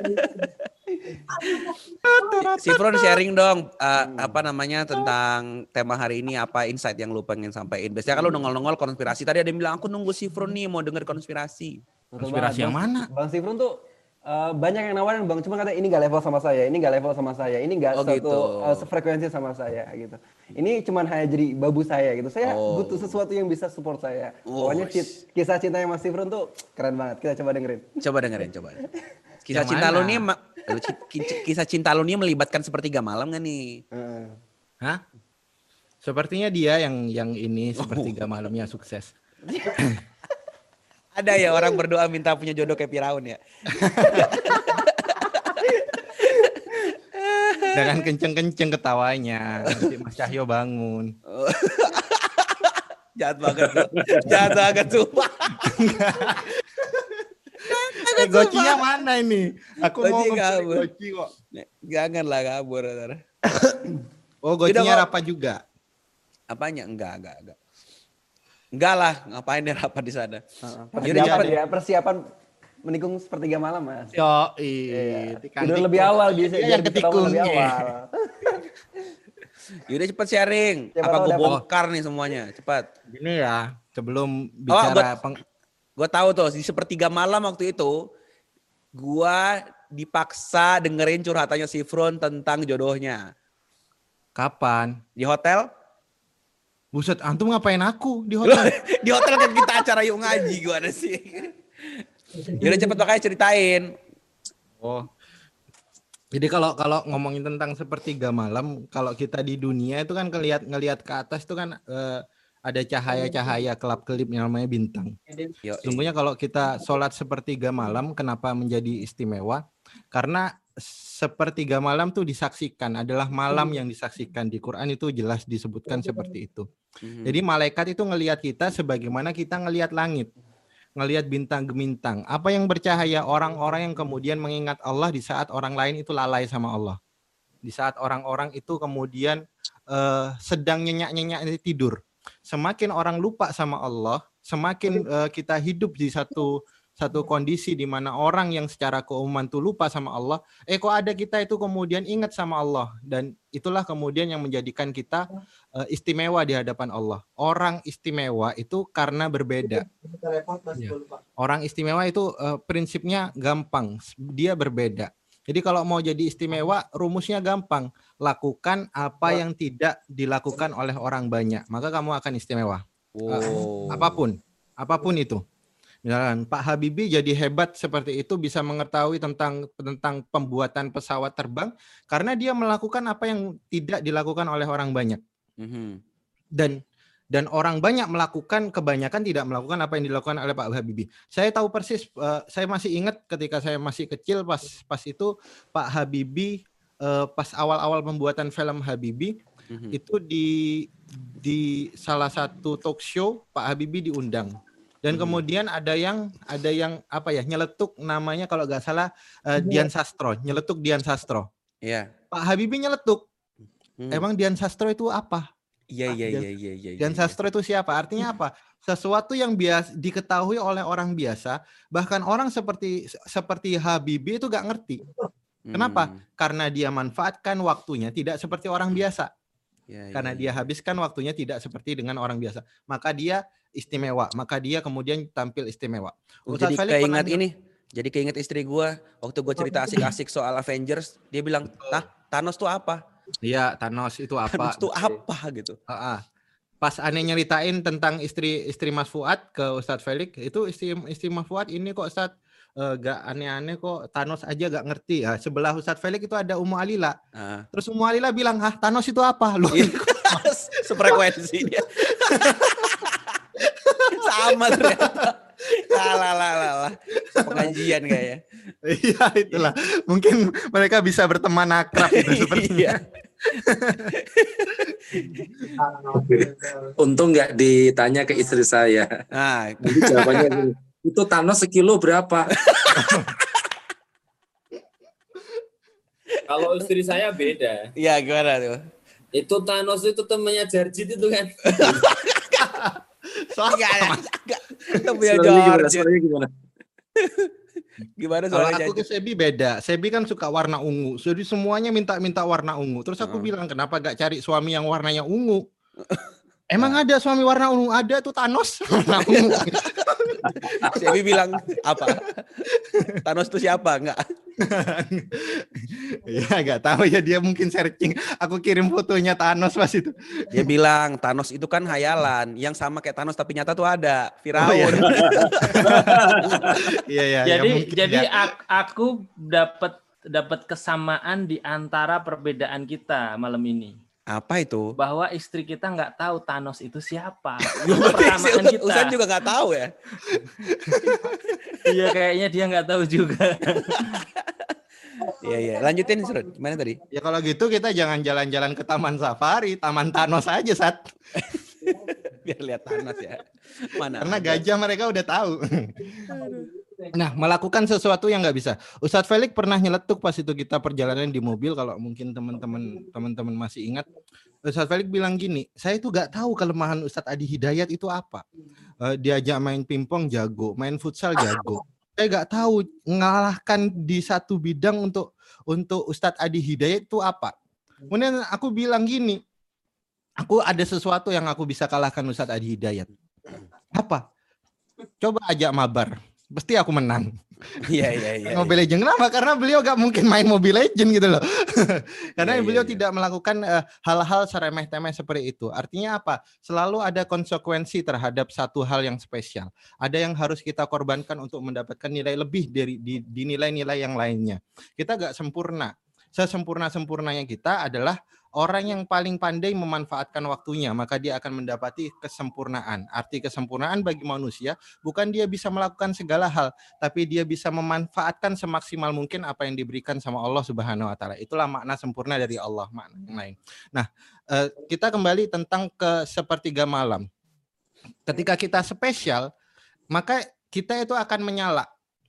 Sifron sharing dong uh, apa namanya tentang tema hari ini, apa insight yang lu pengen sampaikan. Biasanya kalau nongol-nongol konspirasi, tadi ada yang bilang aku nunggu Sifron nih mau denger konspirasi. Betul Konspirasi banget. yang Bang- mana? Bang Sifrun tuh eh, banyak yang nawarin bang, cuma kata ini gak level sama saya, ini gak level sama saya, ini gak Oh, satu gitu. eh, sefrekuensi sama saya gitu. Ini cuma hanya jadi babu saya gitu. Saya Oh. butuh sesuatu yang bisa support saya. Oh, Pokoknya cit- kisah cintanya Mas Sifrun tuh keren banget. Kita coba dengerin. Coba dengerin, coba. Kisah Yang cinta mana? lu nih, ma- lu ci- ki- kisah cinta lu nih melibatkan sepertiga malam gak nih? Heeh. Hah? Sepertinya dia yang yang ini sepertiga malamnya sukses. Ada ya orang berdoa minta punya jodoh kayak Firaun ya. Dengan kenceng-kenceng ketawanya. Nanti Mas Cahyo bangun. Jahat banget tuh. Jahat banget tuh. Eh, Gocinya mana ini? Aku mau Goci ngomong kabur. Goci kok. Janganlah kabur. Ntar. Oh, Udah, Gocinya Kok. rapat juga. Apanya? Enggak, enggak, enggak. Enggak lah, ngapain dia rapat di sana. Heeh. Yaudah, Persiapan cepet. ya, persiapan menikung sepertiga malam Mas. Yo, Iya. tikang Tidur tikung. lebih awal bisa Dia biar yang bisa bangun lebih ketikungnya. awal. Yaudah cepet sharing. Siapa Apa tahu gue dapat. bongkar nih semuanya? Cepat. Gini ya, sebelum Oh, bicara gua- peng- Gue tahu tuh di sepertiga malam waktu itu, gue dipaksa dengerin curhatannya Sifron tentang jodohnya kapan? di hotel. Buset, antum ngapain aku di Loh, hotel? di hotel kan kita acara yuk ngaji gue ada sih. Yaudah cepet makanya ceritain. Oh. Jadi kalau kalau ngomongin tentang sepertiga malam, kalau kita di dunia itu kan ngelihat ngelihat ke atas itu kan eh, ada cahaya-cahaya kelap-kelip yang namanya bintang. Yo, Sesungguhnya kalau kita sholat sepertiga malam, kenapa menjadi istimewa? Karena sepertiga malam tuh disaksikan, adalah malam yang disaksikan. Di Quran itu jelas disebutkan seperti itu. Mhm. Jadi malaikat itu ngelihat kita sebagaimana kita ngelihat langit, ngelihat bintang-gemintang. Apa yang bercahaya? Orang-orang yang kemudian mengingat Allah di saat orang lain itu lalai sama Allah. Di saat orang-orang itu kemudian eh, sedang nyenyak-nyenyak tidur. Semakin orang lupa sama Allah, semakin eh, kita hidup di satu satu kondisi di mana orang yang secara keumuman tuh lupa sama Allah, eh kok ada kita itu kemudian ingat sama Allah, dan itulah kemudian yang menjadikan kita eh, istimewa di hadapan Allah. Orang istimewa itu karena berbeda. Ya. Orang istimewa itu eh, prinsipnya gampang, dia berbeda. Jadi kalau mau jadi istimewa, rumusnya gampang. Lakukan apa yang tidak dilakukan oleh orang banyak, maka kamu akan istimewa. Wow. Apapun, apapun itu. Misalkan Pak Habibie jadi hebat seperti itu, bisa mengetahui tentang tentang pembuatan pesawat terbang karena dia melakukan apa yang tidak dilakukan oleh orang banyak. Mhm. Dan dan orang banyak melakukan, kebanyakan tidak melakukan apa yang dilakukan oleh Pak Habibie. Saya tahu persis, uh, saya masih ingat ketika saya masih kecil pas pas itu Pak Habibie uh, pas awal-awal pembuatan film Habibie Mhm. itu di di salah satu talk show Pak Habibie diundang. Dan Mhm. kemudian ada yang ada yang apa ya, nyeletuk namanya kalau nggak salah uh, Dian Sastro, nyeletuk Dian Sastro. Iya. Pak Habibie nyeletuk. Hmm. Emang Dian Sastro itu apa? Iya iya Dian- iya iya iya. Dian iya. Sastro itu siapa? Artinya apa? Sesuatu yang biasa diketahui oleh orang biasa, bahkan orang seperti seperti Habibie itu nggak ngerti. Kenapa? Hmm. Karena dia manfaatkan waktunya tidak seperti orang biasa. Iya, Karena iya, dia iya. habiskan waktunya tidak seperti dengan orang biasa. Maka dia istimewa. Maka dia kemudian tampil istimewa. Oh, Ustadz jadi Felix keinget pernah- ini. Jadi keinget istri gua waktu gua cerita asik-asik soal Avengers, dia bilang, "Tah, Thanos tuh apa?" Iya, Thanos itu apa? Thanos tuh apa gitu. Ah, ah. Pas aneh nyeritain tentang istri istri Mas Fuad ke Ustadz Felix, itu istri istri Mas Fuad ini kok Ustadz eh, gak aneh-aneh kok, Thanos aja gak ngerti. Ah, sebelah Ustadz Felix itu ada Ummu Alila. Ah. Terus Ummu Alila bilang, "Hah, Thanos itu apa?" Loh, Iya. Sefrekuensi dia. Sama ternyata. Lah lah lah lah. Pengajian kayaknya. iya itulah. Mungkin mereka bisa berteman akrab gitu seperti Iya. Untung nggak ditanya ke istri saya. Nah, Nanti jawabannya gini, itu Thanos sekilo berapa? Kalau istri saya beda. ya gimana tuh? Itu Thanos itu temannya Jarjit itu kan. Enggak, enggak. Kita punya Suaranya gimana? George. Suaranya gimana? Gimana Kalau soalnya? aku ke Sebi beda. Sebi kan suka warna ungu. Jadi semuanya minta-minta warna ungu. Terus aku Uh-uh. bilang, kenapa gak cari suami yang warnanya ungu? Emang ada suami warna ungu? Ada tuh Thanos warna ungu. Sebi bilang apa? Thanos itu siapa? Enggak. Ya nggak tahu ya, dia mungkin searching. Aku kirim fotonya Thanos pas itu. Dia bilang Thanos itu kan hayalan, yang sama kayak Thanos tapi nyata tuh ada Firaun. Oh, iya. Iya ya. Jadi ya, mungkin jadi ya. ak- aku dapat dapat kesamaan di antara perbedaan kita malam ini. Apa itu? Bahwa istri kita nggak tahu Thanos itu siapa. Berarti Itu persamaan kita. Usan juga nggak tahu ya. Iya, kayaknya dia nggak tahu juga. Iya iya. Lanjutin Surut. Gimana tadi? Ya kalau gitu kita jangan jalan-jalan ke Taman Safari, Taman Thanos aja, Sat. Biar lihat Thanos ya. Mana? Karena ada. gajah mereka udah tahu. Nah, melakukan sesuatu yang nggak bisa. Ustadz Felix pernah nyeletuk pas itu kita perjalanan di mobil, kalau mungkin teman-teman teman-teman masih ingat. Ustadz Felix bilang gini, saya itu nggak tahu kelemahan Ustadz Adi Hidayat itu apa. Uh, diajak main pingpong jago, main futsal jago. Saya nggak tahu ngalahkan di satu bidang untuk untuk Ustadz Adi Hidayat itu apa. Kemudian aku bilang gini, aku ada sesuatu yang aku bisa kalahkan Ustadz Adi Hidayat. Apa? Coba ajak mabar, pasti aku menang. Iya iya iya. Mobile Legends kenapa? Karena beliau gak mungkin main Mobile Legends gitu loh. Karena Iya, beliau iya, iya. tidak melakukan uh, hal-hal seremeh-temeh seperti itu. Artinya apa? Selalu ada konsekuensi terhadap satu hal yang spesial. Ada yang harus kita korbankan untuk mendapatkan nilai lebih dari di, di nilai-nilai yang lainnya. Kita gak sempurna. Sesempurna-sempurnanya kita adalah orang yang paling pandai memanfaatkan waktunya, maka dia akan mendapati kesempurnaan. Arti kesempurnaan bagi manusia bukan dia bisa melakukan segala hal, tapi dia bisa memanfaatkan semaksimal mungkin apa yang diberikan sama Allah Subhanahu wa taala. Itulah makna sempurna dari Allah, makna yang lain. Nah, eh, kita kembali tentang ke sepertiga malam. Ketika kita spesial, maka kita itu akan menyala.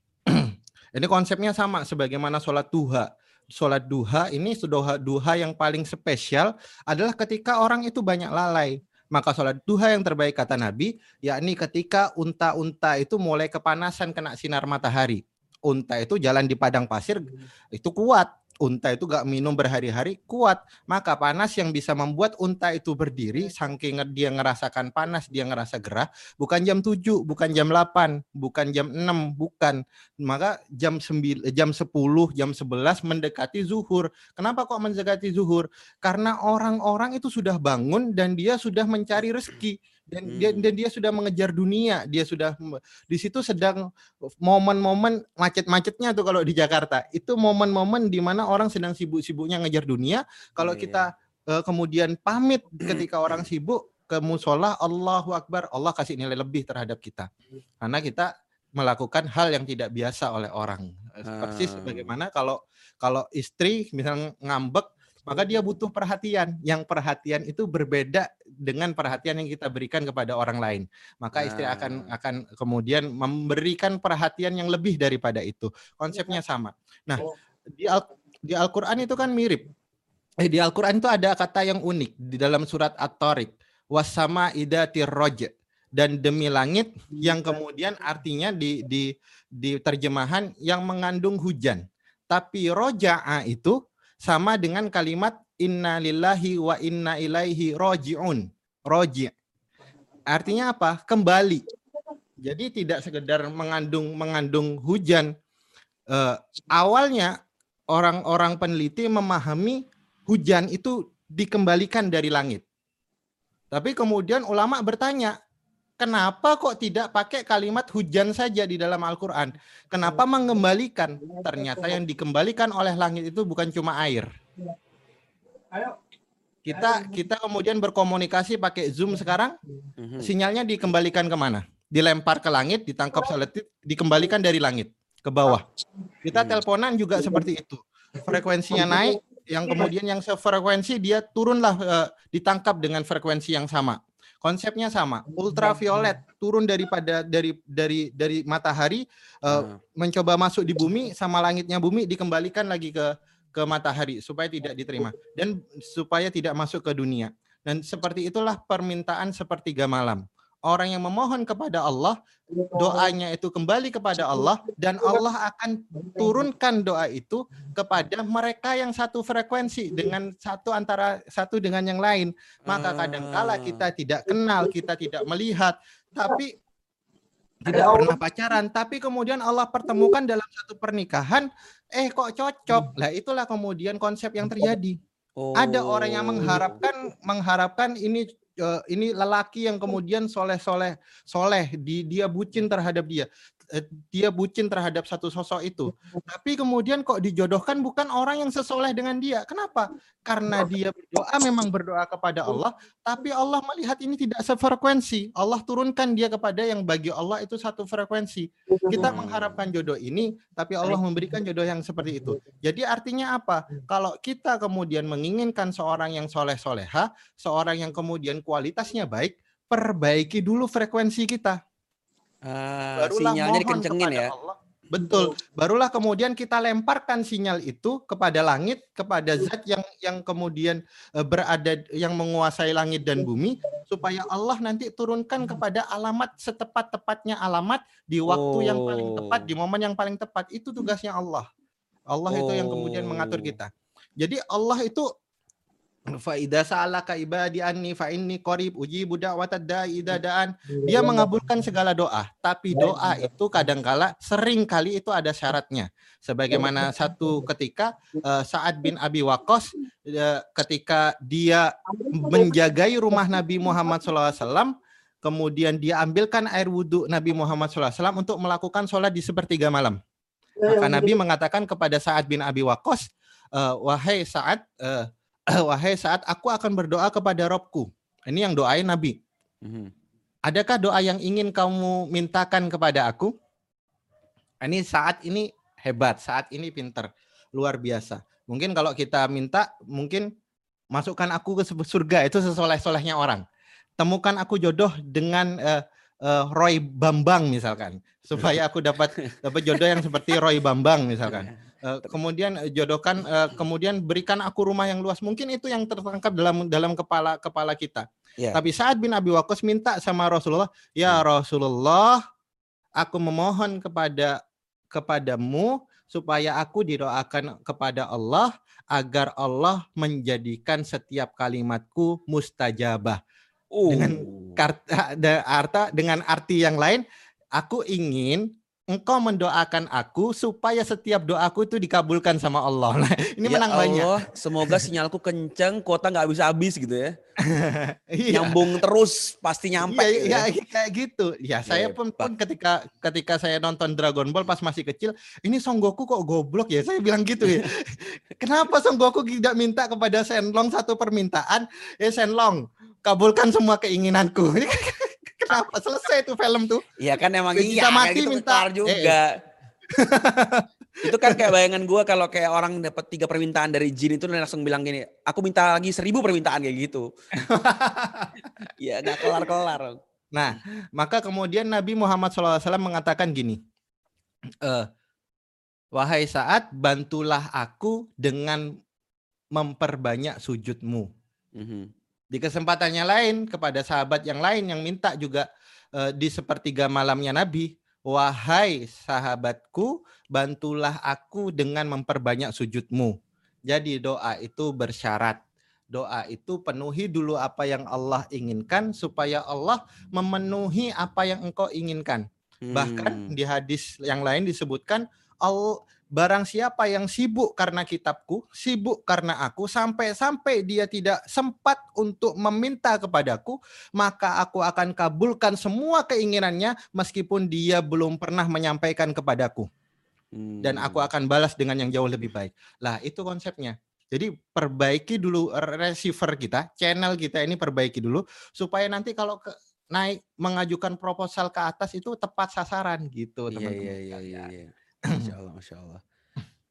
Ini konsepnya sama sebagaimana sholat duha. Sholat duha ini sudah duha yang paling spesial adalah ketika orang itu banyak lalai. Maka sholat duha yang terbaik kata Nabi, yakni ketika unta-unta itu mulai kepanasan kena sinar matahari. Unta itu jalan di padang pasir itu kuat. Unta itu gak minum berhari-hari kuat. Maka panas yang bisa membuat unta itu berdiri, saking dia ngerasakan panas, dia ngerasa gerah, bukan jam tujuh, bukan jam delapan, bukan jam enam, bukan. Maka jam sembilan, jam sepuluh, jam sebelas mendekati zuhur. Kenapa kok mendekati zuhur? Karena orang-orang itu sudah bangun dan dia sudah mencari rezeki. Dan dia, dan dia sudah mengejar dunia, dia sudah di situ sedang momen-momen macet-macetnya tuh kalau di Jakarta. Itu momen-momen di mana orang sedang sibuk-sibuknya ngejar dunia. Kalau kita uh, kemudian pamit ketika orang sibuk ke musola, Allahu Akbar, Allah kasih nilai lebih terhadap kita. Karena kita melakukan hal yang tidak biasa oleh orang. Persis bagaimana kalau kalau istri misalnya ngambek, maka dia butuh perhatian. Yang perhatian itu berbeda dengan perhatian yang kita berikan kepada orang lain. Maka istri akan akan kemudian memberikan perhatian yang lebih daripada itu. Konsepnya sama. Nah, di Al, di Al-Qur'an itu kan mirip. Eh, di Al-Qur'an itu ada kata yang unik di dalam surat At-Tariq, wasama idatir roj, dan demi langit, yang kemudian artinya di di di terjemahan yang mengandung hujan. Tapi roja'a itu sama dengan kalimat inna lillahi wa inna ilaihi roji'un. Roji'. Artinya apa? Kembali. Jadi tidak sekedar mengandung mengandung hujan. Uh, awalnya orang-orang peneliti memahami hujan itu dikembalikan dari langit. Tapi kemudian ulama bertanya, kenapa kok tidak pakai kalimat hujan saja di dalam Al-Quran? Kenapa mengembalikan? Ternyata yang dikembalikan oleh langit itu bukan cuma air. Kita kita kemudian berkomunikasi pakai Zoom sekarang, sinyalnya dikembalikan kemana? Dilempar ke langit, ditangkap satelit, dikembalikan dari langit ke bawah. Kita teleponan juga seperti itu. Frekuensinya naik, yang kemudian yang sefrekuensi dia turunlah uh, ditangkap dengan frekuensi yang sama. Konsepnya sama. Ultraviolet turun daripada dari dari dari matahari uh, mencoba masuk di bumi sama langitnya bumi dikembalikan lagi ke ke matahari supaya tidak diterima dan supaya tidak masuk ke dunia. Dan seperti itulah permintaan sepertiga malam. Orang yang memohon kepada Allah, doanya itu kembali kepada Allah dan Allah akan turunkan doa itu kepada mereka yang satu frekuensi dengan satu antara satu dengan yang lain. Maka kadangkala kita tidak kenal, kita tidak melihat, tapi tidak pernah pacaran, tapi kemudian Allah pertemukan dalam satu pernikahan, eh kok cocok. Lah itulah kemudian konsep yang terjadi. Oh. Ada orang yang mengharapkan mengharapkan ini uh, ini lelaki yang kemudian soleh-soleh soleh di dia bucin terhadap dia. Dia bucin terhadap satu sosok itu. Tapi kemudian kok dijodohkan bukan orang yang sesoleh dengan dia. Kenapa? Karena dia berdoa memang berdoa kepada Allah, tapi Allah melihat ini tidak sefrekuensi. Allah turunkan dia kepada yang bagi Allah itu satu frekuensi. Kita mengharapkan jodoh ini, tapi Allah memberikan jodoh yang seperti itu. Jadi artinya apa? Kalau kita kemudian menginginkan seorang yang soleh-soleha, seorang yang kemudian kualitasnya baik, perbaiki dulu frekuensi kita. Uh, sinyalnya dikencengin ya. Allah. Betul. Barulah kemudian kita lemparkan sinyal itu kepada langit, kepada zat yang yang kemudian berada yang menguasai langit dan bumi supaya Allah nanti turunkan kepada alamat setepat-tepatnya alamat di waktu oh. yang paling tepat, di momen yang paling tepat. Itu tugasnya Allah. Allah oh. itu yang kemudian mengatur kita. Jadi Allah itu fa idza sa'alaka ibadi anni fa inni qarib ujibu da'watad da'i idza da'an. Dia mengabulkan segala doa, tapi doa itu kadangkala sering kali itu ada syaratnya. Sebagaimana satu ketika uh, Sa'ad bin Abi Waqqas uh, ketika dia menjagai rumah Nabi Muhammad shallallahu alaihi wasallam, kemudian dia ambilkan air wudhu Nabi Muhammad shallallahu alaihi wasallam untuk melakukan sholat di sepertiga malam. Maka Nabi mengatakan kepada Sa'ad bin Abi Waqqas, uh, wahai Sa'ad, uh, wahai Sa'ad, aku akan berdoa kepada Robku. Ini yang doain Nabi. Mm-hmm. Adakah doa yang ingin kamu mintakan kepada aku? Ini Sa'ad ini hebat, Sa'ad ini pinter, luar biasa. Mungkin kalau kita minta, mungkin masukkan aku ke surga, itu sesoleh-solehnya orang. Temukan aku jodoh dengan uh, uh, Roy Bambang misalkan, supaya aku dapat dapat jodoh yang seperti Roy Bambang misalkan. Uh, kemudian jodohkan, uh, kemudian berikan aku rumah yang luas. Mungkin itu yang tertangkap dalam dalam kepala kepala kita. Yeah. Tapi Sa'ad bin Abi Waqqas minta sama Rasulullah, ya Rasulullah, aku memohon kepada kepadamu supaya aku didoakan kepada Allah agar Allah menjadikan setiap kalimatku mustajabah. Uh. Dengan arti dengan arti yang lain, aku ingin engkau mendoakan aku supaya setiap doaku itu dikabulkan sama Allah. Nah, ini ya menang Allah, banyak. Semoga sinyalku kenceng, kuota nggak habis-habis gitu ya. Iya. Nyambung terus, pasti nyampe. Iya, gitu ya. Iya, kayak gitu. Ya, saya pun, pun ketika ketika saya nonton Dragon Ball pas masih kecil, ini Son Goku kok goblok ya? Saya bilang gitu ya. Kenapa Son Goku tidak minta kepada Shenlong satu permintaan? Eh Shenlong, kabulkan semua keinginanku. Kenapa selesai tuh film tuh? Iya kan emang iya, mati gitu minta juga. Eh. Itu kan kayak bayangan gue kalau kayak orang dapat tiga permintaan dari jin itu langsung bilang gini, aku minta lagi seribu permintaan kayak gitu. Iya nggak kelar-kelar. Nah maka kemudian Nabi Muhammad shallallahu alaihi wasallam mengatakan gini, e, wahai Sa'ad, bantulah aku dengan memperbanyak sujudmu. Mm-hmm. Di kesempatannya lain kepada sahabat yang lain yang minta juga uh, di sepertiga malamnya Nabi, wahai sahabatku, bantulah aku dengan memperbanyak sujudmu. Jadi doa itu bersyarat. Doa itu penuhi dulu apa yang Allah inginkan supaya Allah memenuhi apa yang engkau inginkan. Hmm. Bahkan di hadis yang lain disebutkan, Allah barang siapa yang sibuk karena kitabku, sibuk karena aku, sampai-sampai dia tidak sempat untuk meminta kepadaku, maka aku akan kabulkan semua keinginannya meskipun dia belum pernah menyampaikan kepadaku. Hmm. Dan aku akan balas dengan yang jauh lebih baik. Lah itu konsepnya. Jadi perbaiki dulu receiver kita, channel kita ini perbaiki dulu, supaya nanti kalau ke, naik mengajukan proposal ke atas itu tepat sasaran gitu, teman-teman. Iya, iya, iya, iya. Masya Allah, Masya Allah.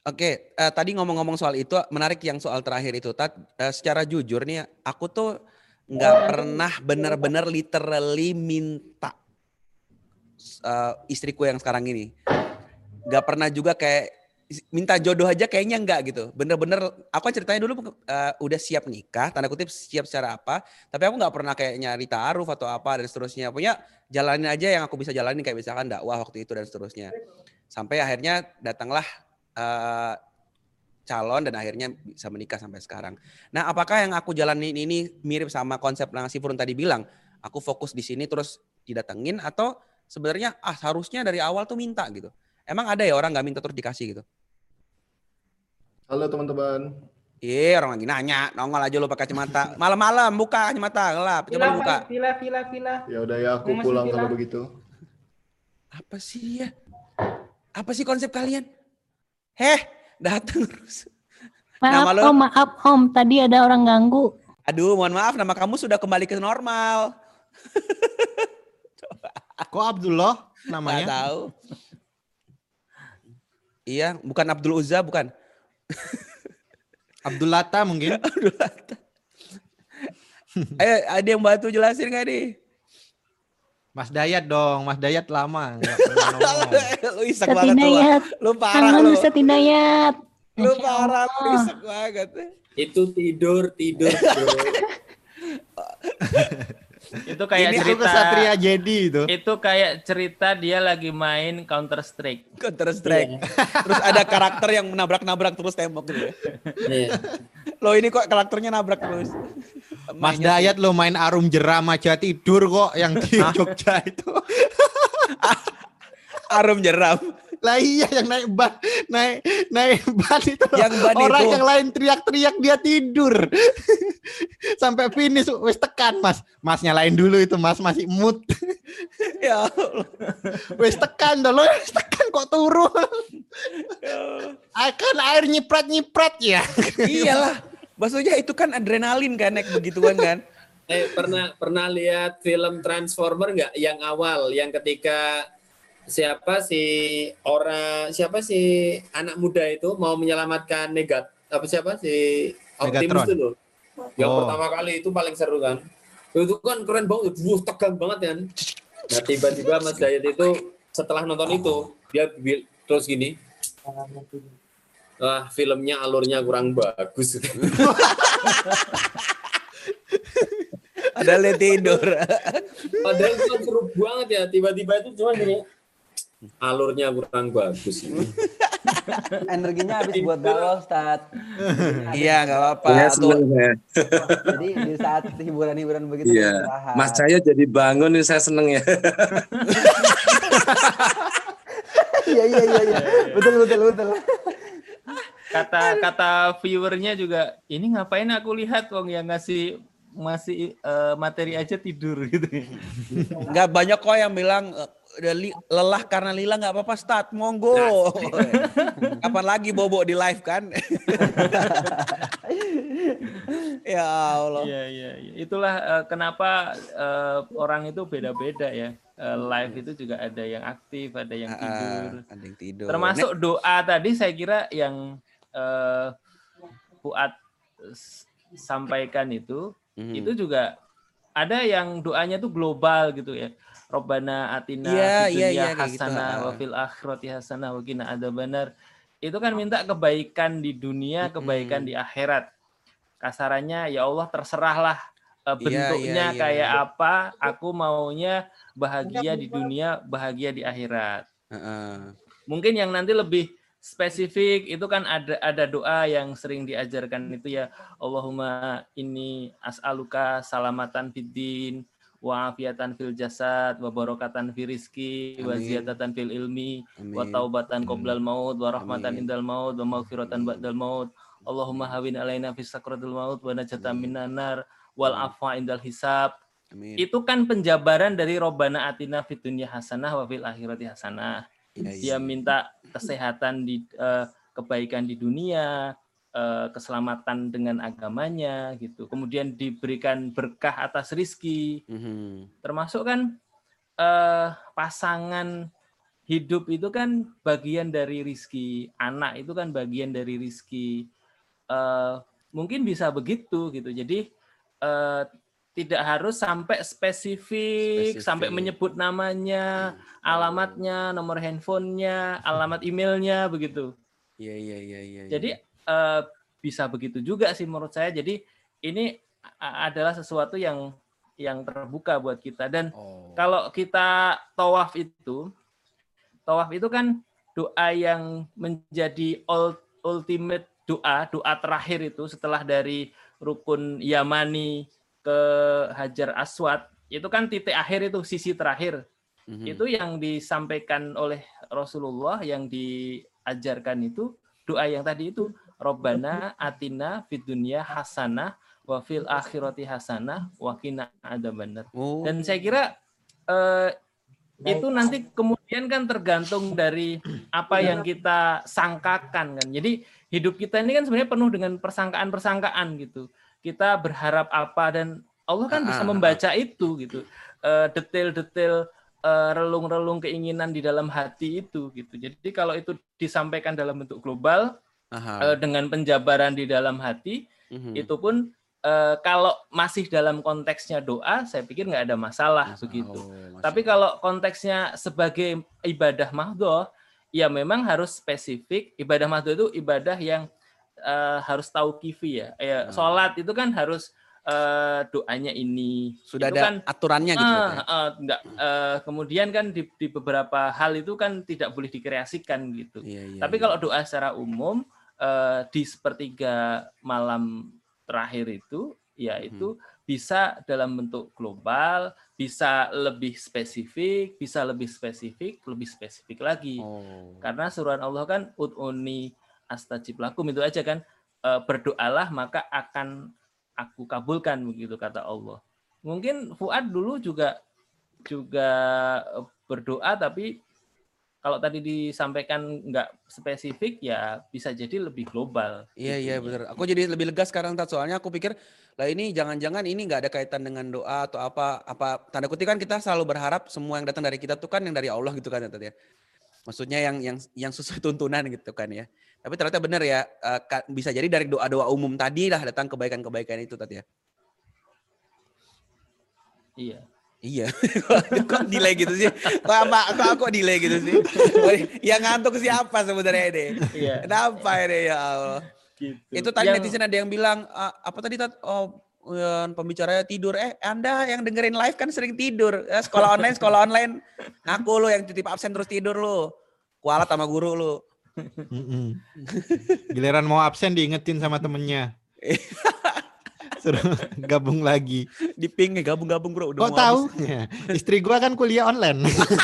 Oke, eh, tadi ngomong-ngomong soal itu menarik yang soal terakhir itu. Tat, eh, secara jujur nih, aku tuh nggak pernah bener-bener literally minta eh, istriku yang sekarang ini. Nggak pernah juga kayak minta jodoh aja kayaknya enggak gitu. Bener-bener aku kan ceritanya dulu uh, udah siap nikah, tanda kutip siap secara apa. Tapi aku nggak pernah kayak nyari ta'aruf atau apa dan seterusnya. Punya jalanin aja yang aku bisa jalanin kayak misalkan dakwah waktu itu dan seterusnya. Sampai akhirnya datanglah uh, calon dan akhirnya bisa menikah sampai sekarang. Nah, apakah yang aku jalanin ini mirip sama konsep yang si Furun tadi bilang? Aku fokus di sini terus didatengin atau sebenarnya ah harusnya dari awal tuh minta gitu. Emang ada ya orang nggak minta terus dikasih gitu? Halo teman-teman. Iya, orang lagi nanya, nongol aja lo pakai kacamata. Malam-malam buka kacamata, gelap. Coba lu buka. Vila, vila, vila. Ya udah ya, aku Mau pulang masuk kalau vila? begitu. Apa sih ya? Apa sih konsep kalian? Heh, datang terus. Maaf Nama lo? om, maaf om. Tadi ada orang ganggu. Aduh, mohon maaf, nama kamu sudah kembali ke normal. Kok Abdullah Nggak namanya? tahu. Iya, bukan Abdul Uzza, bukan. Abdul Latta mungkin. Abdul Latta. Ayo, ada yang bantu jelasin nggak nih? Mas Dayat dong, Mas Dayat lama nggak pernah ngomong. Lu isek banget lu. Satinayat. Lu parah Tangan lu. Satinayat. Lu parah, lu isek banget. Itu tidur, tidur, bro. Itu kayak Ini aku cerita kesatria jadi itu. itu kayak cerita dia lagi main Counter Strike. Counter Strike. Terus ada karakter yang menabrak-nabrak terus tembok gitu ya. Iya. Lo ini kok karakternya nabrak terus. Mas Mainnya Dayat lo main Arum Jeram aja tidur kok yang di Jogja itu. Arum Jeram. Lah iya yang naik ban, naik naik ban itu loh. Yang ban Orang itu. yang lain teriak-teriak dia tidur. Sampai finish wis tekan Mas. Mas nyalain dulu itu Mas, masih mood. Ya Allah. Wis tekan dah lo, wis tekan kok turun. Akan air nyiprat-nyiprat ya. Iyalah. Maksudnya itu kan adrenalin kan naik begituan kan. Eh pernah pernah lihat film Transformer nggak? Yang awal, yang ketika siapa si orang siapa si anak muda itu mau menyelamatkan Negat apa siapa si Optimus Megatron. itu loh. Yang Oh. pertama kali itu paling seru kan. Itu kan keren banget, wuh, tegang banget kan. Nah tiba-tiba Mas Dayat itu setelah nonton itu dia bil- terus gini. Wah filmnya alurnya kurang bagus. Ada le tidur. Padahal itu kan seru banget ya. Tiba-tiba itu cuma gini. Alurnya kurang bagus. Energinya habis buat dakwah Ustaz. Iya, enggak apa-apa. Ya, Tuh. seneng saya. Jadi di saat hiburan-hiburan begitu Iya. istirahat. Mas Cahyo jadi bangun nih saya seneng ya. Iya iya iya iya. Betul betul betul. Kata kata viewernya juga, ini ngapain aku lihat wong yang ngasih masih eh, materi aja tidur gitu. Enggak banyak kok yang bilang eh, udah li- lelah karena lila nggak apa-apa start monggo. Kapan lagi bobo di live kan? Ya Allah. Iya iya iya. Itulah eh, kenapa eh, orang itu beda-beda ya. Eh, live itu juga ada yang aktif, ada yang tidur. Ah, ada yang tidur. Termasuk doa tadi saya kira yang eh, Fuad s- sampaikan itu, Mhm. itu juga ada yang doanya tuh global gitu ya. Robbana atina Iya, fid iya, dunya iya, kayak gitu, hasanah ah. wa fil akhirati hasanah wa qina adzabannar. Itu kan minta kebaikan di dunia, kebaikan di akhirat. Kasarannya ya Allah terserahlah eh, Iya, bentuknya iya, iya. kayak apa, aku maunya bahagia di dunia, bahagia di akhirat. Heeh. Mungkin yang nanti lebih spesifik itu kan ada ada doa yang sering diajarkan itu ya, Allahumma inni as'aluka salamatan fiddin wa afiatan fil jasad wa barokatan fi rizki wa Amin. ziyadatan fil ilmi wa Amin. taubatan qoblal maut wa rahmatan Amin. indal maut wa maghfiratan ba'dal maut. Allahumma hawin alaina fi sakratil maut wa najatan minan nar wal afwa indal hisab. Amin. Itu kan penjabaran dari Robbana atina fid dunya hasanah wa fil akhirati hasanah. Iya, iya. Dia minta kesehatan di eh, kebaikan di dunia, eh, keselamatan dengan agamanya gitu. Kemudian diberikan berkah atas rizki. Mhm. Termasuk kan eh, pasangan hidup itu kan bagian dari rizki, anak itu kan bagian dari rizki. Uh, mungkin bisa begitu gitu. Jadi uh, tidak harus sampai spesifik, Spesifik. sampai menyebut namanya, alamatnya, nomor handphonenya, alamat emailnya begitu. Iya iya iya iya. Jadi uh, bisa begitu juga sih menurut saya. Jadi ini adalah sesuatu yang yang terbuka buat kita. Dan oh. kalau kita tawaf itu, tawaf itu kan doa yang menjadi ultimate doa, doa terakhir itu setelah dari rukun Yamani ke Hajar Aswad, itu kan titik akhir itu, sisi terakhir. Mm-hmm. Itu yang disampaikan oleh Rasulullah, yang diajarkan itu doa yang tadi itu, Robbana atina fid dunya hasanah wa fil akhirati hasanah wa qina adzabannar. Oh. Dan saya kira eh, itu nanti kemudian kan tergantung dari apa yang kita sangkakan kan. Jadi hidup kita ini kan sebenarnya penuh dengan persangkaan-persangkaan gitu. Kita berharap apa, dan Allah kan bisa membaca itu gitu. Uh, detail-detail uh, relung-relung keinginan di dalam hati itu gitu. Jadi kalau itu disampaikan dalam bentuk global uh, dengan penjabaran di dalam hati, uh-huh. itu pun uh, kalau masih dalam konteksnya doa, saya pikir nggak ada masalah, masalah begitu. Oh, tapi kalau konteksnya sebagai ibadah mahdhoh, ya memang harus spesifik. Ibadah mahdhoh itu ibadah yang Uh, harus tahu kifi ya. ya hmm. Sholat itu kan harus uh, doanya ini. Sudah itu ada kan, aturannya gitu. Uh, ya? uh, enggak, uh, kemudian kan di, di beberapa hal itu kan tidak boleh dikreasikan gitu. Iya, iya, Tapi iya. kalau doa secara umum uh, di sepertiga malam terakhir itu, ya itu hmm. bisa dalam bentuk global, bisa lebih spesifik, bisa lebih spesifik, lebih spesifik lagi. Oh. Karena suruhan Allah kan ud'uni astajib lakum, itu aja kan, e, berdoalah maka akan aku kabulkan, begitu kata Allah. Mungkin Fuad dulu juga juga berdoa, tapi kalau tadi disampaikan nggak spesifik, ya bisa jadi lebih global. Iya iya benar. Aku jadi lebih lega sekarang, Tat. Soalnya aku pikir lah ini jangan-jangan ini nggak ada kaitan dengan doa atau apa apa tanda kutip kan kita selalu berharap semua yang datang dari kita tuh kan yang dari Allah gitu kan, Tat ya. Maksudnya yang yang yang sesuai tuntunan gitu kan ya. Tapi ternyata benar ya, uh, bisa jadi dari doa-doa umum tadi lah datang kebaikan-kebaikan itu tadi ya. Iya. Iya. Kok delay gitu sih? Kok apa? Kok kok delay gitu sih? Yang ngantuk siapa sebenarnya ini? Iya. Kenapa ini ya Allah? Gitu. Itu tadi yang... netizen ada yang bilang uh, apa tadi Tat? Oh, pembicaranya tidur. Eh, Anda yang dengerin live kan sering tidur. Eh, sekolah online, sekolah online. Ngaku lu yang titip absen terus tidur lu. Kualat sama guru lu. Giliran mau absen diingetin sama temennya. Suruh gabung lagi. Di ping gabung-gabung bro. Udah kok tahu? Ya, istri gua kan kuliah online.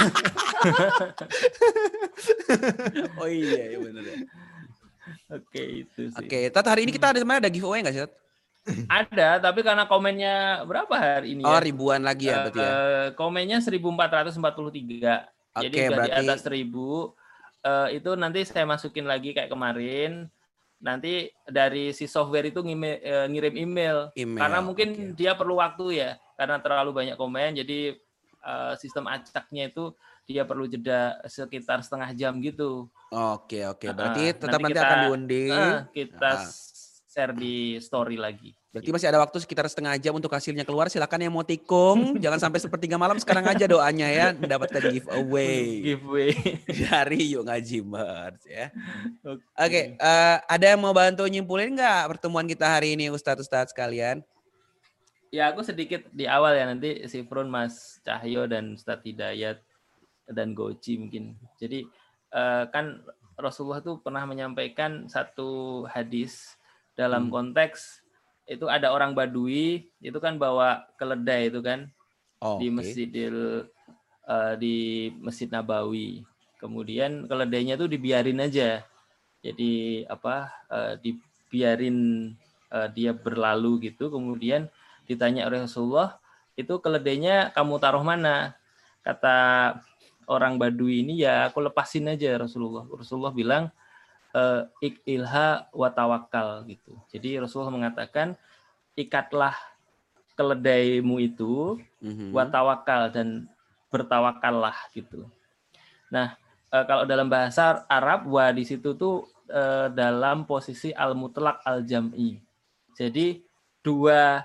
Oh iya, iya benar ya. Oke itu sih. Oke, Tat, hari ini kita ada sebenarnya ada giveaway nggak sih, Tat? Ada, tapi karena komennya berapa hari ini oh, ya? ribuan lagi ya berarti ya? Uh, komennya seribu empat ratus empat puluh tiga. Oke, jadi berarti di atas seribu. Uh, itu nanti saya masukin lagi kayak kemarin. Nanti dari si software itu ngime, uh, ngirim email. email. Karena mungkin okay. dia perlu waktu ya. Karena terlalu banyak komen. Jadi uh, sistem acaknya itu dia perlu jeda sekitar setengah jam gitu. Oke, oke. Berarti uh, tetap nanti, nanti kita, akan diundi. Uh, kita uh. share di story lagi. Berarti masih ada waktu sekitar setengah jam untuk hasilnya keluar. Silakan yang mau tikung, jangan sampai sepertiga malam sekarang aja doanya ya mendapatkan giveaway. Giveaway dari Yuk Ngaji Mers ya. Oke, okay. uh, ada yang mau bantu nyimpulin nggak pertemuan kita hari ini Ustadz-ustadz sekalian? Ya aku sedikit di awal ya, nanti si Frun, Mas Cahyo dan Ustadz Hidayat dan Goci mungkin. Jadi uh, kan Rasulullah tuh pernah menyampaikan satu hadis dalam hmm. konteks itu ada orang Badui itu kan bawa keledai itu kan oh, di Masjidil uh, di Masjid Nabawi. Kemudian keledainya tuh dibiarin aja. Jadi apa uh, dibiarin uh, dia berlalu gitu. Kemudian ditanya oleh Rasulullah, itu keledainya kamu taruh mana? Kata orang Badui ini, ya aku lepasin aja Rasulullah. Rasulullah bilang Uh, ikilha wa tawakkal gitu. Jadi Rasulullah mengatakan ikatlah keledaimu itu mm-hmm. wa tawakkal dan bertawakallah gitu. Nah, uh, kalau dalam bahasa Arab wa di situ tuh uh, dalam posisi al-mutlaq al-jam'i. Jadi dua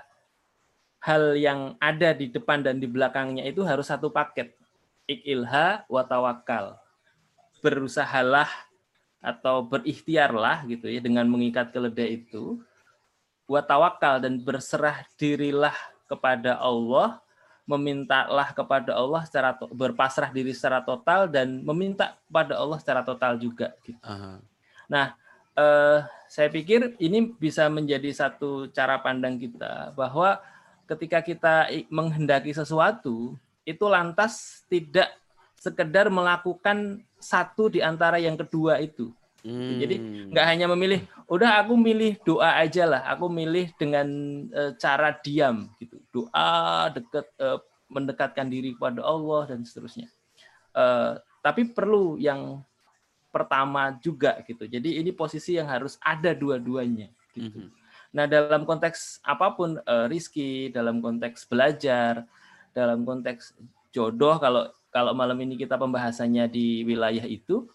hal yang ada di depan dan di belakangnya itu harus satu paket. Ikilha wa tawakkal. Berusahalah atau berikhtiarlah gitu ya dengan mengikat keledai itu. Wa tawakkal, dan berserah dirilah kepada Allah, memintalah kepada Allah secara berpasrah diri secara total dan meminta kepada Allah secara total juga gitu. Aha. Nah, eh, saya pikir ini bisa menjadi satu cara pandang kita bahwa ketika kita menghendaki sesuatu, itu lantas tidak sekedar melakukan satu di antara yang kedua itu. Hmm. Jadi nggak hanya memilih, udah aku milih doa aja lah, aku milih dengan e, cara diam, gitu. Doa, dekat, e, mendekatkan diri kepada Allah dan seterusnya. E, tapi perlu yang pertama juga gitu. Jadi ini posisi yang harus ada dua-duanya. Gitu. Mm-hmm. Nah, dalam konteks apapun, eh, rizki, dalam konteks belajar, dalam konteks jodoh, kalau kalau malam ini kita pembahasannya di wilayah itu,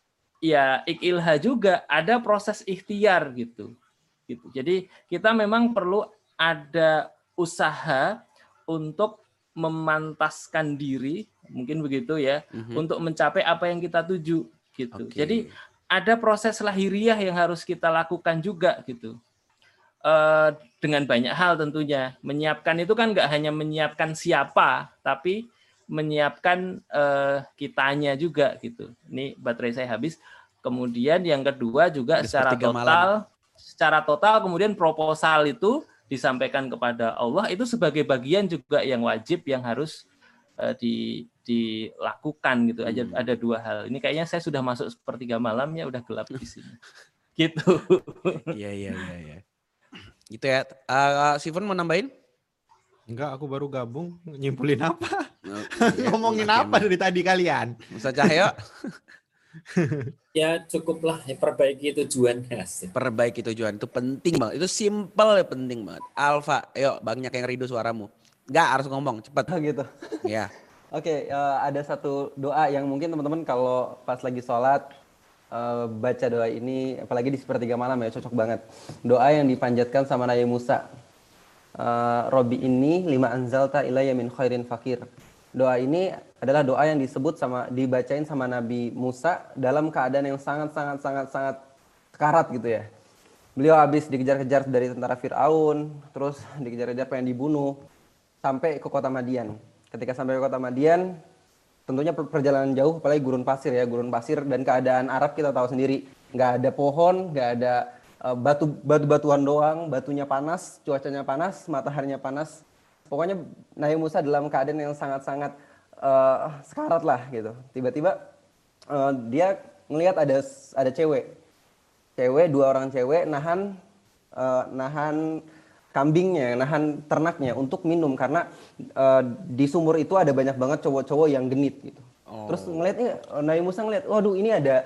ya ikilha juga ada proses ikhtiar gitu. Gitu. Jadi kita memang perlu ada usaha untuk memantaskan diri, mungkin begitu ya, Mm-hmm. untuk mencapai apa yang kita tuju gitu. Okay. Jadi ada proses lahiriah yang harus kita lakukan juga gitu. Uh, dengan banyak hal tentunya. Menyiapkan itu kan nggak hanya menyiapkan siapa, tapi menyiapkan uh, kitanya juga gitu. Ini baterai saya habis. Kemudian yang kedua juga Udah secara sepertiga total, malam. secara total kemudian proposal itu disampaikan kepada Allah, itu sebagai bagian juga yang wajib yang harus uh, di dilakukan gitu. Aja Hmm. ada dua hal. Ini kayaknya saya sudah masuk sepertiga malam ya, udah gelap di sini. Gitu. Iya iya iya iya. Gitu ya. Uh, Steven mau nambahin? Enggak, aku baru gabung. Nyimpulin apa? Oh, iya, Ngomongin makin. apa dari tadi kalian? Ustaz Cahyo? Ya cukuplah, ya, perbaiki tujuan. Perbaiki tujuan itu penting banget. Itu simple ya, penting banget. Alfa, ayo banyak yang rindu suaramu. Enggak, harus ngomong cepet. gitu. Ya. Oke, uh, ada satu doa yang mungkin teman-teman kalau pas lagi sholat uh, baca doa ini, apalagi di sepertiga malam ya, cocok banget. Doa yang dipanjatkan sama Nabi Musa. Uh, Robi ini lima anzalta ilayya min khairin fakir. Doa ini adalah doa yang disebut sama dibacain sama Nabi Musa dalam keadaan yang sangat sangat sangat sangat sekarat gitu ya. Beliau habis dikejar-kejar dari tentara Firaun, terus dikejar-kejar pengen dibunuh sampai ke kota Madian. Ketika sampai ke kota Madian, tentunya perjalanan jauh, apalagi gurun pasir ya, gurun pasir dan keadaan Arab kita tahu sendiri, nggak ada pohon, nggak ada uh, batu batu-batuan doang, batunya panas, cuacanya panas, mataharinya panas. Pokoknya Nabi Musa dalam keadaan yang sangat-sangat uh, sekarat lah gitu. Tiba-tiba uh, dia ngelihat ada ada cewek, cewek dua orang cewek nahan uh, nahan kambingnya, nahan ternaknya untuk minum karena uh, di sumur itu ada banyak banget cowok-cowok yang genit gitu. Oh. Terus ngelihatnya Nabi Musa ngelihat, waduh ini ada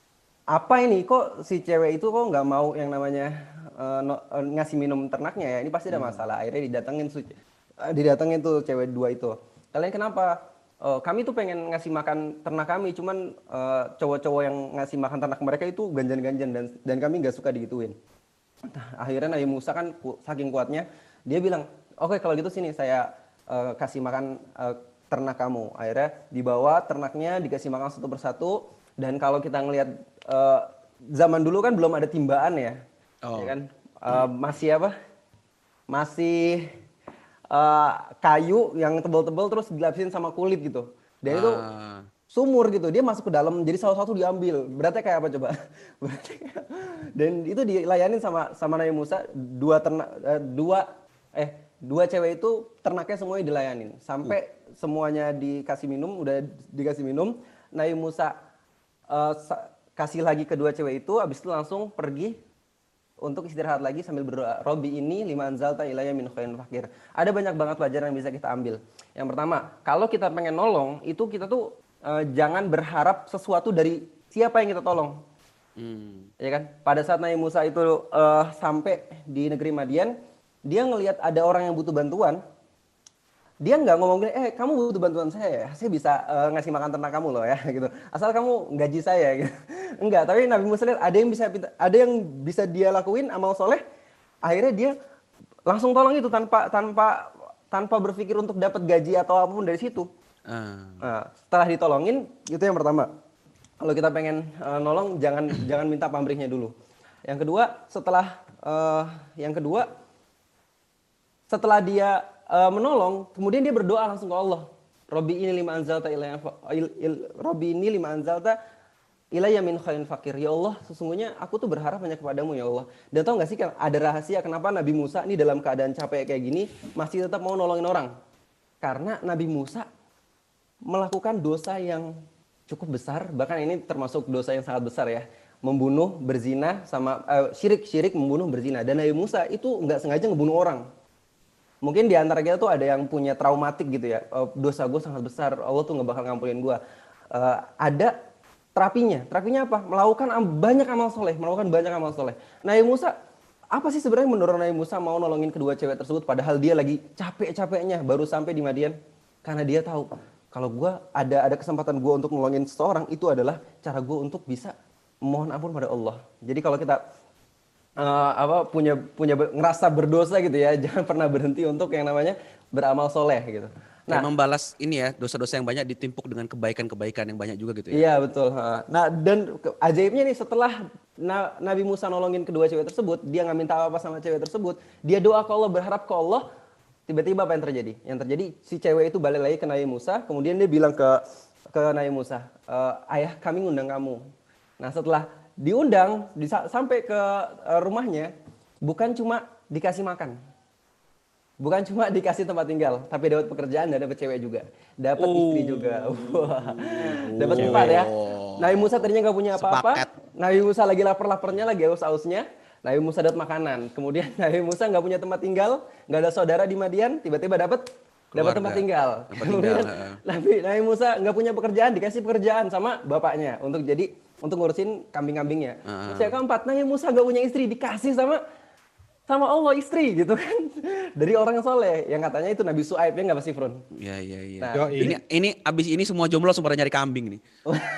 apa ini? Kok si cewek itu kok nggak mau yang namanya uh, no, uh, ngasih minum ternaknya ya? Ini pasti ada masalah. Akhirnya didatengin su- uh, didatengin tuh cewek dua itu. Kalian kenapa? Uh, kami tuh pengen ngasih makan ternak kami, cuman uh, cowok-cowok yang ngasih makan ternak mereka itu ganjan-ganjan dan dan kami nggak suka digituin. Nah, akhirnya Nabi Musa kan ku, saking kuatnya dia bilang, oke okay, kalau gitu sini saya uh, kasih makan uh, ternak kamu. Akhirnya dibawa ternaknya dikasih makan satu persatu. Dan kalau kita ngelihat uh, zaman dulu kan belum ada timbaan ya, Oh. ya kan uh, masih apa? Masih uh, kayu yang tebal-tebal terus dilapisin sama kulit gitu. Dan itu Ah. sumur gitu, dia masuk ke dalam jadi salah satu diambil. Berarti kayak apa coba? Berarti kayak, dan itu dilayanin sama sama Nabi Musa, dua ternak eh, dua eh dua cewek itu ternaknya semuanya dilayanin sampai uh. semuanya dikasih minum, udah dikasih minum. Nabi Musa uh, kasih lagi kedua cewek itu, habis itu langsung pergi untuk istirahat lagi sambil berdoa. Robi ini lima anzalta ilayya min khairin fakir. Ada banyak banget pelajaran yang bisa kita ambil. Yang pertama, kalau kita pengen nolong, itu kita tuh uh, jangan berharap sesuatu dari siapa yang kita tolong. Hmm. Ya kan? Pada saat Nabi Musa itu uh, sampai di negeri Madian, dia ngelihat ada orang yang butuh bantuan. dia nggak ngomong gini, eh kamu butuh bantuan saya ya, saya bisa uh, ngasih makan ternak kamu loh ya gitu. Asal kamu gaji saya gitu. Enggak, tapi Nabi Musa lihat ada yang bisa ada yang bisa dia lakuin amal soleh, akhirnya dia langsung tolong itu tanpa tanpa tanpa berpikir untuk dapat gaji atau apapun dari situ. Uh. Nah, setelah ditolongin itu yang pertama. Kalau kita pengen uh, nolong jangan jangan minta pamrihnya dulu. Yang kedua setelah uh, yang kedua setelah dia Uh, menolong, kemudian dia berdoa langsung ke Allah. Robbi ini lima anzalta ilayya il, il, Robbi ini lima anzalta ilayya min khairin fakir. Ya Allah, sesungguhnya aku tuh berharap hanya kepadamu ya Allah. Dan tau gak sih kan ada rahasia kenapa Nabi Musa ini dalam keadaan capek kayak gini masih tetap mau nolongin orang? Karena Nabi Musa melakukan dosa yang cukup besar, bahkan ini termasuk dosa yang sangat besar ya. Membunuh, berzina, sama uh, syirik-syirik membunuh, berzina. Dan Nabi Musa itu nggak sengaja ngebunuh orang. Mungkin di antara kita tuh ada yang punya traumatik gitu ya, uh, dosa gue sangat besar, Allah tuh nggak bakal ngampunin gue. Uh, ada terapinya, terapinya apa? Melakukan am- banyak amal soleh, melakukan banyak amal soleh. Nabi Musa, apa sih sebenarnya mendorong Nabi Musa mau nolongin kedua cewek tersebut, padahal dia lagi capek-capeknya baru sampai di Madian? Karena dia tahu kalau gue ada ada kesempatan gue untuk nolongin seseorang, itu adalah cara gue untuk bisa memohon ampun pada Allah. Jadi kalau kita Uh, apa punya punya ngerasa berdosa gitu ya, jangan pernah berhenti untuk yang namanya beramal soleh gitu. Nah, membalas ini ya dosa-dosa yang banyak ditimpuk dengan kebaikan-kebaikan yang banyak juga gitu ya. Iya betul. Nah dan ajaibnya nih setelah Nabi Musa nolongin kedua cewek tersebut, dia nggak minta apa-apa sama cewek tersebut, dia doa ke Allah, berharap ke Allah. Tiba-tiba apa yang terjadi? Yang terjadi si cewek itu balik lagi ke Nabi Musa, kemudian dia bilang ke ke Nabi Musa, e, ayah kami ngundang kamu. Nah setelah diundang disa- sampai ke uh, rumahnya, bukan cuma dikasih makan, bukan cuma dikasih tempat tinggal, tapi dapat pekerjaan dan dapat cewek juga, dapat oh. istri juga. Wah, dapat tempat ya. Nabi Musa tadinya nggak punya apa-apa, Nabi Musa lagi lapar-laparnya, lagi haus-hausnya, Nabi Musa dapat makanan. Kemudian Nabi Musa nggak punya tempat tinggal, nggak ada saudara di Madian, tiba-tiba dapat dapat tempat tinggal. Tempat Kemudian tinggal, Nabi, Nabi Musa nggak punya pekerjaan, dikasih pekerjaan sama bapaknya untuk jadi untuk ngurusin kambing-kambingnya. Uh. Terus yang keempat, Nabi Musa gak punya istri, dikasih sama sama Allah istri gitu kan. Dari orang yang soleh, yang katanya itu Nabi Su'aib, ya nggak Mas Ifrun? Iya, iya, iya. Nah, ini, ini abis ini semua jomblo langsung pada nyari kambing nih.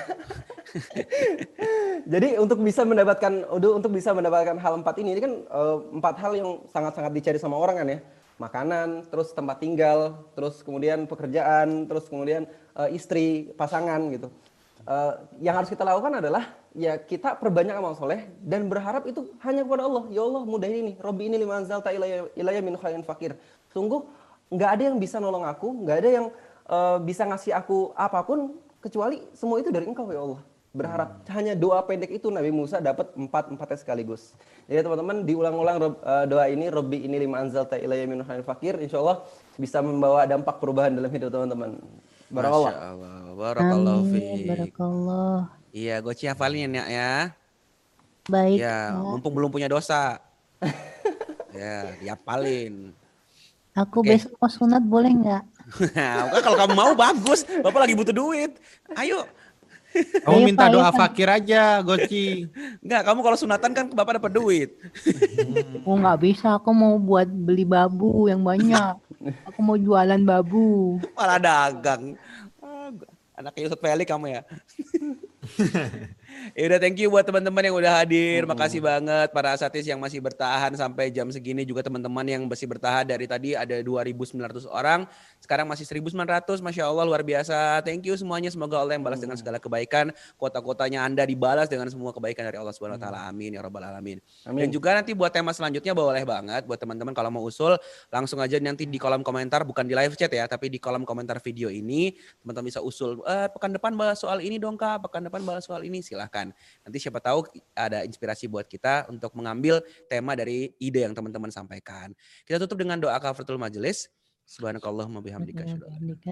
Jadi untuk bisa mendapatkan untuk bisa mendapatkan hal empat ini, ini kan uh, empat hal yang sangat-sangat dicari sama orang kan ya. Makanan, terus tempat tinggal, terus kemudian pekerjaan, terus kemudian uh, istri, pasangan gitu. Uh, yang harus kita lakukan adalah ya kita perbanyak amal soleh dan berharap itu hanya kepada Allah. Ya Allah mudahin ini, Robbi ini lima anzalta ilayya, ilayya min khairin fakir. Sungguh nggak ada yang bisa nolong aku, nggak ada yang uh, bisa ngasih aku apapun kecuali semua itu dari Engkau ya Allah. Berharap hmm. hanya doa pendek itu Nabi Musa dapat empat empatnya sekaligus. Jadi teman-teman diulang-ulang uh, doa ini, Robbi ini lima anzalta ilayya min khairin fakir, insya Allah bisa membawa dampak perubahan dalam hidup teman-teman. Barakallah. Masya Allah. Barakallahu fiik. Barakallah. Iya, Goci hafalin ya, ya. Baik. Ya, ya. mumpung belum punya dosa. Ya, dihafalin. Aku okay. Besok mau sunat boleh nggak? Kalau kamu mau bagus. Bapak lagi butuh duit. Ayo. Kamu Ayo, minta Pak, doa fakir aja, Goci. Enggak, kamu kalau sunatan kan Bapak dapat duit. Oh nggak bisa, aku mau buat beli babu yang banyak. Aku mau jualan babu. Malah dagang. Anaknya Ustadz Felix kamu ya. Ya udah, thank you buat teman-teman yang udah hadir. Makasih banget para asatis yang masih bertahan sampai jam segini, juga teman-teman yang masih bertahan dari tadi ada dua ribu sembilan ratus orang. Sekarang masih seribu sembilan ratus. Masya Allah, luar biasa. Thank you semuanya. Semoga Allah yang balas dengan segala kebaikan. Kota-kotanya Anda dibalas dengan semua kebaikan dari Allah Subhanahu wa taala. Amin ya rabbal alamin. Amin. Dan juga nanti buat tema selanjutnya boleh banget buat teman-teman kalau mau usul langsung aja nanti di kolom komentar, bukan di live chat ya, tapi di kolom komentar video ini teman-teman bisa usul, eh, pekan depan bahas soal ini dong Kak, pekan depan bahas soal ini, silahkan. Nanti siapa tahu ada inspirasi buat kita untuk mengambil tema dari ide yang teman-teman sampaikan. Kita tutup dengan doa kafaratul majelis. Subhanakallahumma bihamdika asyhadu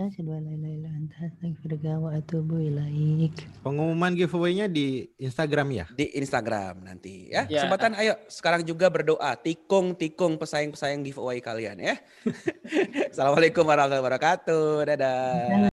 Pengumuman giveaway-nya di Instagram ya? Di Instagram nanti ya. ya. Kesempatan ayo sekarang juga berdoa, tikung-tikung pesaing-pesaing giveaway kalian ya. Assalamualaikum warahmatullahi wabarakatuh. Dadah.